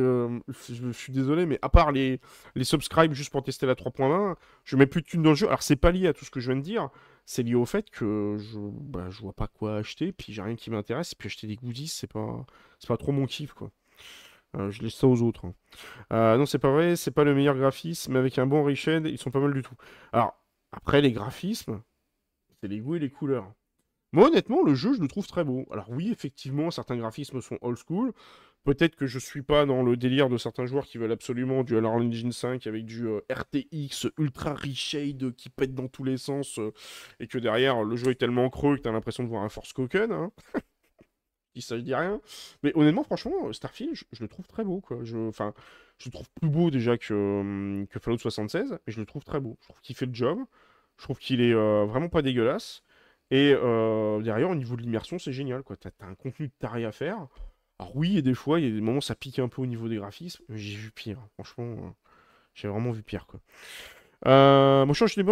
Je suis désolé, mais à part les subscribes juste pour tester la 3.20, je mets plus de thunes dans le jeu. Alors, c'est pas lié à tout ce que je viens de dire. C'est lié au fait que je vois pas quoi acheter, puis j'ai rien qui m'intéresse. Et puis acheter des goodies, c'est pas trop mon kiff, quoi. Je laisse ça aux autres, hein. Non, c'est pas vrai, c'est pas le meilleur graphisme, mais avec un bon reshade, ils sont pas mal du tout. Alors, après, les graphismes, c'est les goûts et les couleurs. Moi, honnêtement, le jeu, je le trouve très beau. Alors oui, effectivement, certains graphismes sont old school. Peut-être que je suis pas dans le délire de certains joueurs qui veulent absolument du Unreal Engine 5 avec du RTX ultra reshade qui pète dans tous les sens et que derrière, le jeu est tellement creux que t'as l'impression de voir un Forspoken, hein. Ça, je dis rien. Mais honnêtement, franchement, Starfield, je le trouve très beau, quoi. Enfin, je le trouve plus beau déjà que Fallout 76, mais je le trouve très beau. Je trouve qu'il fait le job. Je trouve qu'il est vraiment pas dégueulasse. Et derrière, au niveau de l'immersion, c'est génial, quoi. T'as un contenu de taré à faire. Alors oui, et des fois, il y a des moments où ça pique un peu au niveau des graphismes, mais j'ai vu pire. Franchement, j'ai vraiment vu pire, quoi. Moi,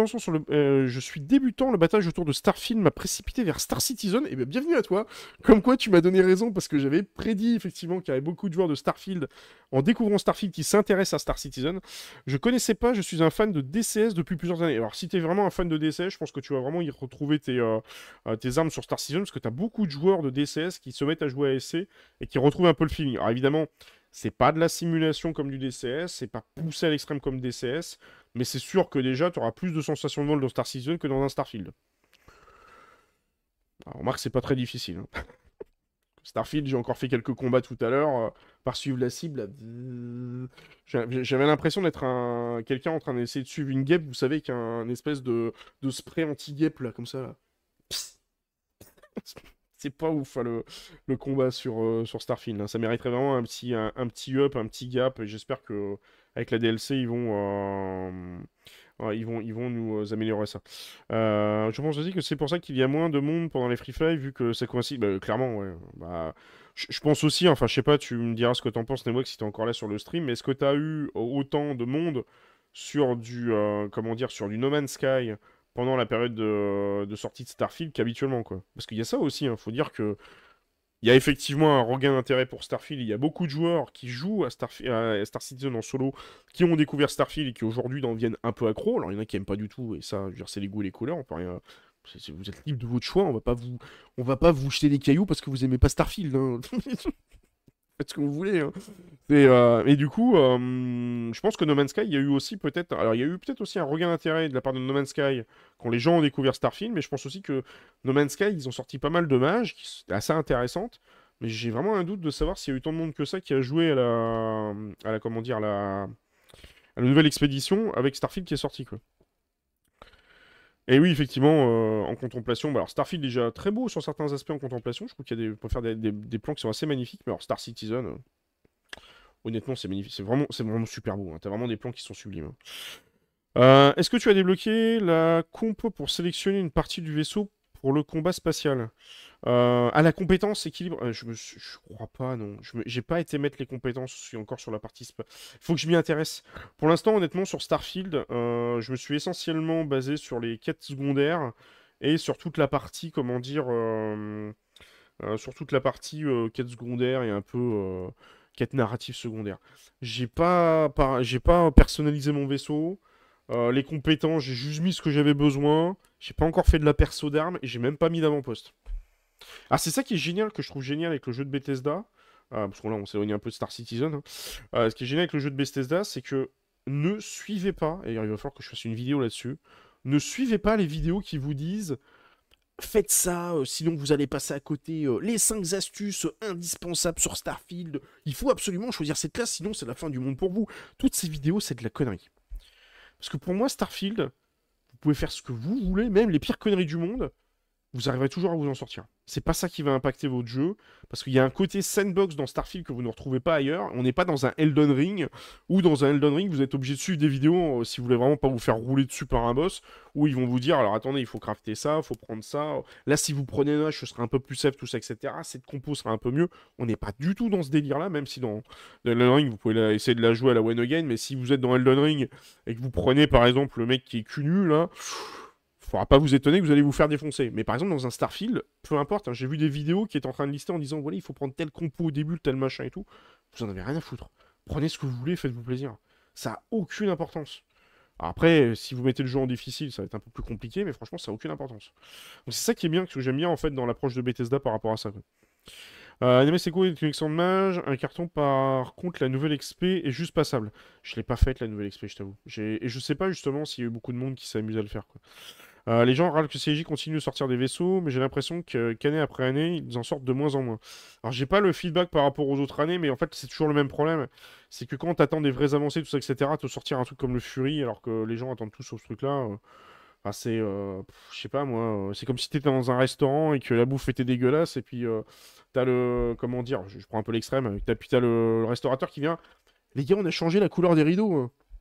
je suis débutant, le battage autour de Starfield m'a précipité vers Star Citizen. Et bien, bienvenue à toi. Comme quoi, tu m'as donné raison parce que j'avais prédit effectivement qu'il y avait beaucoup de joueurs de Starfield en découvrant Starfield qui s'intéressent à Star Citizen. Je connaissais pas, je suis un fan de DCS depuis plusieurs années. Alors, si t'es vraiment un fan de DCS, je pense que tu vas vraiment y retrouver tes armes sur Star Citizen parce que t'as beaucoup de joueurs de DCS qui se mettent à jouer à SC et qui retrouvent un peu le feeling. Alors, évidemment, c'est pas de la simulation comme du DCS, c'est pas poussé à l'extrême comme DCS. Mais c'est sûr que déjà, tu auras plus de sensations de vol dans Star Citizen que dans un Starfield. Alors, remarque, c'est pas très difficile, hein. Starfield, j'ai encore fait quelques combats tout à l'heure, par suivre la cible. Là, j'avais l'impression d'être quelqu'un en train d'essayer de suivre une guêpe, vous savez, avec un espèce de spray anti-guêpe, là, comme ça. Là. Psst. C'est pas ouf, hein, le combat sur Starfield. Hein. Ça mériterait vraiment un petit up, un petit gap, et j'espère que avec la DLC, ouais, ils vont nous améliorer ça. Je pense aussi que c'est pour ça qu'il y a moins de monde pendant les Free Fly, vu que ça coïncide. Bah, clairement, ouais. Bah, je pense aussi, enfin, je sais pas, tu me diras ce que t'en penses, Nemox, si t'es encore là sur le stream, mais est-ce que t'as eu autant de monde sur comment dire, sur du No Man's Sky pendant la période de sortie de Starfield qu'habituellement, quoi? Parce qu'il y a ça aussi, hein, faut dire que il y a effectivement un regain d'intérêt pour Starfield. Il y a beaucoup de joueurs qui jouent à Star Citizen en solo, qui ont découvert Starfield et qui aujourd'hui en viennent un peu accros. Alors il y en a qui aiment pas du tout, et ça, je veux dire, c'est les goûts et les couleurs. On peut rien... Vous êtes libre de votre choix. On va pas vous jeter des cailloux parce que vous aimez pas Starfield. Hein. Faites ce que vous voulez. Hein. Et du coup, je pense que No Man's Sky, il y a eu aussi peut-être. Alors, il y a eu peut-être aussi un regain d'intérêt de la part de No Man's Sky quand les gens ont découvert Starfield, mais je pense aussi que No Man's Sky, ils ont sorti pas mal de mages qui sont assez intéressantes. Mais j'ai vraiment un doute de savoir s'il y a eu tant de monde que ça qui a joué comment dire, à la nouvelle expédition avec Starfield qui est sorti, quoi. Et oui, effectivement, en contemplation, bah alors Starfield est déjà très beau sur certains aspects en contemplation. Je trouve qu'il y a on peut faire des plans qui sont assez magnifiques, mais alors Star Citizen, honnêtement, c'est magnifique. C'est vraiment super beau. Hein. T'as vraiment des plans qui sont sublimes. Hein. Est-ce que tu as débloqué la compo pour sélectionner une partie du vaisseau pour le combat spatial? À la compétence équilibre, je crois pas, non. J'ai pas été mettre les compétences, je suis encore sur la partie. Faut que je m'y intéresse. Pour l'instant, honnêtement, sur Starfield, je me suis essentiellement basé sur les quêtes secondaires et sur toute la partie, comment dire, sur toute la partie quête secondaire et un peu quête narrative secondaire. J'ai pas personnalisé mon vaisseau. Les compétences, j'ai juste mis ce que j'avais besoin. J'ai pas encore fait de la perso d'armes et j'ai même pas mis d'avant-poste. Ah, c'est ça qui est génial, que je trouve génial avec le jeu de Bethesda. Parce que là, on s'éloigne un peu de Star Citizen. Hein. Ce qui est génial avec le jeu de Bethesda, c'est que ne suivez pas, et il va falloir que je fasse une vidéo là-dessus, ne suivez pas les vidéos qui vous disent faites ça, sinon vous allez passer à côté les 5 astuces indispensables sur Starfield. Il faut absolument choisir cette classe, sinon c'est la fin du monde pour vous. Toutes ces vidéos, c'est de la connerie. Parce que pour moi, Starfield, vous pouvez faire ce que vous voulez, même les pires conneries du monde, vous arriverez toujours à vous en sortir. C'est pas ça qui va impacter votre jeu, parce qu'il y a un côté sandbox dans Starfield que vous ne retrouvez pas ailleurs. On n'est pas dans un Elden Ring, où dans un Elden Ring, vous êtes obligé de suivre des vidéos si vous voulez vraiment pas vous faire rouler dessus par un boss, où ils vont vous dire, alors attendez, il faut crafter ça, il faut prendre ça. Là, si vous prenez Nash, ce sera un peu plus safe, tout ça, etc. Cette compo sera un peu mieux. On n'est pas du tout dans ce délire-là, même si dans Elden Ring, vous pouvez essayer de la jouer à la One Again, mais si vous êtes dans Elden Ring et que vous prenez par exemple le mec qui est cul nu, là faudra pas vous étonner que vous allez vous faire défoncer. Mais par exemple, dans un Starfield, peu importe, hein, j'ai vu des vidéos qui étaient en train de lister en disant voilà, il faut prendre tel compo au début, tel machin et tout. Vous en avez rien à foutre. Prenez ce que vous voulez, faites-vous plaisir. Ça a aucune importance. Alors après, si vous mettez le jeu en difficile, ça va être un peu plus compliqué, mais franchement, ça a aucune importance. Donc c'est ça qui est bien, que j'aime bien en fait dans l'approche de Bethesda par rapport à ça. Quoi. Anime Seco est une collection de mages, un carton par contre, la nouvelle XP est juste passable. Je l'ai pas faite la nouvelle XP, je t'avoue. Et je sais pas justement s'il y a eu beaucoup de monde qui s'est amusé à le faire. Quoi. Les gens râlent que CIJ continue de sortir des vaisseaux, mais j'ai l'impression qu'année après année, ils en sortent de moins en moins. Alors, j'ai pas le feedback par rapport aux autres années, mais en fait, c'est toujours le même problème. C'est que quand t'attends des vraies avancées, tout ça, etc., te sortir un truc comme le Fury, alors que les gens attendent tous sur ce truc-là, enfin, c'est. Je sais pas, moi, c'est comme si t'étais dans un restaurant et que la bouffe était dégueulasse, et puis t'as le. Comment dire, je prends un peu l'extrême, puis t'as le restaurateur qui vient. Les gars, on a changé la couleur des rideaux.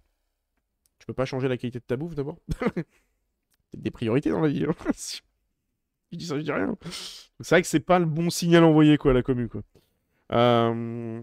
Tu peux pas changer la qualité de ta bouffe d'abord? Des priorités dans la vie. Hein. Je dis ça, je dis rien. C'est vrai que c'est pas le bon signal envoyé quoi à la commu quoi. Euh...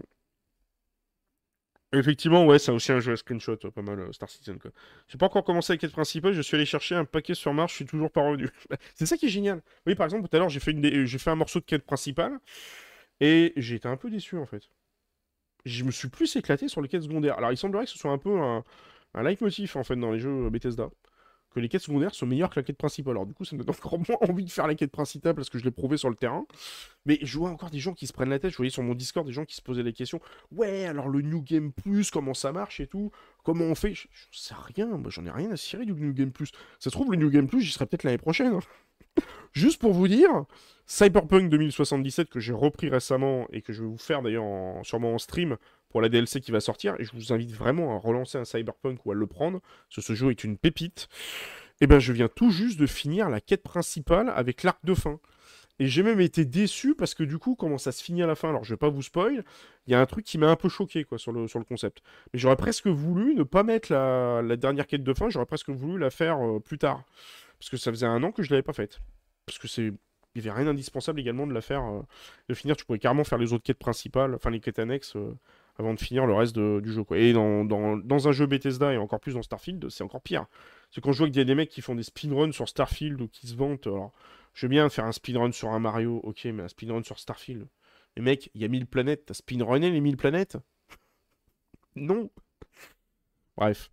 Effectivement, ouais, c'est aussi un jeu à screenshot, pas mal Star Citizen quoi. J'ai pas encore commencé la quête principale, je suis allé chercher un paquet sur Mars, je suis toujours pas revenu. C'est ça qui est génial. Oui, par exemple, tout à l'heure, j'ai fait un morceau de quête principale et j'ai été un peu déçu en fait. Je me suis plus éclaté sur les quêtes secondaires. Alors, il semblerait que ce soit un peu un leitmotiv en fait dans les jeux Bethesda. Que les quêtes secondaires sont meilleures que la quête principale. Alors du coup, ça me donne encore moins envie de faire la quête principale parce que je l'ai prouvé sur le terrain. Mais je vois encore des gens qui se prennent la tête. Je voyais sur mon Discord des gens qui se posaient des questions. Ouais, alors le New Game Plus, comment ça marche et tout. Comment on fait? Je sais rien. Moi, j'en ai rien à cirer du New Game Plus. Ça se trouve, le New Game Plus, j'y serai peut-être l'année prochaine. Hein. Juste pour vous dire, Cyberpunk 2077 que j'ai repris récemment et que je vais vous faire d'ailleurs sûrement en stream pour la DLC qui va sortir, et je vous invite vraiment à relancer un Cyberpunk ou à le prendre, parce que ce jeu est une pépite, et ben je viens tout juste de finir la quête principale avec l'arc de fin. Et j'ai même été déçu parce que du coup, comment ça se finit à la fin, alors je vais pas vous spoil, il y a un truc qui m'a un peu choqué quoi, sur le concept. Mais j'aurais presque voulu ne pas mettre la dernière quête de fin, j'aurais presque voulu la faire plus tard. Parce que ça faisait un an que je l'avais pas faite. Parce que c'est. Il n'y avait rien d'indispensable également de la faire, de finir. Tu pouvais carrément faire les autres quêtes principales, enfin les quêtes annexes, avant de finir le reste du jeu. Quoi. Et dans un jeu Bethesda et encore plus dans Starfield, c'est encore pire. C'est quand je vois qu'il y a des mecs qui font des speedruns sur Starfield ou qui se vantent. Alors, je veux bien faire un speedrun sur un Mario, ok, mais un speedrun sur Starfield. Les mecs, il y a 1000 planètes. T'as speedrunné les 1000 planètes? Non. Bref.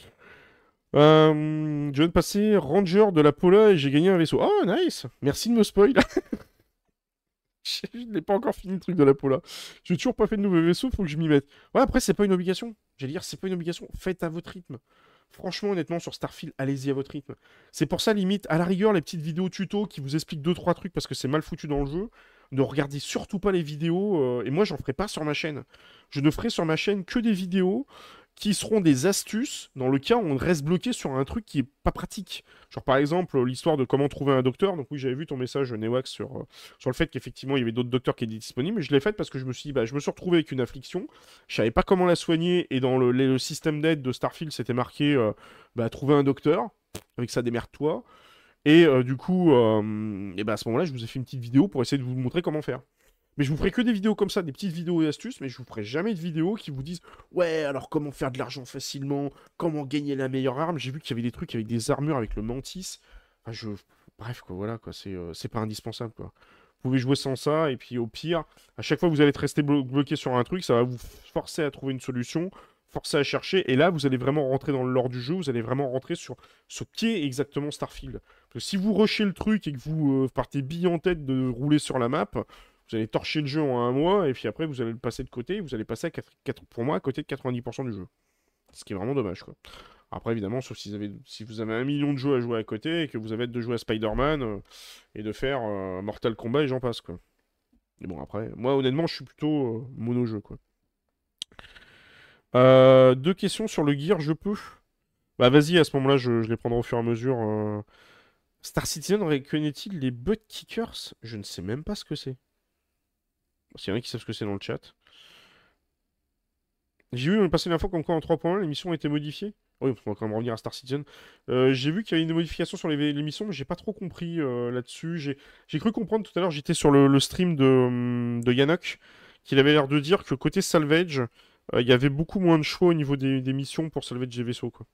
Je viens de passer Ranger de la Pola et j'ai gagné un vaisseau. Oh, nice! Merci de me spoil. Je n'ai pas encore fini le truc de la Pola. J'ai toujours pas fait de nouveau vaisseau, faut que je m'y mette. Ouais, après, c'est pas une obligation. J'allais dire, c'est pas une obligation. Faites à votre rythme. Franchement, honnêtement, sur Starfield, allez-y à votre rythme. C'est pour ça, limite, à la rigueur, les petites vidéos tuto qui vous expliquent deux trois trucs parce que c'est mal foutu dans le jeu. Ne regardez surtout pas les vidéos. Et moi, j'en ferai pas sur ma chaîne. Je ne ferai sur ma chaîne que des vidéos qui seront des astuces dans le cas où on reste bloqué sur un truc qui est pas pratique. Genre, par exemple, l'histoire de comment trouver un docteur. Donc, oui, j'avais vu ton message, Newax, sur le fait qu'effectivement, il y avait d'autres docteurs qui étaient disponibles. Mais je l'ai fait parce que je me suis dit, bah, je me suis retrouvé avec une affliction. Je savais pas comment la soigner. Et dans le système d'aide de Starfield, c'était marqué bah, trouver un docteur. Avec ça, démerde-toi. Et du coup, et bah, à ce moment-là, je vous ai fait une petite vidéo pour essayer de vous montrer comment faire. Mais je vous ferai que des vidéos comme ça, des petites vidéos et astuces, mais je vous ferai jamais de vidéos qui vous disent ouais, alors comment faire de l'argent facilement, comment gagner la meilleure arme. J'ai vu qu'il y avait des trucs avec des armures avec le mantis. Enfin, bref, quoi, voilà, quoi, c'est pas indispensable, quoi. Vous pouvez jouer sans ça, et puis au pire, à chaque fois que vous allez être resté bloqué sur un truc, ça va vous forcer à trouver une solution, forcer à chercher, et là, vous allez vraiment rentrer dans le lore du jeu, vous allez vraiment rentrer sur ce qu'est exactement Starfield. Parce que si vous rushez le truc et que vous partez bille en tête de rouler sur la map, vous allez torcher le jeu en un mois, et puis après, vous allez le passer de côté, et vous allez passer à pour moi à côté de 90% du jeu. Ce qui est vraiment dommage, quoi. Après, évidemment, sauf si vous avez 1 million de jeux à jouer à côté, et que vous avez de jouer à Spider-Man, et de faire Mortal Kombat, et j'en passe, quoi. Mais bon, après, moi, honnêtement, je suis plutôt mono-jeu, quoi. Deux questions sur le gear, je peux? Bah, vas-y, à ce moment-là, je les prendrai au fur et à mesure. Star Citizen reconnaît-il les butt kickers? Je ne sais même pas ce que c'est. S'il y en a qui savent ce que c'est dans le chat. J'ai vu passer l'info comme quoi en 3.1 l'émission a été modifiée. Oui, on va quand même revenir à Star Citizen. J'ai vu qu'il y avait une modification sur l'émission, mais j'ai pas trop compris là-dessus. J'ai cru comprendre tout à l'heure, j'étais sur le stream de Yannock, qu'il avait l'air de dire que côté salvage, il y avait beaucoup moins de choix au niveau des missions pour salvage des vaisseaux, quoi.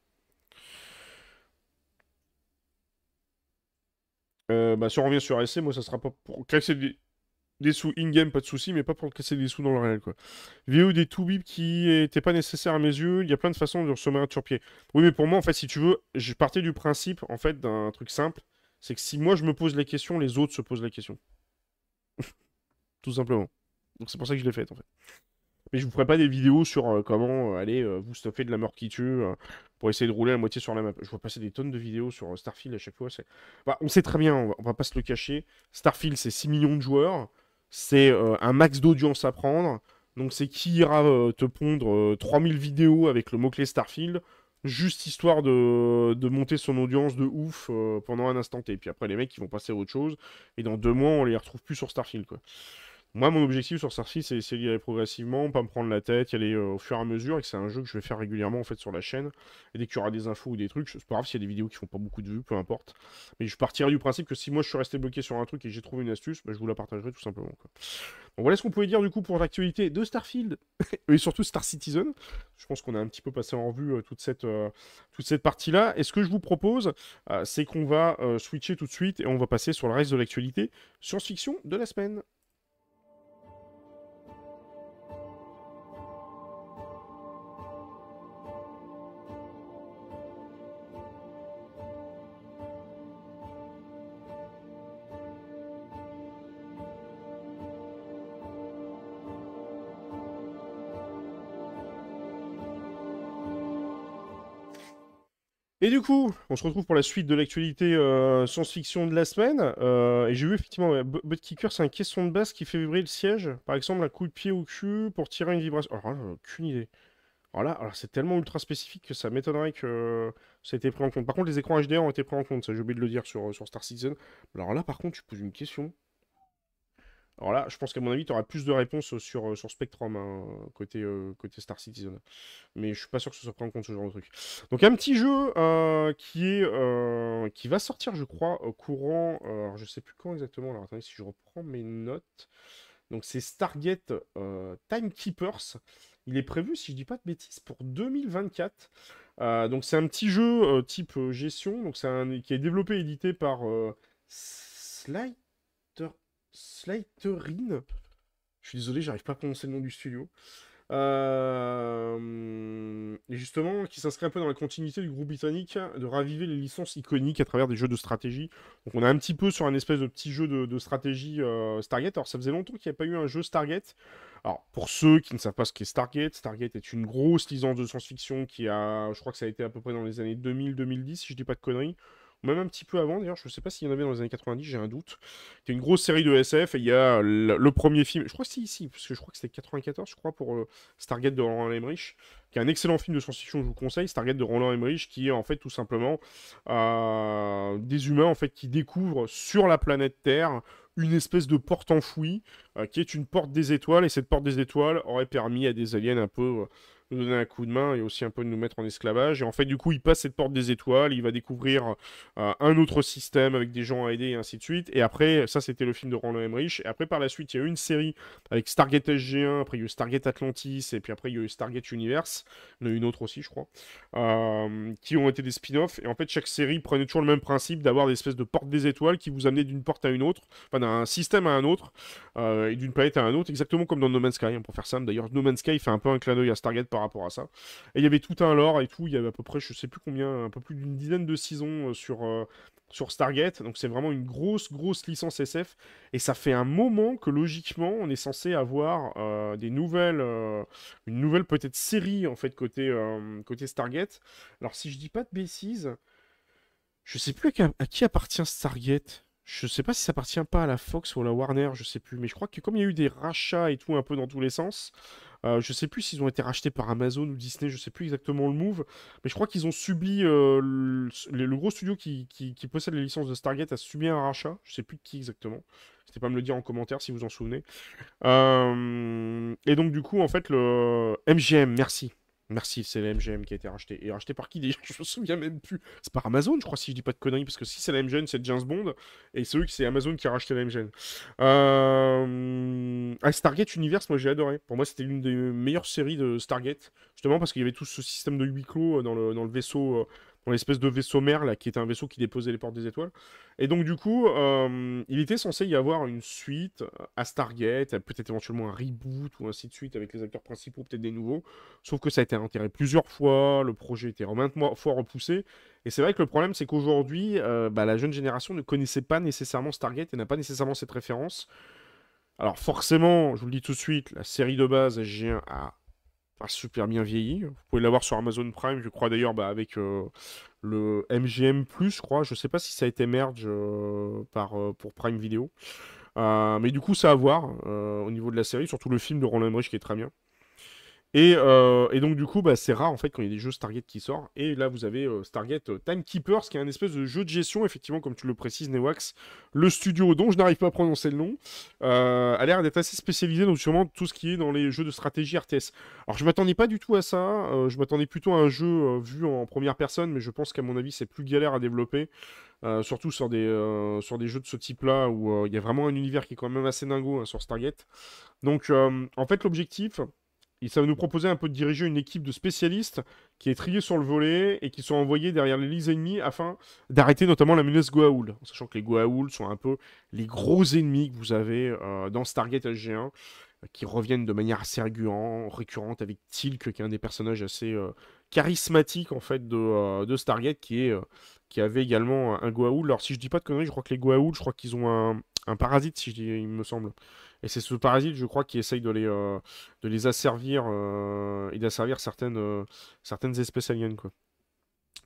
Bah, si on revient sur SC, moi ça sera pas pour casser des sous in-game, pas de soucis, mais pas pour casser des sous dans le réel, quoi. VO des toubibs qui étaient pas nécessaires à mes yeux, il y a plein de façons de se mettre sur pied. Oui, mais pour moi, en fait, si tu veux, je partais du principe, en fait, d'un truc simple, c'est que si moi je me pose la question, les autres se posent la question. Tout simplement. Donc c'est pour ça que je l'ai faite, en fait. Mais je vous ferai pas des vidéos sur comment aller vous stuffer de la mort qui tue pour essayer de rouler à moitié sur la map. Je vois passer des tonnes de vidéos sur Starfield à chaque fois. Bah, on sait très bien, on va pas se le cacher. Starfield, c'est 6 millions de joueurs. C'est un max d'audience à prendre. Donc c'est qui ira te pondre 3000 vidéos avec le mot-clé Starfield, juste histoire de monter son audience de ouf pendant un instant T. Et puis après, les mecs, ils vont passer à autre chose. Et dans 2 mois, on les retrouve plus sur Starfield, quoi. Moi, mon objectif sur Starfield, c'est essayer d'y aller progressivement, pas me prendre la tête, y aller au fur et à mesure, et que c'est un jeu que je vais faire régulièrement en fait sur la chaîne. Et dès qu'il y aura des infos ou des trucs, c'est pas grave s'il y a des vidéos qui font pas beaucoup de vues, peu importe. Mais je partirai du principe que si moi je suis resté bloqué sur un truc et que j'ai trouvé une astuce, bah, je vous la partagerai tout simplement, quoi. Donc voilà ce qu'on pouvait dire du coup pour l'actualité de Starfield et surtout Star Citizen. Je pense qu'on a un petit peu passé en revue toute cette partie-là. Et ce que je vous propose, c'est qu'on va switcher tout de suite et on va passer sur le reste de l'actualité science-fiction de la semaine. Et du coup, on se retrouve pour la suite de l'actualité science-fiction de la semaine. Et j'ai vu effectivement, ouais, Butt Kicker, c'est un caisson de base qui fait vibrer le siège. Par exemple, un coup de pied au cul pour tirer une vibration. Alors là, aucune idée. Alors c'est tellement ultra spécifique que ça m'étonnerait que ça ait été pris en compte. Par contre, les écrans HDR ont été pris en compte, ça j'ai oublié de le dire sur Star Citizen. Alors là, par contre, tu poses une question. Alors là, je pense qu'à mon avis, tu auras plus de réponses sur Spectrum, hein, côté Star Citizen. Mais je suis pas sûr que ce soit pris en compte ce genre de truc. Donc un petit jeu qui va sortir, je crois, au courant. Alors je sais plus quand exactement. Alors attendez si je reprends mes notes. Donc c'est Stargate Timekeepers. Il est prévu, si je dis pas de bêtises, pour 2024. Donc c'est un petit jeu type gestion. Donc qui est développé et édité par Slider... Slytherin. Je suis désolé, j'arrive pas à prononcer le nom du studio. Et justement, qui s'inscrit un peu dans la continuité du groupe britannique de raviver les licences iconiques à travers des jeux de stratégie. Donc on est un petit peu sur un espèce de petit jeu de stratégie Stargate. Alors ça faisait longtemps qu'il n'y a pas eu un jeu Stargate. Alors pour ceux qui ne savent pas ce qu'est Stargate, Stargate est une grosse licence de science-fiction qui a, je crois que ça a été à peu près dans les années 2000-2010, si je dis pas de conneries. Ou même un petit peu avant, d'ailleurs, je ne sais pas s'il y en avait dans les années 90, j'ai un doute. C'est une grosse série de SF et il y a le premier film, je crois que si, parce que je crois que c'était 94, je crois, pour Stargate de Roland Emmerich, qui est un excellent film de science-fiction, je vous conseille, Stargate de Roland Emmerich, qui est en fait tout simplement des humains en fait qui découvrent sur la planète Terre une espèce de porte enfouie, qui est une porte des étoiles, et cette porte des étoiles aurait permis à des aliens un peu nous donner un coup de main et aussi un peu de nous mettre en esclavage. Et en fait, du coup, il passe cette porte des étoiles, il va découvrir un autre système avec des gens à aider et ainsi de suite. Et après, ça, c'était le film de Roland Emmerich. Et après, par la suite, il y a eu une série avec Stargate SG1, après il y a eu Stargate Atlantis, et puis après, il y a eu Stargate Universe. Il y en a eu une autre aussi, je crois, qui ont été des spin-offs. Et en fait, chaque série prenait toujours le même principe d'avoir des espèces de portes des étoiles qui vous amenaient d'une porte à une autre, enfin d'un système à un autre, et d'une planète à un autre, exactement comme dans No Man's Sky, hein, pour faire simple. D'ailleurs, No Man's Sky fait un peu un clin d'œil à Stargate par rapport à ça. Et il y avait tout un lore et tout, il y avait à peu près, je sais plus combien, un peu plus d'une dizaine de saisons sur Stargate. Donc c'est vraiment une grosse licence SF. Et ça fait un moment que logiquement, on est censé avoir une nouvelle peut-être série en fait côté Stargate. Alors si je dis pas de bêtises, je sais plus à qui appartient Stargate. Je sais pas si ça appartient pas à la Fox ou à la Warner, je sais plus. Mais je crois que comme il y a eu des rachats et tout un peu dans tous les sens, je sais plus s'ils ont été rachetés par Amazon ou Disney, je sais plus exactement le move. Mais je crois qu'ils ont subi le gros studio qui possède les licences de Stargate a subi un rachat. Je sais plus de qui exactement. N'hésitez pas à me le dire en commentaire si vous en souvenez. Et donc du coup, en fait, le MGM, merci. Merci, c'est la MGM qui a été racheté. Et racheté par qui déjà? Je me souviens même plus. C'est par Amazon, je crois, si je dis pas de conneries, parce que si c'est la MGM, c'est James Bond, et c'est Amazon qui a racheté la MGM. Stargate Universe, moi j'ai adoré. Pour moi, c'était l'une des meilleures séries de Stargate, justement parce qu'il y avait tout ce système de huis clos dans le vaisseau, dans l'espèce de vaisseau mère, là, qui était un vaisseau qui déposait les portes des étoiles. Et donc, du coup, il était censé y avoir une suite à Stargate, peut-être éventuellement un reboot ou ainsi de suite avec les acteurs principaux, peut-être des nouveaux. Sauf que ça a été enterré plusieurs fois, le projet a été maintes fois repoussé. Et c'est vrai que le problème, c'est qu'aujourd'hui, la jeune génération ne connaissait pas nécessairement Stargate et n'a pas nécessairement cette référence. Alors forcément, je vous le dis tout de suite, la série de base SG1 a pas super bien vieilli. Vous pouvez l'avoir sur Amazon Prime, je crois d'ailleurs, avec le MGM+, je crois. Je sais pas si ça a été merge pour Prime Video. Mais du coup, ça à voir au niveau de la série, surtout le film de Roland Emmerich qui est très bien. Et donc du coup, c'est rare en fait quand il y a des jeux Stargate qui sortent. Et là, vous avez Stargate Timekeepers, qui est un espèce de jeu de gestion, effectivement, comme tu le précises, Newax. Le studio dont je n'arrive pas à prononcer le nom a l'air d'être assez spécialisé dans sûrement tout ce qui est dans les jeux de stratégie RTS. Alors je m'attendais pas du tout à ça. Je m'attendais plutôt à un jeu vu en première personne, mais je pense qu'à mon avis, c'est plus galère à développer. Surtout sur des jeux de ce type-là où il y a vraiment un univers qui est quand même assez dingo, hein, sur Stargate. Donc en fait, l'objectif. Et ça va nous proposer un peu de diriger une équipe de spécialistes qui est triée sur le volet et qui sont envoyés derrière les lignes ennemies afin d'arrêter notamment la menace Goa'uld. En sachant que les Goa'uld sont un peu les gros ennemis que vous avez dans Stargate SG1, qui reviennent de manière assez récurrente avec Teal'c, qui est un des personnages assez charismatiques en fait de Stargate, qui avait également un Goa'uld. Alors si je dis pas de conneries, je crois que les Goa'uld, je crois qu'ils ont un parasite, il me semble. Et c'est ce parasite, je crois, qui essaye de les asservir et d'asservir certaines espèces aliens, quoi.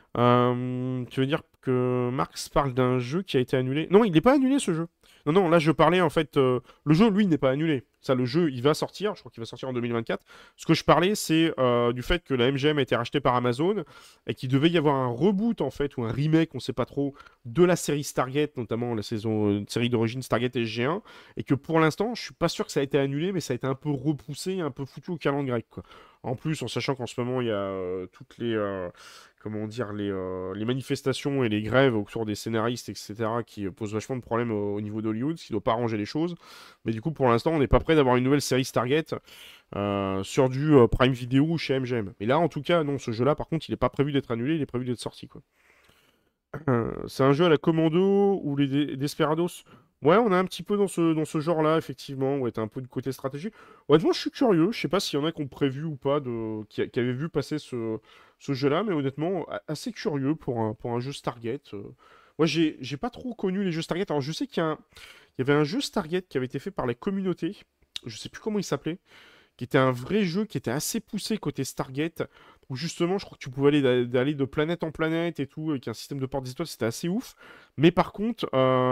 Tu veux dire que Marx parle d'un jeu qui a été annulé? Non, il n'est pas annulé ce jeu. Non, non, là je parlais en fait. Le jeu, lui, n'est pas annulé. Ça, le jeu, il va sortir. Je crois qu'il va sortir en 2024. Ce que je parlais, c'est du fait que la MGM a été rachetée par Amazon et qu'il devait y avoir un reboot en fait, ou un remake, on sait pas trop, de la série Stargate, notamment la saison série d'origine Stargate SG1. Et que pour l'instant, je suis pas sûr que ça a été annulé, mais ça a été un peu repoussé, un peu foutu au calendrier grec, quoi. En plus, en sachant qu'en ce moment, il y a toutes les comment dire, les manifestations et les grèves autour des scénaristes, etc., qui posent vachement de problèmes au niveau d'Hollywood, ce qui ne doit pas arranger les choses. Mais du coup, pour l'instant, on n'est pas prêt d'avoir une nouvelle série Stargate sur du Prime Video ou chez MGM. Mais là, en tout cas, non, ce jeu-là, par contre, il n'est pas prévu d'être annulé, il est prévu d'être sorti, quoi. C'est un jeu à la Commando ou les Desperados. Ouais, on est un petit peu dans ce genre-là, effectivement. Ouais, t'as un peu du côté stratégie. Honnêtement, je suis curieux. Je sais pas s'il y en a qui ont prévu ou pas, qui avaient vu passer ce jeu-là, mais honnêtement, assez curieux pour un jeu Stargate. Moi, j'ai pas trop connu les jeux Stargate. Alors, je sais il y avait un jeu Stargate qui avait été fait par la communauté. Je sais plus comment il s'appelait, qui était un vrai jeu qui était assez poussé côté Stargate, où justement, je crois que tu pouvais aller de planète en planète et tout, avec un système de porte d'étoiles, c'était assez ouf. Mais par contre,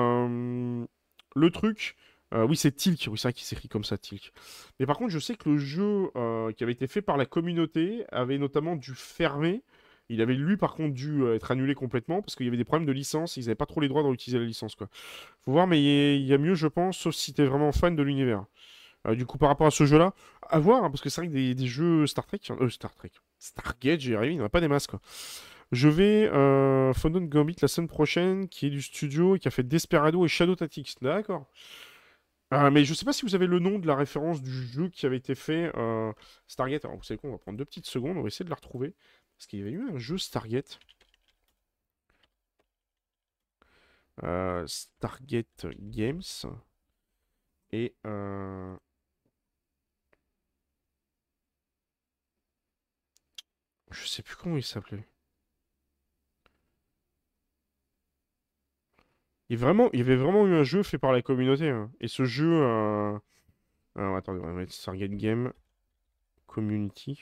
le truc, oui, c'est Tilk, oui, c'est vrai qu'il s'écrit comme ça, Tilk. Mais par contre, je sais que le jeu qui avait été fait par la communauté avait notamment dû fermer. Il avait lui par contre dû être annulé complètement parce qu'il y avait des problèmes de licence, ils n'avaient pas trop les droits d'utiliser la licence quoi. Faut voir, mais il y a mieux je pense, sauf si t'es vraiment fan de l'univers. Du coup, par rapport à ce jeu-là, à voir, hein, parce que c'est vrai que des jeux Star Trek, Star Trek, Stargate, j'y arrive, il n'y en a pas des masses, quoi. Je vais Phonon Gambit la semaine prochaine, qui est du studio et qui a fait Desperado et Shadow Tactics. D'accord. Mais je sais pas si vous avez le nom de la référence du jeu qui avait été fait Stargate. Alors, vous savez quoi, on va prendre 2 petites secondes, on va essayer de la retrouver. Parce qu'il y avait eu un jeu Stargate. Stargate Games. Et je sais plus comment il s'appelait. Il y avait vraiment eu un jeu fait par la communauté, hein. Et ce jeu. Alors, attendez, on va mettre Stargate Game Community.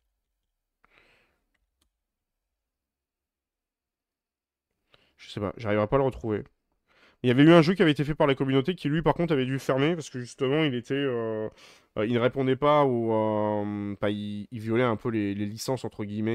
Je sais pas, j'arriverai pas à le retrouver. Il y avait eu un jeu qui avait été fait par la communauté qui, lui, par contre, avait dû fermer parce que justement, il ne répondait pas enfin, il violait un peu les licences,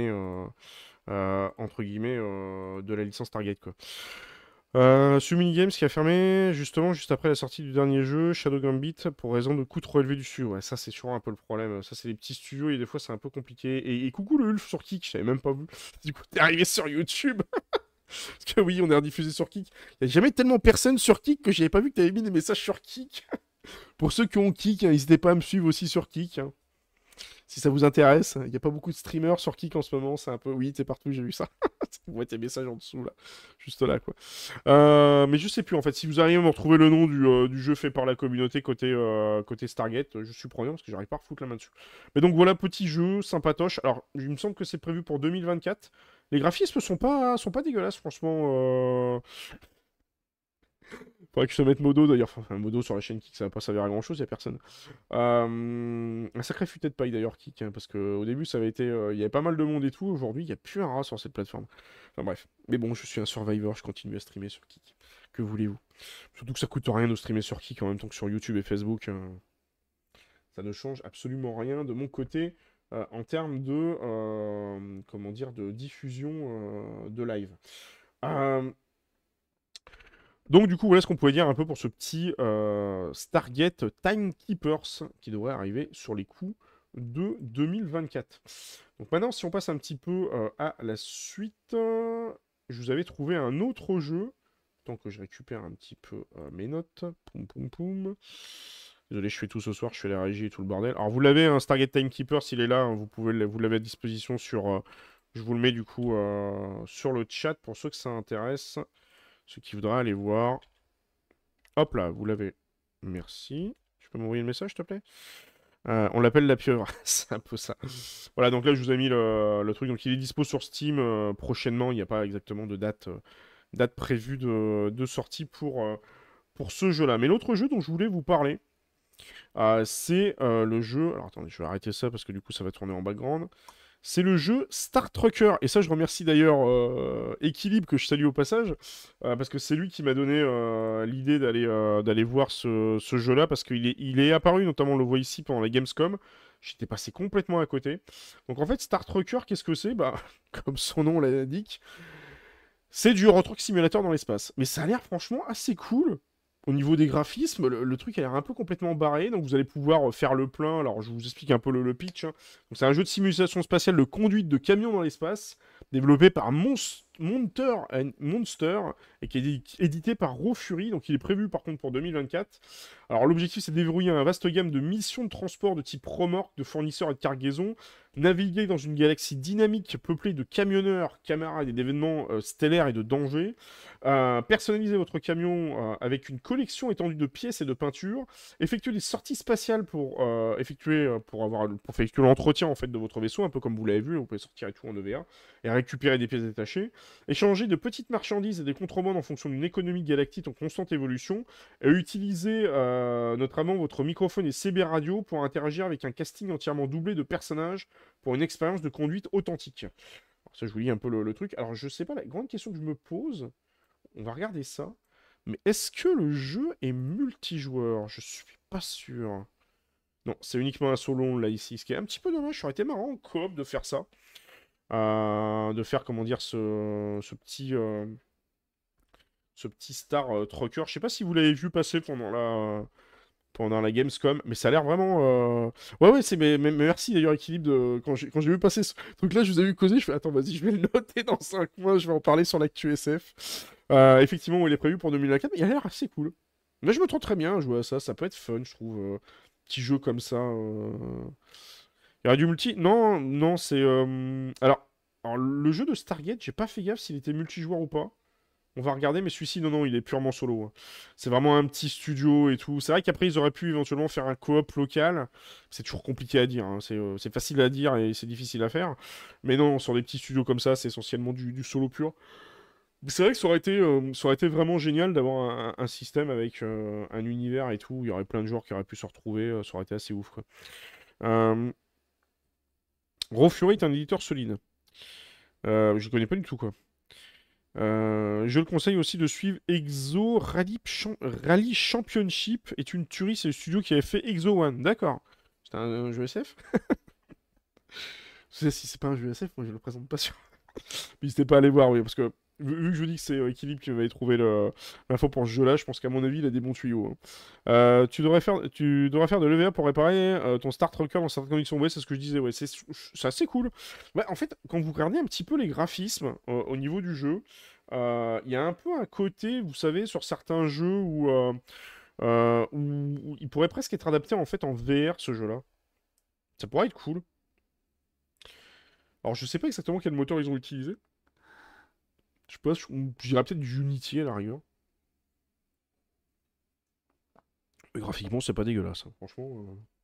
entre guillemets de la licence Target, quoi. Sumini Games qui a fermé justement juste après la sortie du dernier jeu, Shadow Gambit, pour raison de coûts trop élevés du studio. Ouais, ça c'est sûrement un peu le problème. Ça c'est des petits studios et des fois c'est un peu compliqué. Et coucou le Ulf sur Kik, je savais même pas vu. Du coup t'es arrivé sur YouTube. Parce que oui, on est rediffusé sur Kik. Il n'y a jamais tellement personne sur Kik que j'avais pas vu que t'avais mis des messages sur Kik. Pour ceux qui ont Kik, hein, n'hésitez pas à me suivre aussi sur Kik, hein, si ça vous intéresse. Il n'y a pas beaucoup de streamers sur Kik en ce moment, c'est un peu... Oui, t'es partout, j'ai vu ça. Vous voyez tes messages en dessous, là. Juste là, quoi. Mais je sais plus, en fait. Si vous arrivez à me retrouver le nom du jeu fait par la communauté côté Stargate, je suis preneur parce que j'arrive pas à refoutre la main dessus. Mais donc voilà, petit jeu, sympatoche. Alors, il me semble que c'est prévu pour 2024. Les graphismes sont pas dégueulasses, franchement. Faudrait que je te mette Modo d'ailleurs. Enfin, Modo sur la chaîne Kik, ça va pas servir à grand chose, y a personne. Un sacré futé de paille d'ailleurs, Kik, hein, parce qu'au début, ça avait été. Il y avait pas mal de monde et tout. Aujourd'hui, il n'y a plus un rat sur cette plateforme. Enfin bref. Mais bon, je suis un survivor, je continue à streamer sur Kik. Que voulez-vous? Surtout que ça coûte rien de streamer sur Kik en même temps que sur YouTube et Facebook, hein. Ça ne change absolument rien de mon côté en termes de. Comment dire, de diffusion de live. Euh, donc du coup, voilà ce qu'on pouvait dire un peu pour ce petit Stargate Timekeepers qui devrait arriver sur les coups de 2024. Donc maintenant, si on passe un petit peu à la suite, je vous avais trouvé un autre jeu. Tant que je récupère un petit peu mes notes. Poum poum poum. Désolé, je fais tout ce soir, je fais la régie et tout le bordel. Alors vous l'avez, un Stargate Timekeepers, il est là, hein, vous l'avez à disposition sur... je vous le mets du coup sur le chat pour ceux que ça intéresse. Ceux qui voudraient aller voir. Hop là, vous l'avez. Merci. Tu peux m'envoyer le message, s'il te plaît? On l'appelle la pieuvre. C'est un peu ça. Voilà, donc là, je vous ai mis le truc. Donc, il est dispo sur Steam prochainement. Il n'y a pas exactement de date prévue de sortie pour ce jeu-là. Mais l'autre jeu dont je voulais vous parler, c'est le jeu. Alors, attendez, je vais arrêter ça parce que du coup, ça va tourner en background. C'est le jeu Star Trucker. Et ça, je remercie d'ailleurs Equilibre, que je salue au passage, parce que c'est lui qui m'a donné l'idée d'aller voir ce jeu-là, parce qu'il est apparu, notamment on le voit ici, pendant la Gamescom. J'étais passé complètement à côté. Donc en fait, Star Trucker, qu'est-ce que c'est? Bah, comme son nom l'indique, c'est du Euro Truck Simulator dans l'espace. Mais ça a l'air franchement assez cool. Au niveau des graphismes, le truc a l'air un peu complètement barré, donc vous allez pouvoir faire le plein. Alors je vous explique un peu le pitch, hein. Donc c'est un jeu de simulation spatiale de conduite de camions dans l'espace, développé par Monster et qui est édité par Raw Fury, donc il est prévu par contre pour 2024. Alors l'objectif c'est de déverrouiller un vaste gamme de missions de transport de type remorque, de fournisseurs et de cargaison, naviguer dans une galaxie dynamique peuplée de camionneurs, camarades et d'événements stellaires et de dangers. Personnalisez votre camion avec une collection étendue de pièces et de peintures. Effectuez des sorties spatiales pour effectuer l'entretien en fait de votre vaisseau, un peu comme vous l'avez vu, vous pouvez sortir et tout en EVA et récupérer des pièces détachées. Échanger de petites marchandises et des contrebandes en fonction d'une économie galactique en constante évolution. Et utiliser notamment votre microphone et CB radio pour interagir avec un casting entièrement doublé de personnages pour une expérience de conduite authentique. Alors ça, je vous lis un peu le truc. Alors, je sais pas, la grande question que je me pose, on va regarder ça. Mais est-ce que le jeu est multijoueur? Je suis pas sûr. Non, c'est uniquement un solo là ici. Ce qui est un petit peu dommage. Ça aurait été marrant en coop de faire ça. De faire, comment dire, ce petit Star Trucker. Je sais pas si vous l'avez vu passer pendant la Gamescom, mais ça a l'air vraiment. Ouais, ouais, mais merci d'ailleurs, Équilibre. Quand j'ai vu passer ce truc-là, je vous ai vu causer. Je fais, attends, vas-y, je vais le noter dans 5 mois, je vais en parler sur l'actu SF. Effectivement, il est prévu pour 2024, mais il a l'air assez cool. Là, je me trompe très bien à jouer à ça, ça peut être fun, je trouve. Petit jeu comme ça. Il y aurait du multi? Non, non, c'est. Alors, le jeu de Stargate, j'ai pas fait gaffe s'il était multijoueur ou pas. On va regarder, mais celui-ci, non, non, il est purement solo, hein. C'est vraiment un petit studio et tout. C'est vrai qu'après, ils auraient pu éventuellement faire un coop local. C'est toujours compliqué à dire, hein. C'est facile à dire et c'est difficile à faire. Mais non, sur des petits studios comme ça, c'est essentiellement du solo pur. Mais c'est vrai que ça aurait été vraiment génial d'avoir un système avec un univers et tout. Il y aurait plein de joueurs qui auraient pu se retrouver. Ça aurait été assez ouf, quoi. Euh... Raw Fury est un éditeur solide. Je connais pas du tout, quoi. Je le conseille aussi de suivre Rally Championship est une tuerie, c'est le studio qui avait fait Exo One. D'accord. C'est un jeu SF? Si c'est pas un jeu SF, moi je le présente pas sur. N'hésitez pas à aller voir, oui, parce que vu que je vous dis que c'est Equilibre qui m'avait trouvé l'info pour ce jeu-là, je pense qu'à mon avis, il a des bons tuyaux, hein. Tu devrais faire de l'EVA pour réparer ton Star Trucker dans certaines conditions. Ouais, c'est ce que je disais, ouais, c'est assez cool. Ouais, en fait, quand vous regardez un petit peu les graphismes au niveau du jeu, il y a un peu un côté, vous savez, sur certains jeux où il pourrait presque être adapté en fait en VR, ce jeu-là. Ça pourrait être cool. Alors, je sais pas exactement quel moteur ils ont utilisé. Je sais pas, je dirais peut-être du Unity à la rigueur. Mais graphiquement, c'est pas dégueulasse, hein. Franchement.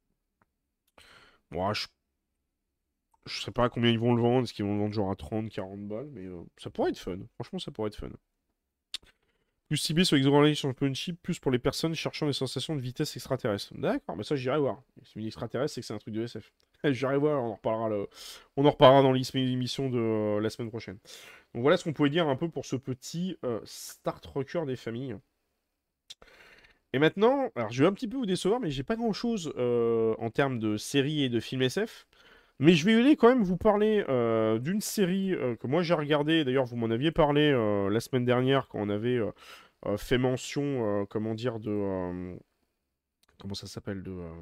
Moi, je sais pas à combien ils vont le vendre. Est-ce qu'ils vont le vendre genre à 30, 40 balles? Mais ça pourrait être fun. Franchement, ça pourrait être fun. Plus ciblé sur Exogalactic Championship, plus pour les personnes cherchant des sensations de vitesse extraterrestre. D'accord, mais ça j'irai voir. Si une extraterrestre, c'est que c'est un truc de SF. J'irai voir, on en reparlera dans l'émission de la semaine prochaine. Donc voilà ce qu'on pouvait dire un peu pour ce petit Star Trucker des familles. Et maintenant, alors je vais un petit peu vous décevoir, mais j'ai pas grand-chose en termes de séries et de films SF. Mais je vais aller quand même vous parler d'une série que moi j'ai regardée. D'ailleurs, vous m'en aviez parlé la semaine dernière quand on avait fait mention, comment dire, comment ça s'appelle,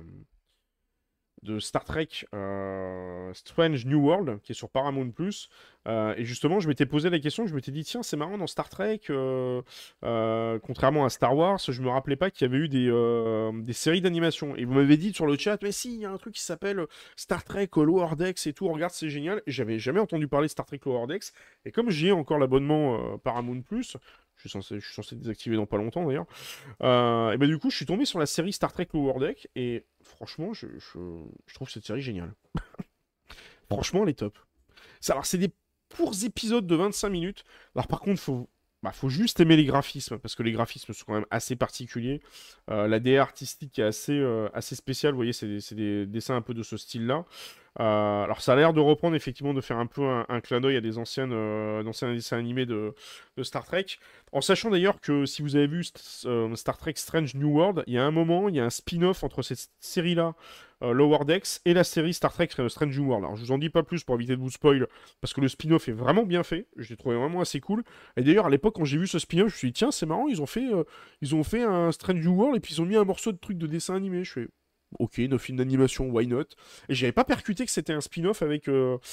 de Star Trek Strange New World, qui est sur Paramount+. Et justement, je m'étais posé la question, je m'étais dit, tiens, c'est marrant, dans Star Trek, contrairement à Star Wars, je me rappelais pas qu'il y avait eu des séries d'animation. Et vous m'avez dit sur le chat, mais si, il y a un truc qui s'appelle Star Trek Lower Decks et tout, regarde, c'est génial. Et j'avais jamais entendu parler de Star Trek Lower Decks. Et comme j'ai encore l'abonnement Paramount+, je suis censé désactiver dans pas longtemps d'ailleurs. Et bah du coup, je suis tombé sur la série Star Trek Lower Deck et franchement, je trouve cette série géniale. Franchement, elle est top. Alors, c'est des courts épisodes de 25 minutes. Alors, par contre, faut juste aimer les graphismes parce que les graphismes sont quand même assez particuliers. La DA artistique est assez spéciale. Vous voyez, c'est des dessins un peu de ce style-là. Alors ça a l'air de reprendre effectivement, de faire un peu un clin d'œil à des d'anciens dessins animés de Star Trek. En sachant d'ailleurs que si vous avez vu Star Trek Strange New World, il y a un moment, il y a un spin-off entre cette série-là, Lower Decks, et la série Star Trek Strange New World. Alors je vous en dis pas plus pour éviter de vous spoil, parce que le spin-off est vraiment bien fait. Je l'ai trouvé vraiment assez cool. Et d'ailleurs, à l'époque, quand j'ai vu ce spin-off, je me suis dit, tiens, c'est marrant, ils ont fait un Strange New World et puis ils ont mis un morceau de truc de dessin animé. Je fais, ok, nos films d'animation, why not? Et j'avais pas percuté que c'était un spin-off avec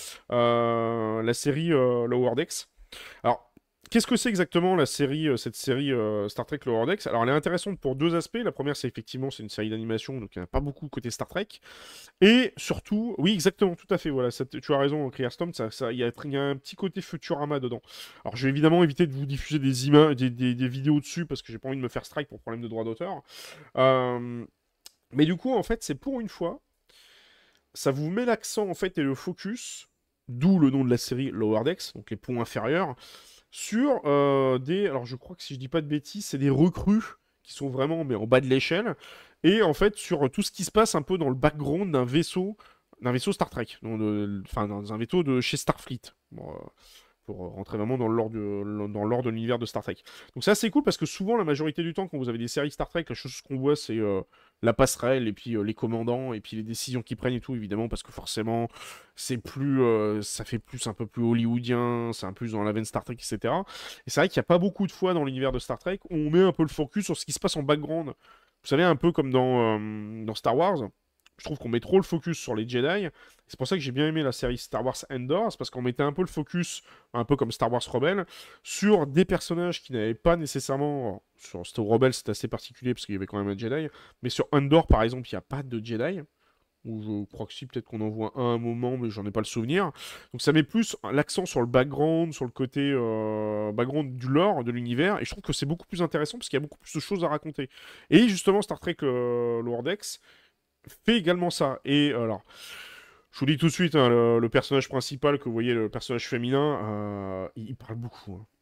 la série Lower Decks. Alors, qu'est-ce que c'est exactement cette série Star Trek Lower Decks? Alors, elle est intéressante pour deux aspects. La première, c'est effectivement, c'est une série d'animation, donc il n'y en a pas beaucoup côté Star Trek. Et surtout, oui, exactement, tout à fait, voilà, tu as raison, Clearstorm, il y a un petit côté Futurama dedans. Alors, je vais évidemment éviter de vous diffuser des images, des vidéos dessus, parce que j'ai pas envie de me faire strike pour problème de droit d'auteur. Euh, mais du coup, en fait, c'est pour une fois, ça vous met l'accent, en fait, et le focus, d'où le nom de la série Lower Decks, donc les ponts inférieurs, sur des... Alors, je crois que si je dis pas de bêtises, c'est des recrues qui sont vraiment, mais en bas de l'échelle, et en fait, sur tout ce qui se passe un peu dans le background d'un vaisseau Star Trek, enfin, dans un vaisseau de chez Starfleet. Bon, pour rentrer vraiment dans l'ordre de l'univers de Star Trek. Donc ça c'est cool parce que souvent la majorité du temps quand vous avez des séries Star Trek, la chose qu'on voit c'est la passerelle et puis les commandants et puis les décisions qu'ils prennent et tout évidemment parce que forcément c'est plus ça fait plus un peu plus hollywoodien, c'est un peu plus dans la veine Star Trek etc. Et c'est vrai qu'il n'y a pas beaucoup de fois dans l'univers de Star Trek où on met un peu le focus sur ce qui se passe en background. Vous savez un peu comme dans Star Wars. Je trouve qu'on met trop le focus sur les Jedi. C'est pour ça que j'ai bien aimé la série Star Wars Endor, c'est parce qu'on mettait un peu le focus, un peu comme Star Wars Rebels, sur des personnages qui n'avaient pas nécessairement... Sur Star Wars Rebels, c'est assez particulier parce qu'il y avait quand même un Jedi, mais sur Endor, par exemple, il n'y a pas de Jedi. Ou je crois que si, peut-être qu'on en voit un à un moment, mais j'en ai pas le souvenir. Donc ça met plus l'accent sur le background, sur le côté background du lore, de l'univers, et je trouve que c'est beaucoup plus intéressant parce qu'il y a beaucoup plus de choses à raconter. Et justement, Star Trek Lower Decks fait également ça. Et alors, je vous dis tout de suite, hein, le personnage principal que vous voyez, le personnage féminin, il parle beaucoup. Hein.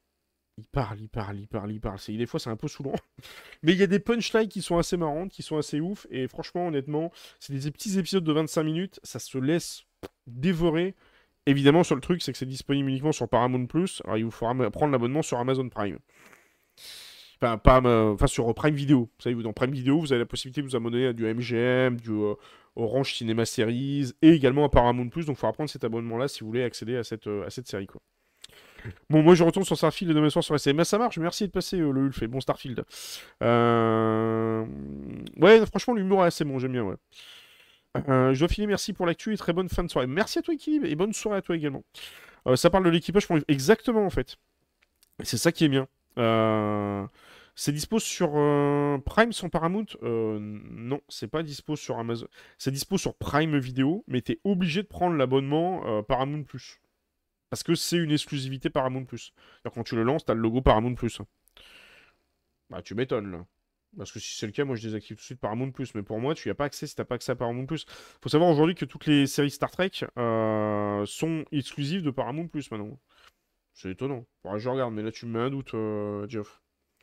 Il parle. Des fois, c'est un peu saoulant. Mais il y a des punchlines qui sont assez marrantes, qui sont assez ouf. Et franchement, honnêtement, c'est des petits épisodes de 25 minutes. Ça se laisse dévorer. Évidemment, sur le truc, c'est que c'est disponible uniquement sur Paramount+. Alors, il vous faudra prendre l'abonnement sur Amazon Prime. Enfin, enfin, sur Prime Video. Vous savez, dans Prime Video, vous avez la possibilité de vous abonner à du MGM, du Orange Cinema Series et également à Paramount+. Donc, il faudra prendre cet abonnement-là si vous voulez accéder à cette série, quoi. Bon, moi, je retourne sur Starfield et demain soir sur SCM. Mais ça marche, merci de passer, le Ulf. Bon Starfield. Euh... Ouais, franchement, l'humour est assez bon, j'aime bien, ouais. Je dois filer, merci pour l'actu et très bonne fin de soirée. Merci à toi, Equilibre, et bonne soirée à toi également. Ça parle de l'équipage, exactement, en fait. C'est ça qui est bien. Euh, C'est dispo sur Prime sans Paramount? Non, c'est pas dispo sur Amazon. C'est dispo sur Prime Video, mais t'es obligé de prendre l'abonnement Paramount+. Parce que c'est une exclusivité Paramount+. C'est-à-dire, quand tu le lances, t'as le logo Paramount+. Bah, tu m'étonnes, là. Parce que si c'est le cas, moi je désactive tout de suite Paramount+. Mais pour moi, tu n'y as pas accès si t'as pas accès à Paramount+. Faut savoir aujourd'hui que toutes les séries Star Trek sont exclusives de Paramount+, maintenant. C'est étonnant. Faudrait que je regarde, mais là tu me mets un doute, Geoff.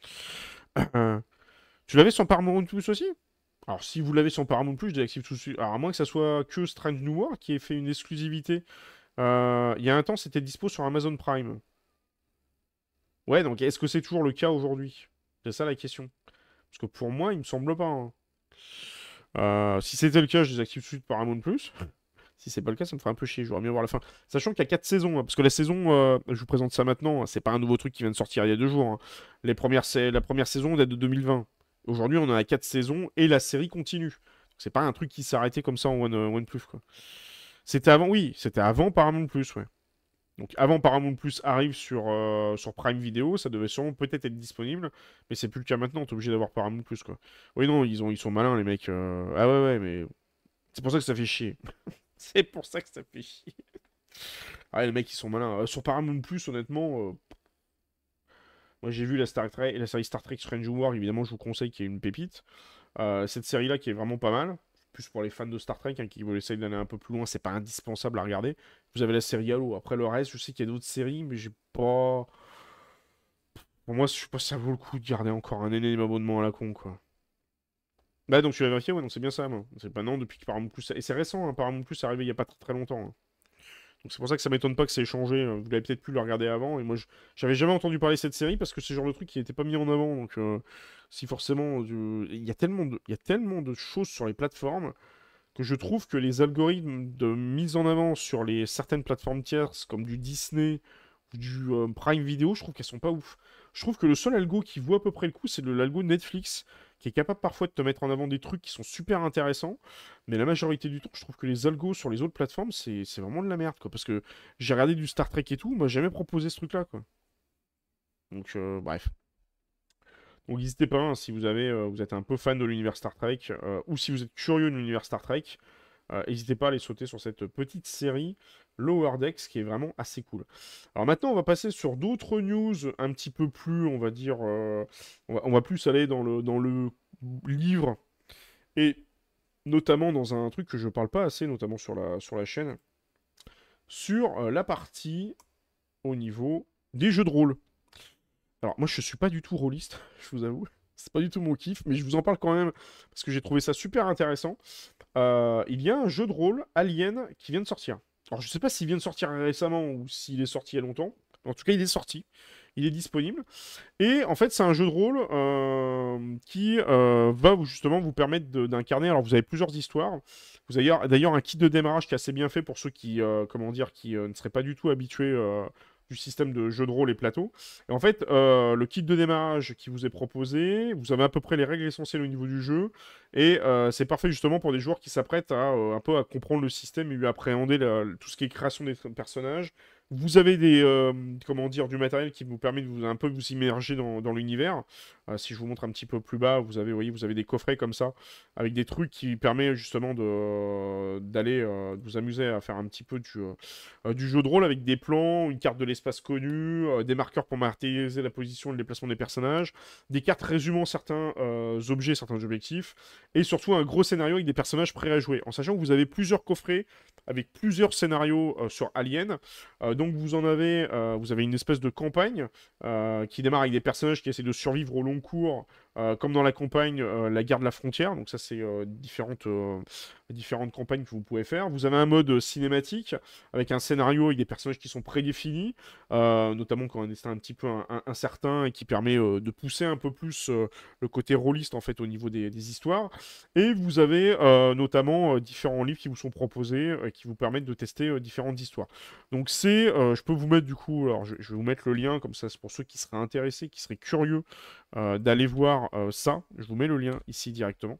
Tu l'avais sur Paramount Plus aussi? Alors, si vous l'avez sur Paramount Plus, je désactive tout de suite. Alors, à moins que ça soit que Strange New World qui ait fait une exclusivité. Il y a un temps, c'était dispo sur Amazon Prime. Ouais, donc est-ce que c'est toujours le cas aujourd'hui? C'est ça la question. Parce que pour moi, il me semble pas. Hein. Si c'était le cas, je désactive tout de suite Paramount Plus. Si c'est pas le cas, ça me ferait un peu chier. J'aurais bien voir la fin. Sachant qu'il y a 4 saisons. Hein, parce que la saison, je vous présente ça maintenant. Hein, c'est pas un nouveau truc qui vient de sortir il y a 2 jours. Hein. La première saison date de 2020. Aujourd'hui, on a 4 saisons et la série continue. C'est pas un truc qui s'est arrêté comme ça en One Plus, quoi. C'était avant, oui, c'était avant Paramount Plus, ouais. Donc avant Paramount Plus arrive sur Prime Video, ça devait sûrement peut-être être disponible, mais c'est plus le cas maintenant, t'es obligé d'avoir Paramount Plus, quoi. Oui, non, ils sont malins, les mecs. Ah ouais, ouais, mais c'est pour ça que ça fait chier. C'est pour ça que ça fait chier. Ah, les mecs, ils sont malins. Sur Paramount Plus, honnêtement, moi j'ai vu la série Star Trek Strange New World, évidemment, je vous conseille qu'il y ait une pépite. Cette série-là qui est vraiment pas mal. Plus pour les fans de Star Trek hein, qui veulent essayer d'aller un peu plus loin, c'est pas indispensable à regarder. Vous avez la série Halo. Après le reste, je sais qu'il y a d'autres séries, mais j'ai pas. Pour moi, je sais pas si ça vaut le coup de garder encore un énorme abonnement à la con, quoi. Bah donc tu l'as vérifié, ouais, non, c'est bien ça, moi. C'est pas non depuis que Paramount Plus... Et c'est récent, hein, Paramount Plus, c'est arrivé il y a pas très, très longtemps, hein. Donc c'est pour ça que ça m'étonne pas que ça ait changé. Vous l'avez peut-être pu le regarder avant. Et moi, j'avais jamais entendu parler de cette série parce que c'est le genre de truc qui n'était pas mis en avant. Donc si forcément, il y a tellement de choses sur les plateformes que je trouve que les algorithmes de mise en avant sur les certaines plateformes tierces comme du Disney ou du Prime Video, je trouve qu'elles sont pas ouf. Je trouve que le seul algo qui vaut à peu près le coup, c'est l'algo Netflix, qui est capable parfois de te mettre en avant des trucs qui sont super intéressants, mais la majorité du temps, je trouve que les algos sur les autres plateformes, c'est vraiment de la merde, quoi. Parce que j'ai regardé du Star Trek et tout, moi j'ai jamais proposé ce truc-là, quoi. Donc bref. Donc n'hésitez pas, hein, si vous êtes un peu fan de l'univers Star Trek, ou si vous êtes curieux de l'univers Star Trek, n'hésitez pas à aller sauter sur cette petite série Lower Decks qui est vraiment assez cool. Alors maintenant, on va passer sur d'autres news un petit peu plus, on va dire, on va plus aller dans le livre et notamment dans un truc que je parle pas assez, notamment sur la chaîne, sur la partie au niveau des jeux de rôle. Alors moi, je suis pas du tout rôliste, je vous avoue. C'est pas du tout mon kiff, mais je vous en parle quand même parce que j'ai trouvé ça super intéressant. Il y a un jeu de rôle Alien qui vient de sortir. Alors je sais pas s'il vient de sortir récemment ou s'il est sorti il y a longtemps. En tout cas, il est sorti. Il est disponible. Et en fait, c'est un jeu de rôle qui va justement vous permettre d'incarner. Alors, vous avez plusieurs histoires. Vous avez d'ailleurs un kit de démarrage qui est assez bien fait pour ceux qui, comment dire, qui ne seraient pas du tout habitués du système de jeu de rôle et plateau. Et en fait, le kit de démarrage qui vous est proposé, vous avez à peu près les règles essentielles au niveau du jeu. Et c'est parfait justement pour des joueurs qui s'apprêtent à un peu à comprendre le système et à appréhender tout ce qui est création des personnages. Vous avez comment dire, du matériel qui vous permet de vous un peu vous immerger dans l'univers. Si je vous montre un petit peu plus bas, voyez, vous avez des coffrets comme ça avec des trucs qui permettent justement de vous amuser à faire un petit peu du jeu de rôle avec des plans, une carte de l'espace connue, des marqueurs pour matérialiser la position et le déplacement des personnages, des cartes résumant certains objets, certains objectifs, et surtout un gros scénario avec des personnages prêts à jouer. En sachant que vous avez plusieurs coffrets avec plusieurs scénarios sur Alien. Donc vous avez une espèce de campagne qui démarre avec des personnages qui essaient de survivre au long cours, comme dans la campagne La guerre de la frontière. Donc ça c'est différentes campagnes que vous pouvez faire. Vous avez un mode cinématique avec un scénario avec des personnages qui sont prédéfinis, notamment quand un destin un petit peu incertain et qui permet de pousser un peu plus le côté rôliste en fait au niveau des histoires. Et vous avez notamment différents livres qui vous sont proposés qui vous permettent de tester différentes histoires. Donc je peux vous mettre du coup, alors je vais vous mettre le lien comme ça, c'est pour ceux qui seraient intéressés, qui seraient curieux d'aller voir ça. Je vous mets le lien ici directement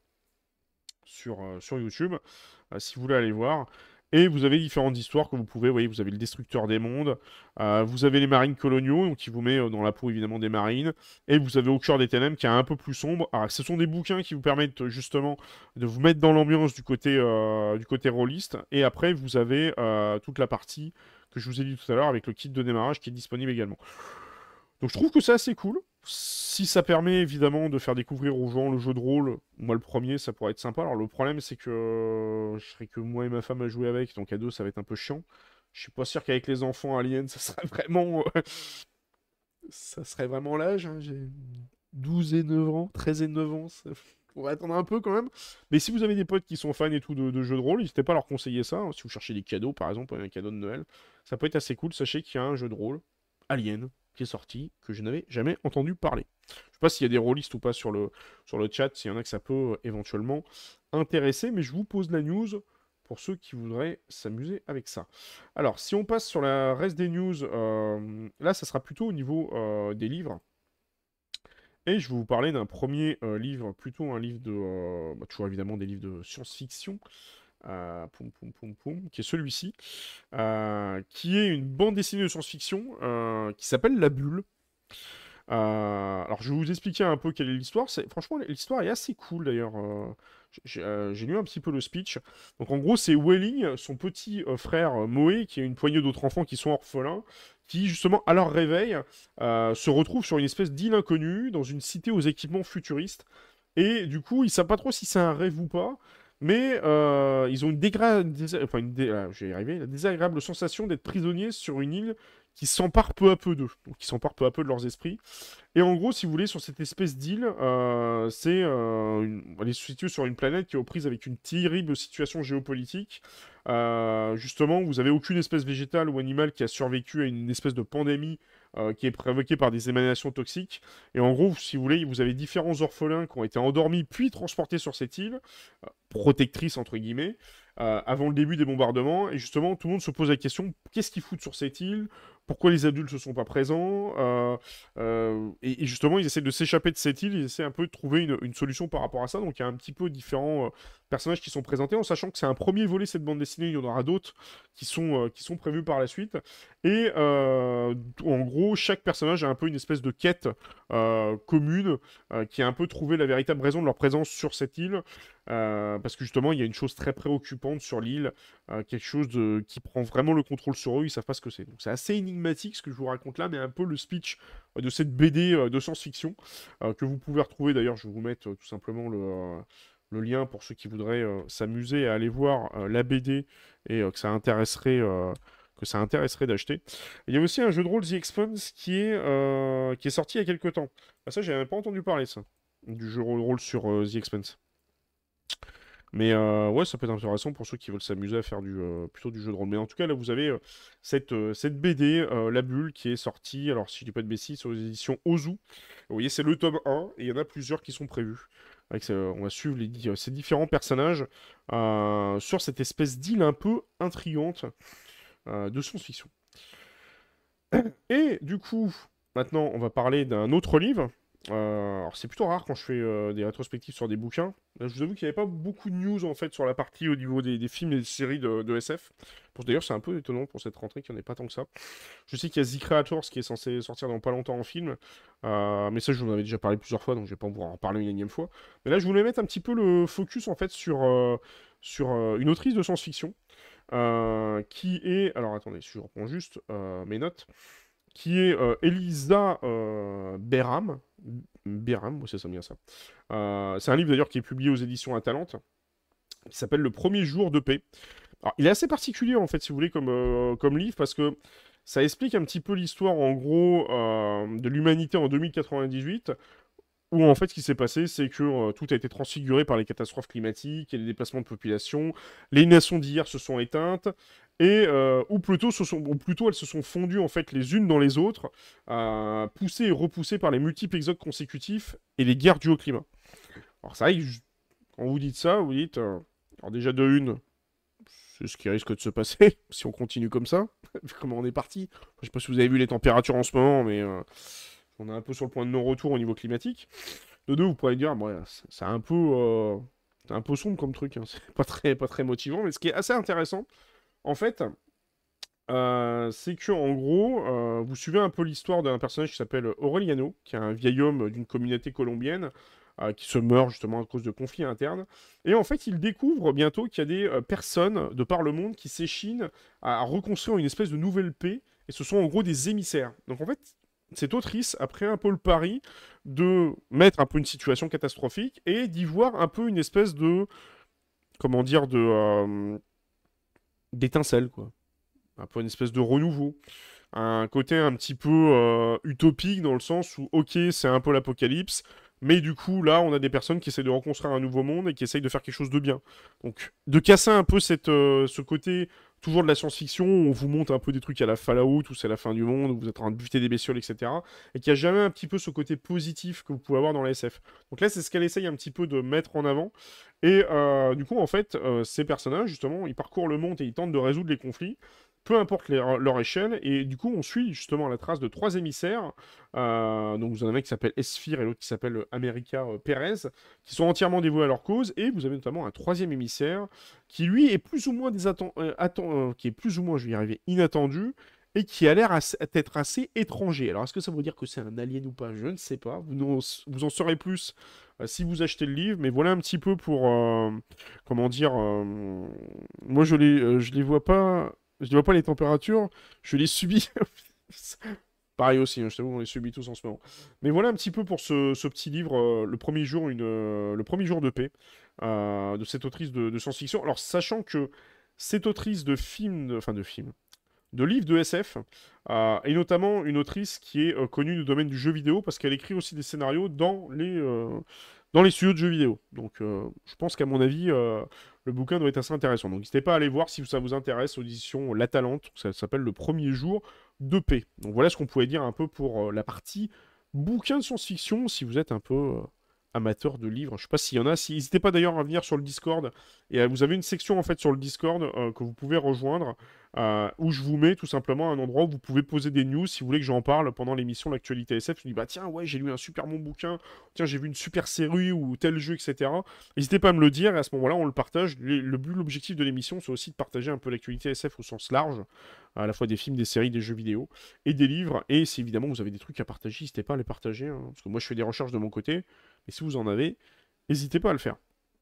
sur YouTube, si vous voulez aller voir. Et vous avez différentes histoires que vous pouvez, vous voyez, vous avez le Destructeur des mondes, vous avez les marines coloniaux, donc qui vous met dans la peau évidemment des marines, et vous avez Au cœur des ténèbres qui est un peu plus sombre. Alors ce sont des bouquins qui vous permettent justement de vous mettre dans l'ambiance du côté rôliste, et après vous avez toute la partie que je vous ai dit tout à l'heure avec le kit de démarrage qui est disponible également. Donc je trouve que c'est assez cool. Si ça permet évidemment de faire découvrir aux gens le jeu de rôle, moi le premier ça pourrait être sympa. Alors le problème c'est que je serais que moi et ma femme à jouer avec, donc à deux ça va être un peu chiant. Je suis pas sûr qu'avec les enfants aliens ça serait vraiment ça serait vraiment l'âge, hein. J'ai 12 et 9 ans, 13 et 9 ans, on va attendre un peu quand même. Mais si vous avez des potes qui sont fans et tout de jeux de rôle, n'hésitez pas à leur conseiller ça, hein. Si vous cherchez des cadeaux par exemple, un cadeau de Noël, ça peut être assez cool. Sachez qu'il y a un jeu de rôle, Alien, qui est sorti, que je n'avais jamais entendu parler. Je sais pas s'il y a des rôlistes ou pas sur le chat, s'il y en a que ça peut éventuellement intéresser, mais je vous pose la news pour ceux qui voudraient s'amuser avec ça. Alors, si on passe sur la reste des news, là, ça sera plutôt au niveau des livres. Et je vais vous parler d'un premier livre, plutôt un livre de... toujours évidemment des livres de science-fiction, qui est celui-ci, qui est une bande dessinée de science-fiction qui s'appelle La Bulle. Alors, je vais vous expliquer un peu quelle est l'histoire. Franchement, l'histoire est assez cool d'ailleurs. J'ai lu un petit peu le speech. Donc, en gros, c'est Welling, son petit frère Moé, qui a une poignée d'autres enfants qui sont orphelins, qui, justement, à leur réveil, se retrouvent sur une espèce d'île inconnue, dans une cité aux équipements futuristes. Et du coup, ils savent pas trop si c'est un rêve ou pas. Mais ils ont une désagréable sensation d'être prisonniers sur une île qui s'emparent peu à peu d'eux, donc qui s'emparent peu à peu de leurs esprits. Et en gros, si vous voulez, sur cette espèce d'île, elle est située sur une planète qui est aux prises avec une terrible situation géopolitique. Justement, vous avez aucune espèce végétale ou animale qui a survécu à une espèce de pandémie qui est provoquée par des émanations toxiques. Et en gros, si vous voulez, vous avez différents orphelins qui ont été endormis puis transportés sur cette île, protectrice entre guillemets, avant le début des bombardements. Et justement, tout le monde se pose la question, qu'est-ce qu'ils foutent sur cette île? Pourquoi les adultes ne sont pas présents? Et justement, ils essaient de s'échapper de cette île, ils essaient un peu de trouver une solution par rapport à ça. Donc il y a un petit peu différents personnages qui sont présentés, en sachant que c'est un premier volet, cette bande dessinée, il y en aura d'autres qui sont prévus par la suite. Et en gros, chaque personnage a un peu une espèce de quête commune qui a un peu trouvé la véritable raison de leur présence sur cette île. Parce que justement, il y a une chose très préoccupante sur l'île, quelque chose qui prend vraiment le contrôle sur eux, ils savent pas ce que c'est. Donc c'est assez énigmatique ce que je vous raconte là, mais un peu le speech de cette BD de science-fiction, que vous pouvez retrouver d'ailleurs, je vais vous mettre tout simplement le lien pour ceux qui voudraient s'amuser à aller voir la BD et que ça intéresserait d'acheter. Il y a aussi un jeu de rôle The Expanse qui est sorti il y a quelques temps. Ah, ça, j'avais pas entendu parler, ça, du jeu de rôle sur The Expanse. Mais ouais, ça peut être intéressant pour ceux qui veulent s'amuser à faire plutôt du jeu de rôle. Mais en tout cas, là, vous avez cette BD, La Bulle, qui est sortie, alors si je dis pas de bêtises, sur les éditions Ozu. Vous voyez, c'est le tome 1, et il y en a plusieurs qui sont prévus. On va suivre ces différents personnages sur cette espèce d'île un peu intrigante de science-fiction. Et du coup, maintenant, on va parler d'un autre livre. Alors, c'est plutôt rare quand je fais des rétrospectives sur des bouquins. Là, je vous avoue qu'il n'y avait pas beaucoup de news en fait sur la partie au niveau des films et des séries de SF. D'ailleurs, c'est un peu étonnant pour cette rentrée qu'il n'y en ait pas tant que ça. Je sais qu'il y a The Creators qui est censé sortir dans pas longtemps en film. Mais ça, je vous en avais déjà parlé plusieurs fois, donc je vais pas pouvoir en parler une énième fois. Mais là, je voulais mettre un petit peu le focus en fait sur une autrice de science-fiction qui est. Alors attendez, je reprends juste mes notes qui est Elisa Beram. Beram, oui, c'est ça bien ça. C'est un livre d'ailleurs qui est publié aux éditions Atalante, qui s'appelle Le premier jour de paix. Alors, il est assez particulier en fait, si vous voulez, comme livre, parce que ça explique un petit peu l'histoire en gros de l'humanité en 2098. Où en fait, ce qui s'est passé, c'est que tout a été transfiguré par les catastrophes climatiques et les déplacements de population. Les nations d'hier se sont éteintes, et ou plutôt elles se sont fondues en fait les unes dans les autres, poussées et repoussées par les multiples exodes consécutifs et les guerres dues au climat. Alors c'est vrai que quand vous dites ça, vous dites, alors déjà de une, c'est ce qui risque de se passer si on continue comme ça, vu comment on est parti. Je sais pas si vous avez vu les températures en ce moment, mais on est un peu sur le point de non-retour au niveau climatique. De deux, vous pourrez dire, bon, c'est un peu sombre comme truc, hein. C'est pas très motivant, mais ce qui est assez intéressant, en fait, c'est que en gros, vous suivez un peu l'histoire d'un personnage qui s'appelle Aureliano, qui est un vieil homme d'une communauté colombienne, qui se meurt justement à cause de conflits internes. Et en fait, il découvre bientôt qu'il y a des personnes de par le monde qui s'échinent à reconstruire une espèce de nouvelle paix, et ce sont en gros des émissaires. Donc en fait, cette autrice a pris un peu le pari de mettre un peu une situation catastrophique et d'y voir un peu une espèce de, comment dire, d'étincelle, quoi. Un peu une espèce de renouveau. Un côté un petit peu utopique dans le sens où, ok, c'est un peu l'apocalypse, mais du coup, là, on a des personnes qui essaient de reconstruire un nouveau monde et qui essayent de faire quelque chose de bien. Donc, de casser un peu ce côté toujours de la science-fiction, où on vous montre un peu des trucs à la Fallout, où c'est la fin du monde, où vous êtes en train de buter des bestioles, etc. Et qu'il n'y a jamais un petit peu ce côté positif que vous pouvez avoir dans la SF. Donc là, c'est ce qu'elle essaye un petit peu de mettre en avant. Et du coup, en fait, ces personnages, justement, ils parcourent le monde et ils tentent de résoudre les conflits, peu importe leur échelle, et du coup on suit justement la trace de trois émissaires, donc vous en avez un qui s'appelle Esphir et l'autre qui s'appelle America Perez, qui sont entièrement dévoués à leur cause, et vous avez notamment un troisième émissaire qui lui est plus ou moins qui est plus ou moins, je vais y arriver, inattendu, et qui a l'air d'être assez étranger. Alors est-ce que ça veut dire que c'est un alien ou pas? Je ne sais pas, vous en saurez plus si vous achetez le livre, mais voilà un petit peu pour, comment dire, moi je les vois pas. Je ne vois pas les températures, je les subis. Pareil aussi, hein, je t'avoue, on les subit tous en ce moment. Mais voilà un petit peu pour ce petit livre, le premier jour, le premier jour de paix, de cette autrice de science-fiction. Alors, sachant que cette autrice de film, enfin de film, de livres de SF, et notamment une autrice qui est connue du domaine du jeu vidéo, parce qu'elle écrit aussi des scénarios dans les studios de jeux vidéo. Donc je pense qu'à mon avis, le bouquin doit être assez intéressant. Donc n'hésitez pas à aller voir si ça vous intéresse, audition La Talente, ça s'appelle Le Premier Jour de Paix. Donc voilà ce qu'on pouvait dire un peu pour la partie bouquin de science-fiction, si vous êtes un peu amateur de livres. Je sais pas s'il y en a. N'hésitez pas d'ailleurs à venir sur le Discord. Et vous avez une section en fait sur le Discord que vous pouvez rejoindre, où je vous mets tout simplement un endroit où vous pouvez poser des news si vous voulez que j'en parle pendant l'émission L'actualité SF. Je me dis bah tiens ouais j'ai lu un super bon bouquin, tiens j'ai vu une super série ou tel jeu etc. N'hésitez pas à me le dire et à ce moment-là on le partage. Le but, l'objectif de l'émission c'est aussi de partager un peu l'actualité SF au sens large, à la fois des films, des séries, des jeux vidéo et des livres. Et si évidemment vous avez des trucs à partager, n'hésitez pas à les partager, hein, parce que moi je fais des recherches de mon côté. Et si vous en avez, n'hésitez pas à le faire.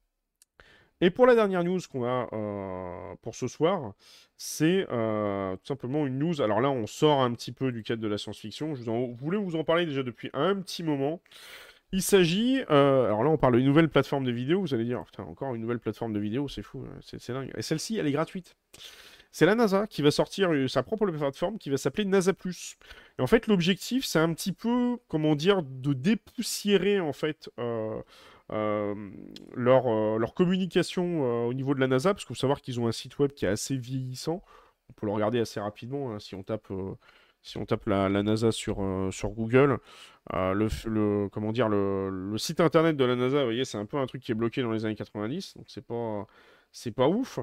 Et pour la dernière news qu'on a pour ce soir, c'est tout simplement une news. Alors là, on sort un petit peu du cadre de la science-fiction. Je voulais vous en parler déjà depuis un petit moment. Il s'agit, alors là, on parle d'une nouvelle plateforme de vidéo. Vous allez dire, oh, putain, encore une nouvelle plateforme de vidéo, c'est fou, c'est dingue. Et celle-ci, elle est gratuite. C'est la NASA qui va sortir sa propre plateforme qui va s'appeler NASA+. Et en fait, l'objectif, c'est un petit peu, comment dire, de dépoussiérer en fait euh, leur communication au niveau de la NASA, parce qu'il faut savoir qu'ils ont un site web qui est assez vieillissant. On peut le regarder assez rapidement hein, si on tape la NASA sur Google. Comment dire, le site internet de la NASA, vous voyez, c'est un peu un truc qui est bloqué dans les années 90, donc c'est pas ouf.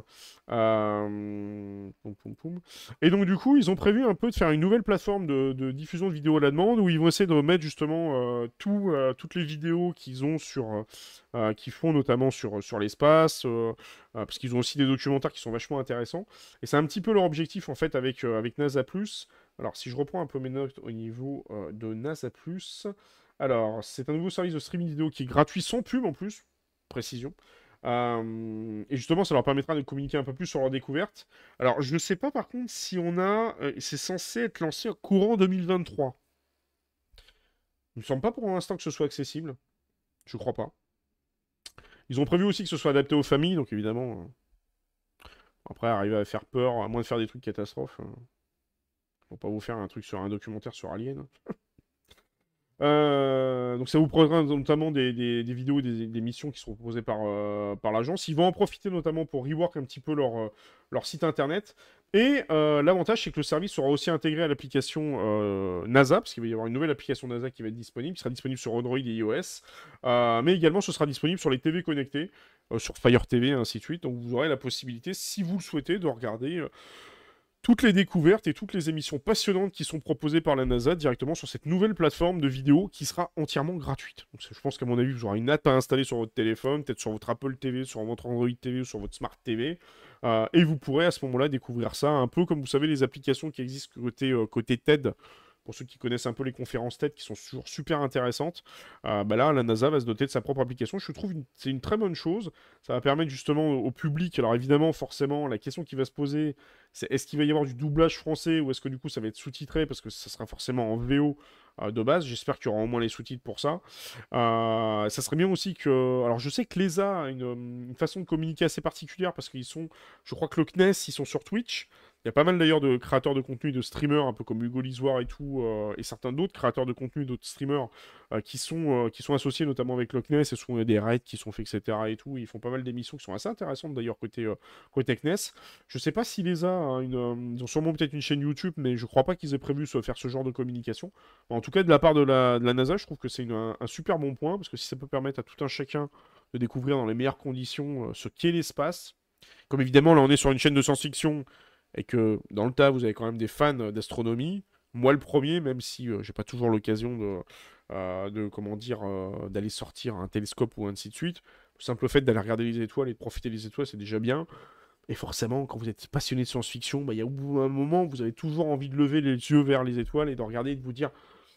Poum, poum, poum. Et donc, du coup, ils ont prévu un peu de faire une nouvelle plateforme de diffusion de vidéos à la demande où ils vont essayer de remettre justement toutes les vidéos qu'ils ont qu'ils font notamment sur l'espace, parce qu'ils ont aussi des documentaires qui sont vachement intéressants. Et c'est un petit peu leur objectif en fait avec NASA. Alors, si je reprends un peu mes notes au niveau de NASA, alors c'est un nouveau service de streaming vidéo qui est gratuit sans pub en plus, précision. Et justement, ça leur permettra de communiquer un peu plus sur leur découverte. Alors, je ne sais pas par contre si on a. C'est censé être lancé courant 2023. Il ne me semble pas pour l'instant que ce soit accessible. Je crois pas. Ils ont prévu aussi que ce soit adapté aux familles, donc évidemment. Après, arriver à faire peur, à moins de faire des trucs catastrophes. Faut pas vous faire un truc sur un documentaire sur Alien. Donc ça vous proposera notamment des vidéos, des missions qui seront proposées par l'agence. Ils vont en profiter notamment pour rework un petit peu leur site internet. Et l'avantage, c'est que le service sera aussi intégré à l'application NASA, parce qu'il va y avoir une nouvelle application NASA qui va être disponible, qui sera disponible sur Android et iOS. Mais également, ce sera disponible sur les TV connectées, sur Fire TV et ainsi de suite. Donc vous aurez la possibilité, si vous le souhaitez, de regarder toutes les découvertes et toutes les émissions passionnantes qui sont proposées par la NASA directement sur cette nouvelle plateforme de vidéo qui sera entièrement gratuite. Donc, je pense qu'à mon avis, vous aurez une app à installer sur votre téléphone, peut-être sur votre Apple TV, sur votre Android TV ou sur votre Smart TV. Et vous pourrez à ce moment-là découvrir ça un peu comme vous savez les applications qui existent côté TED. Pour ceux qui connaissent un peu les conférences TED qui sont toujours super intéressantes, bah là, la NASA va se doter de sa propre application. Je trouve que c'est une très bonne chose. Ça va permettre justement au public. Alors évidemment, forcément, la question qui va se poser, c'est est-ce qu'il va y avoir du doublage français ou est-ce que du coup ça va être sous-titré parce que ça sera forcément en VO de base. J'espère qu'il y aura au moins les sous-titres pour ça. Ça serait bien aussi que. Alors je sais que l'ESA a une façon de communiquer assez particulière parce qu'ils sont. Je crois que le CNES, ils sont sur Twitch. Il y a pas mal d'ailleurs de créateurs de contenu, de streamers, un peu comme Hugo Lisoire et tout, et certains d'autres créateurs de contenu, d'autres streamers qui sont associés notamment avec le CNES et souvent des raids qui sont faits, etc. Et tout. Ils font pas mal d'émissions qui sont assez intéressantes d'ailleurs côté CNES. Je sais pas si les a, ils ont sûrement peut-être une chaîne YouTube, mais je crois pas qu'ils aient prévu faire ce genre de communication. En tout cas, de la part de la NASA, je trouve que c'est un super bon point parce que si ça peut permettre à tout un chacun de découvrir dans les meilleures conditions ce qu'est l'espace. Comme évidemment, là, on est sur une chaîne de science-fiction et que dans le tas, vous avez quand même des fans d'astronomie. Moi, le premier, même si j'ai pas toujours l'occasion comment dire, d'aller sortir un télescope ou ainsi de suite. Le simple fait d'aller regarder les étoiles et de profiter des étoiles, c'est déjà bien. Et forcément, quand vous êtes passionné de science-fiction, bah, il y a au bout d'un moment, vous avez toujours envie de lever les yeux vers les étoiles et de regarder et de vous dire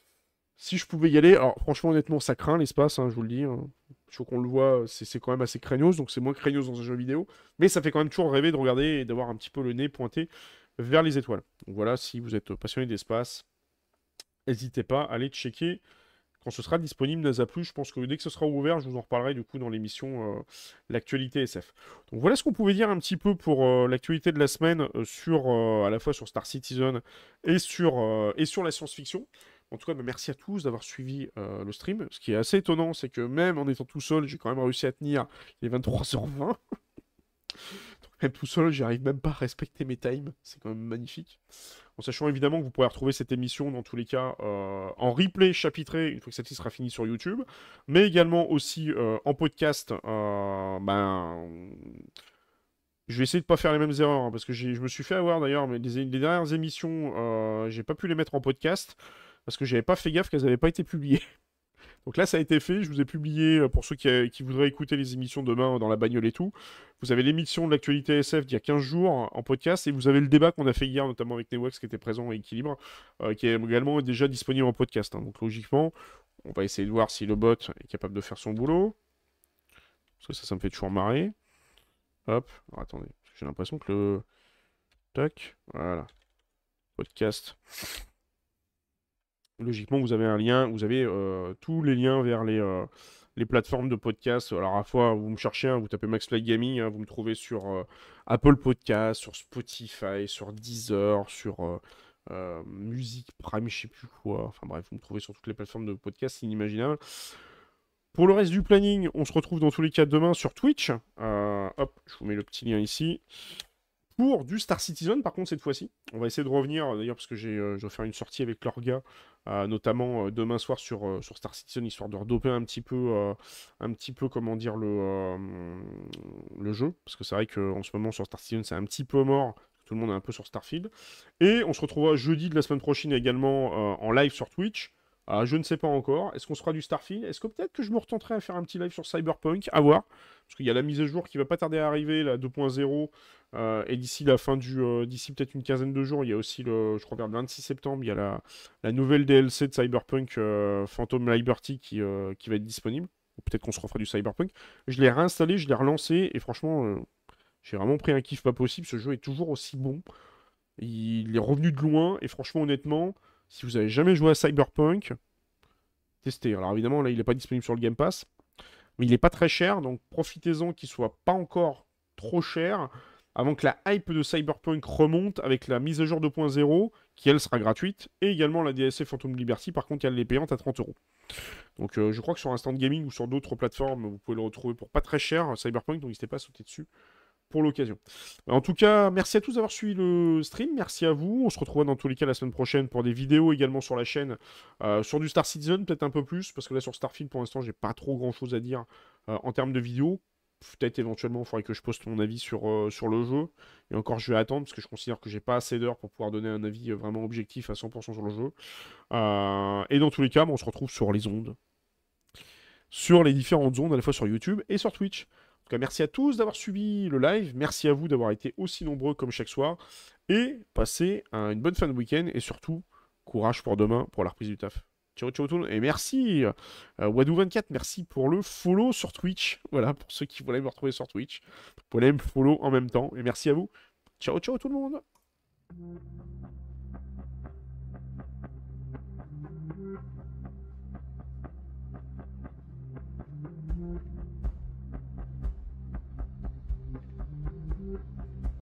si je pouvais y aller. Alors, franchement, honnêtement, ça craint l'espace, hein, je vous le dis. Hein. Il faut qu'on le voit, c'est quand même assez craignos, donc c'est moins craignos dans un jeu vidéo. Mais ça fait quand même toujours rêver de regarder et d'avoir un petit peu le nez pointé vers les étoiles. Donc voilà, si vous êtes passionné d'espace, n'hésitez pas à aller checker quand ce sera disponible NASA+. Je pense que dès que ce sera ouvert, je vous en reparlerai du coup dans l'émission l'actualité SF. Donc voilà ce qu'on pouvait dire un petit peu pour l'actualité de la semaine sur à la fois sur Star Citizen et sur la science-fiction. En tout cas, bah, merci à tous d'avoir suivi le stream. Ce qui est assez étonnant, c'est que même en étant tout seul, j'ai quand même réussi à tenir les 23h20. Même tout seul, j'arrive même pas à respecter mes times. C'est quand même magnifique. En sachant évidemment que vous pourrez retrouver cette émission dans tous les cas en replay chapitré une fois que celle-ci sera finie sur YouTube, mais également aussi en podcast. Je vais essayer de pas faire les mêmes erreurs hein, parce que je me suis fait avoir d'ailleurs, mais les dernières émissions, j'ai pas pu les mettre en podcast parce que j'avais pas fait gaffe qu'elles n'avaient pas été publiées. Donc là, ça a été fait. Je vous ai publié, pour ceux qui voudraient écouter les émissions demain dans la bagnole et tout, vous avez l'émission de l'actualité SF d'il y a 15 jours en podcast et vous avez le débat qu'on a fait hier, notamment avec Newax qui était présent et Équilibre, qui est également déjà disponible en podcast. Hein. Donc logiquement, on va essayer de voir si le bot est capable de faire son boulot. Parce que ça me fait toujours marrer. Hop, alors, attendez, j'ai l'impression que le... Tac, voilà. Podcast. Logiquement, vous avez un lien, vous avez tous les liens vers les plateformes de podcast. Alors, à la fois, vous me cherchez, hein, vous tapez Max Play Gaming, hein, vous me trouvez sur Apple Podcast, sur Spotify, sur Deezer, sur Music Prime, je sais plus quoi. Enfin bref, vous me trouvez sur toutes les plateformes de podcast inimaginables. Pour le reste du planning, on se retrouve dans tous les cas demain sur Twitch. Hop, je vous mets le petit lien ici. Pour du Star Citizen, par contre, cette fois-ci. On va essayer de revenir, d'ailleurs, parce que je vais faire une sortie avec l'orga, notamment demain soir sur Star Citizen, histoire de redoper un petit peu, comment dire, le jeu. Parce que c'est vrai qu'en ce moment, sur Star Citizen, c'est un petit peu mort. Tout le monde est un peu sur Starfield. Et on se retrouvera jeudi de la semaine prochaine également en live sur Twitch. Je ne sais pas encore. Est-ce qu'on se fera du Starfield? Est-ce que peut-être que je me retenterai à faire un petit live sur Cyberpunk? À voir. Parce qu'il y a la mise à jour qui va pas tarder à arriver, la 2.0. Et d'ici la fin d'ici peut-être une quinzaine de jours, il y a aussi je crois vers le 26 septembre, il y a la nouvelle DLC de Cyberpunk Phantom Liberty qui va être disponible. Ou peut-être qu'on se refera du Cyberpunk. Je l'ai réinstallé, je l'ai relancé, et franchement, j'ai vraiment pris un kiff pas possible. Ce jeu est toujours aussi bon. Il est revenu de loin, et franchement, honnêtement, si vous avez jamais joué à Cyberpunk, testez. Alors évidemment, là, il n'est pas disponible sur le Game Pass, mais il n'est pas très cher, donc profitez-en qu'il soit pas encore trop cher, avant que la hype de Cyberpunk remonte avec la mise à jour 2.0, qui elle sera gratuite, et également la DLC Phantom Liberty, par contre, elle est payante à 30 euros. Donc je crois que sur Instant Gaming ou sur d'autres plateformes, vous pouvez le retrouver pour pas très cher, Cyberpunk, donc n'hésitez pas à sauter dessus pour l'occasion. En tout cas, merci à tous d'avoir suivi le stream, merci à vous. On se retrouvera dans tous les cas la semaine prochaine pour des vidéos également sur la chaîne, sur du Star Citizen peut-être un peu plus, parce que là sur Starfield pour l'instant j'ai pas trop grand chose à dire en termes de vidéos. Peut-être éventuellement il faudrait que je poste mon avis sur le jeu, et encore je vais attendre parce que je considère que j'ai pas assez d'heures pour pouvoir donner un avis vraiment objectif à 100% sur le jeu. Et dans tous les cas, on se retrouve sur les ondes, sur les différentes ondes, à la fois sur YouTube et sur Twitch. En tout cas, merci à tous d'avoir suivi le live. Merci à vous d'avoir été aussi nombreux comme chaque soir. Et passez une bonne fin de week-end. Et surtout, courage pour demain, pour la reprise du taf. Ciao, ciao tout le monde. Et merci, Wadou24, merci pour le follow sur Twitch. Voilà, pour ceux qui voulaient me retrouver sur Twitch. Vous pouvez me follow en même temps. Et merci à vous. Ciao, ciao tout le monde.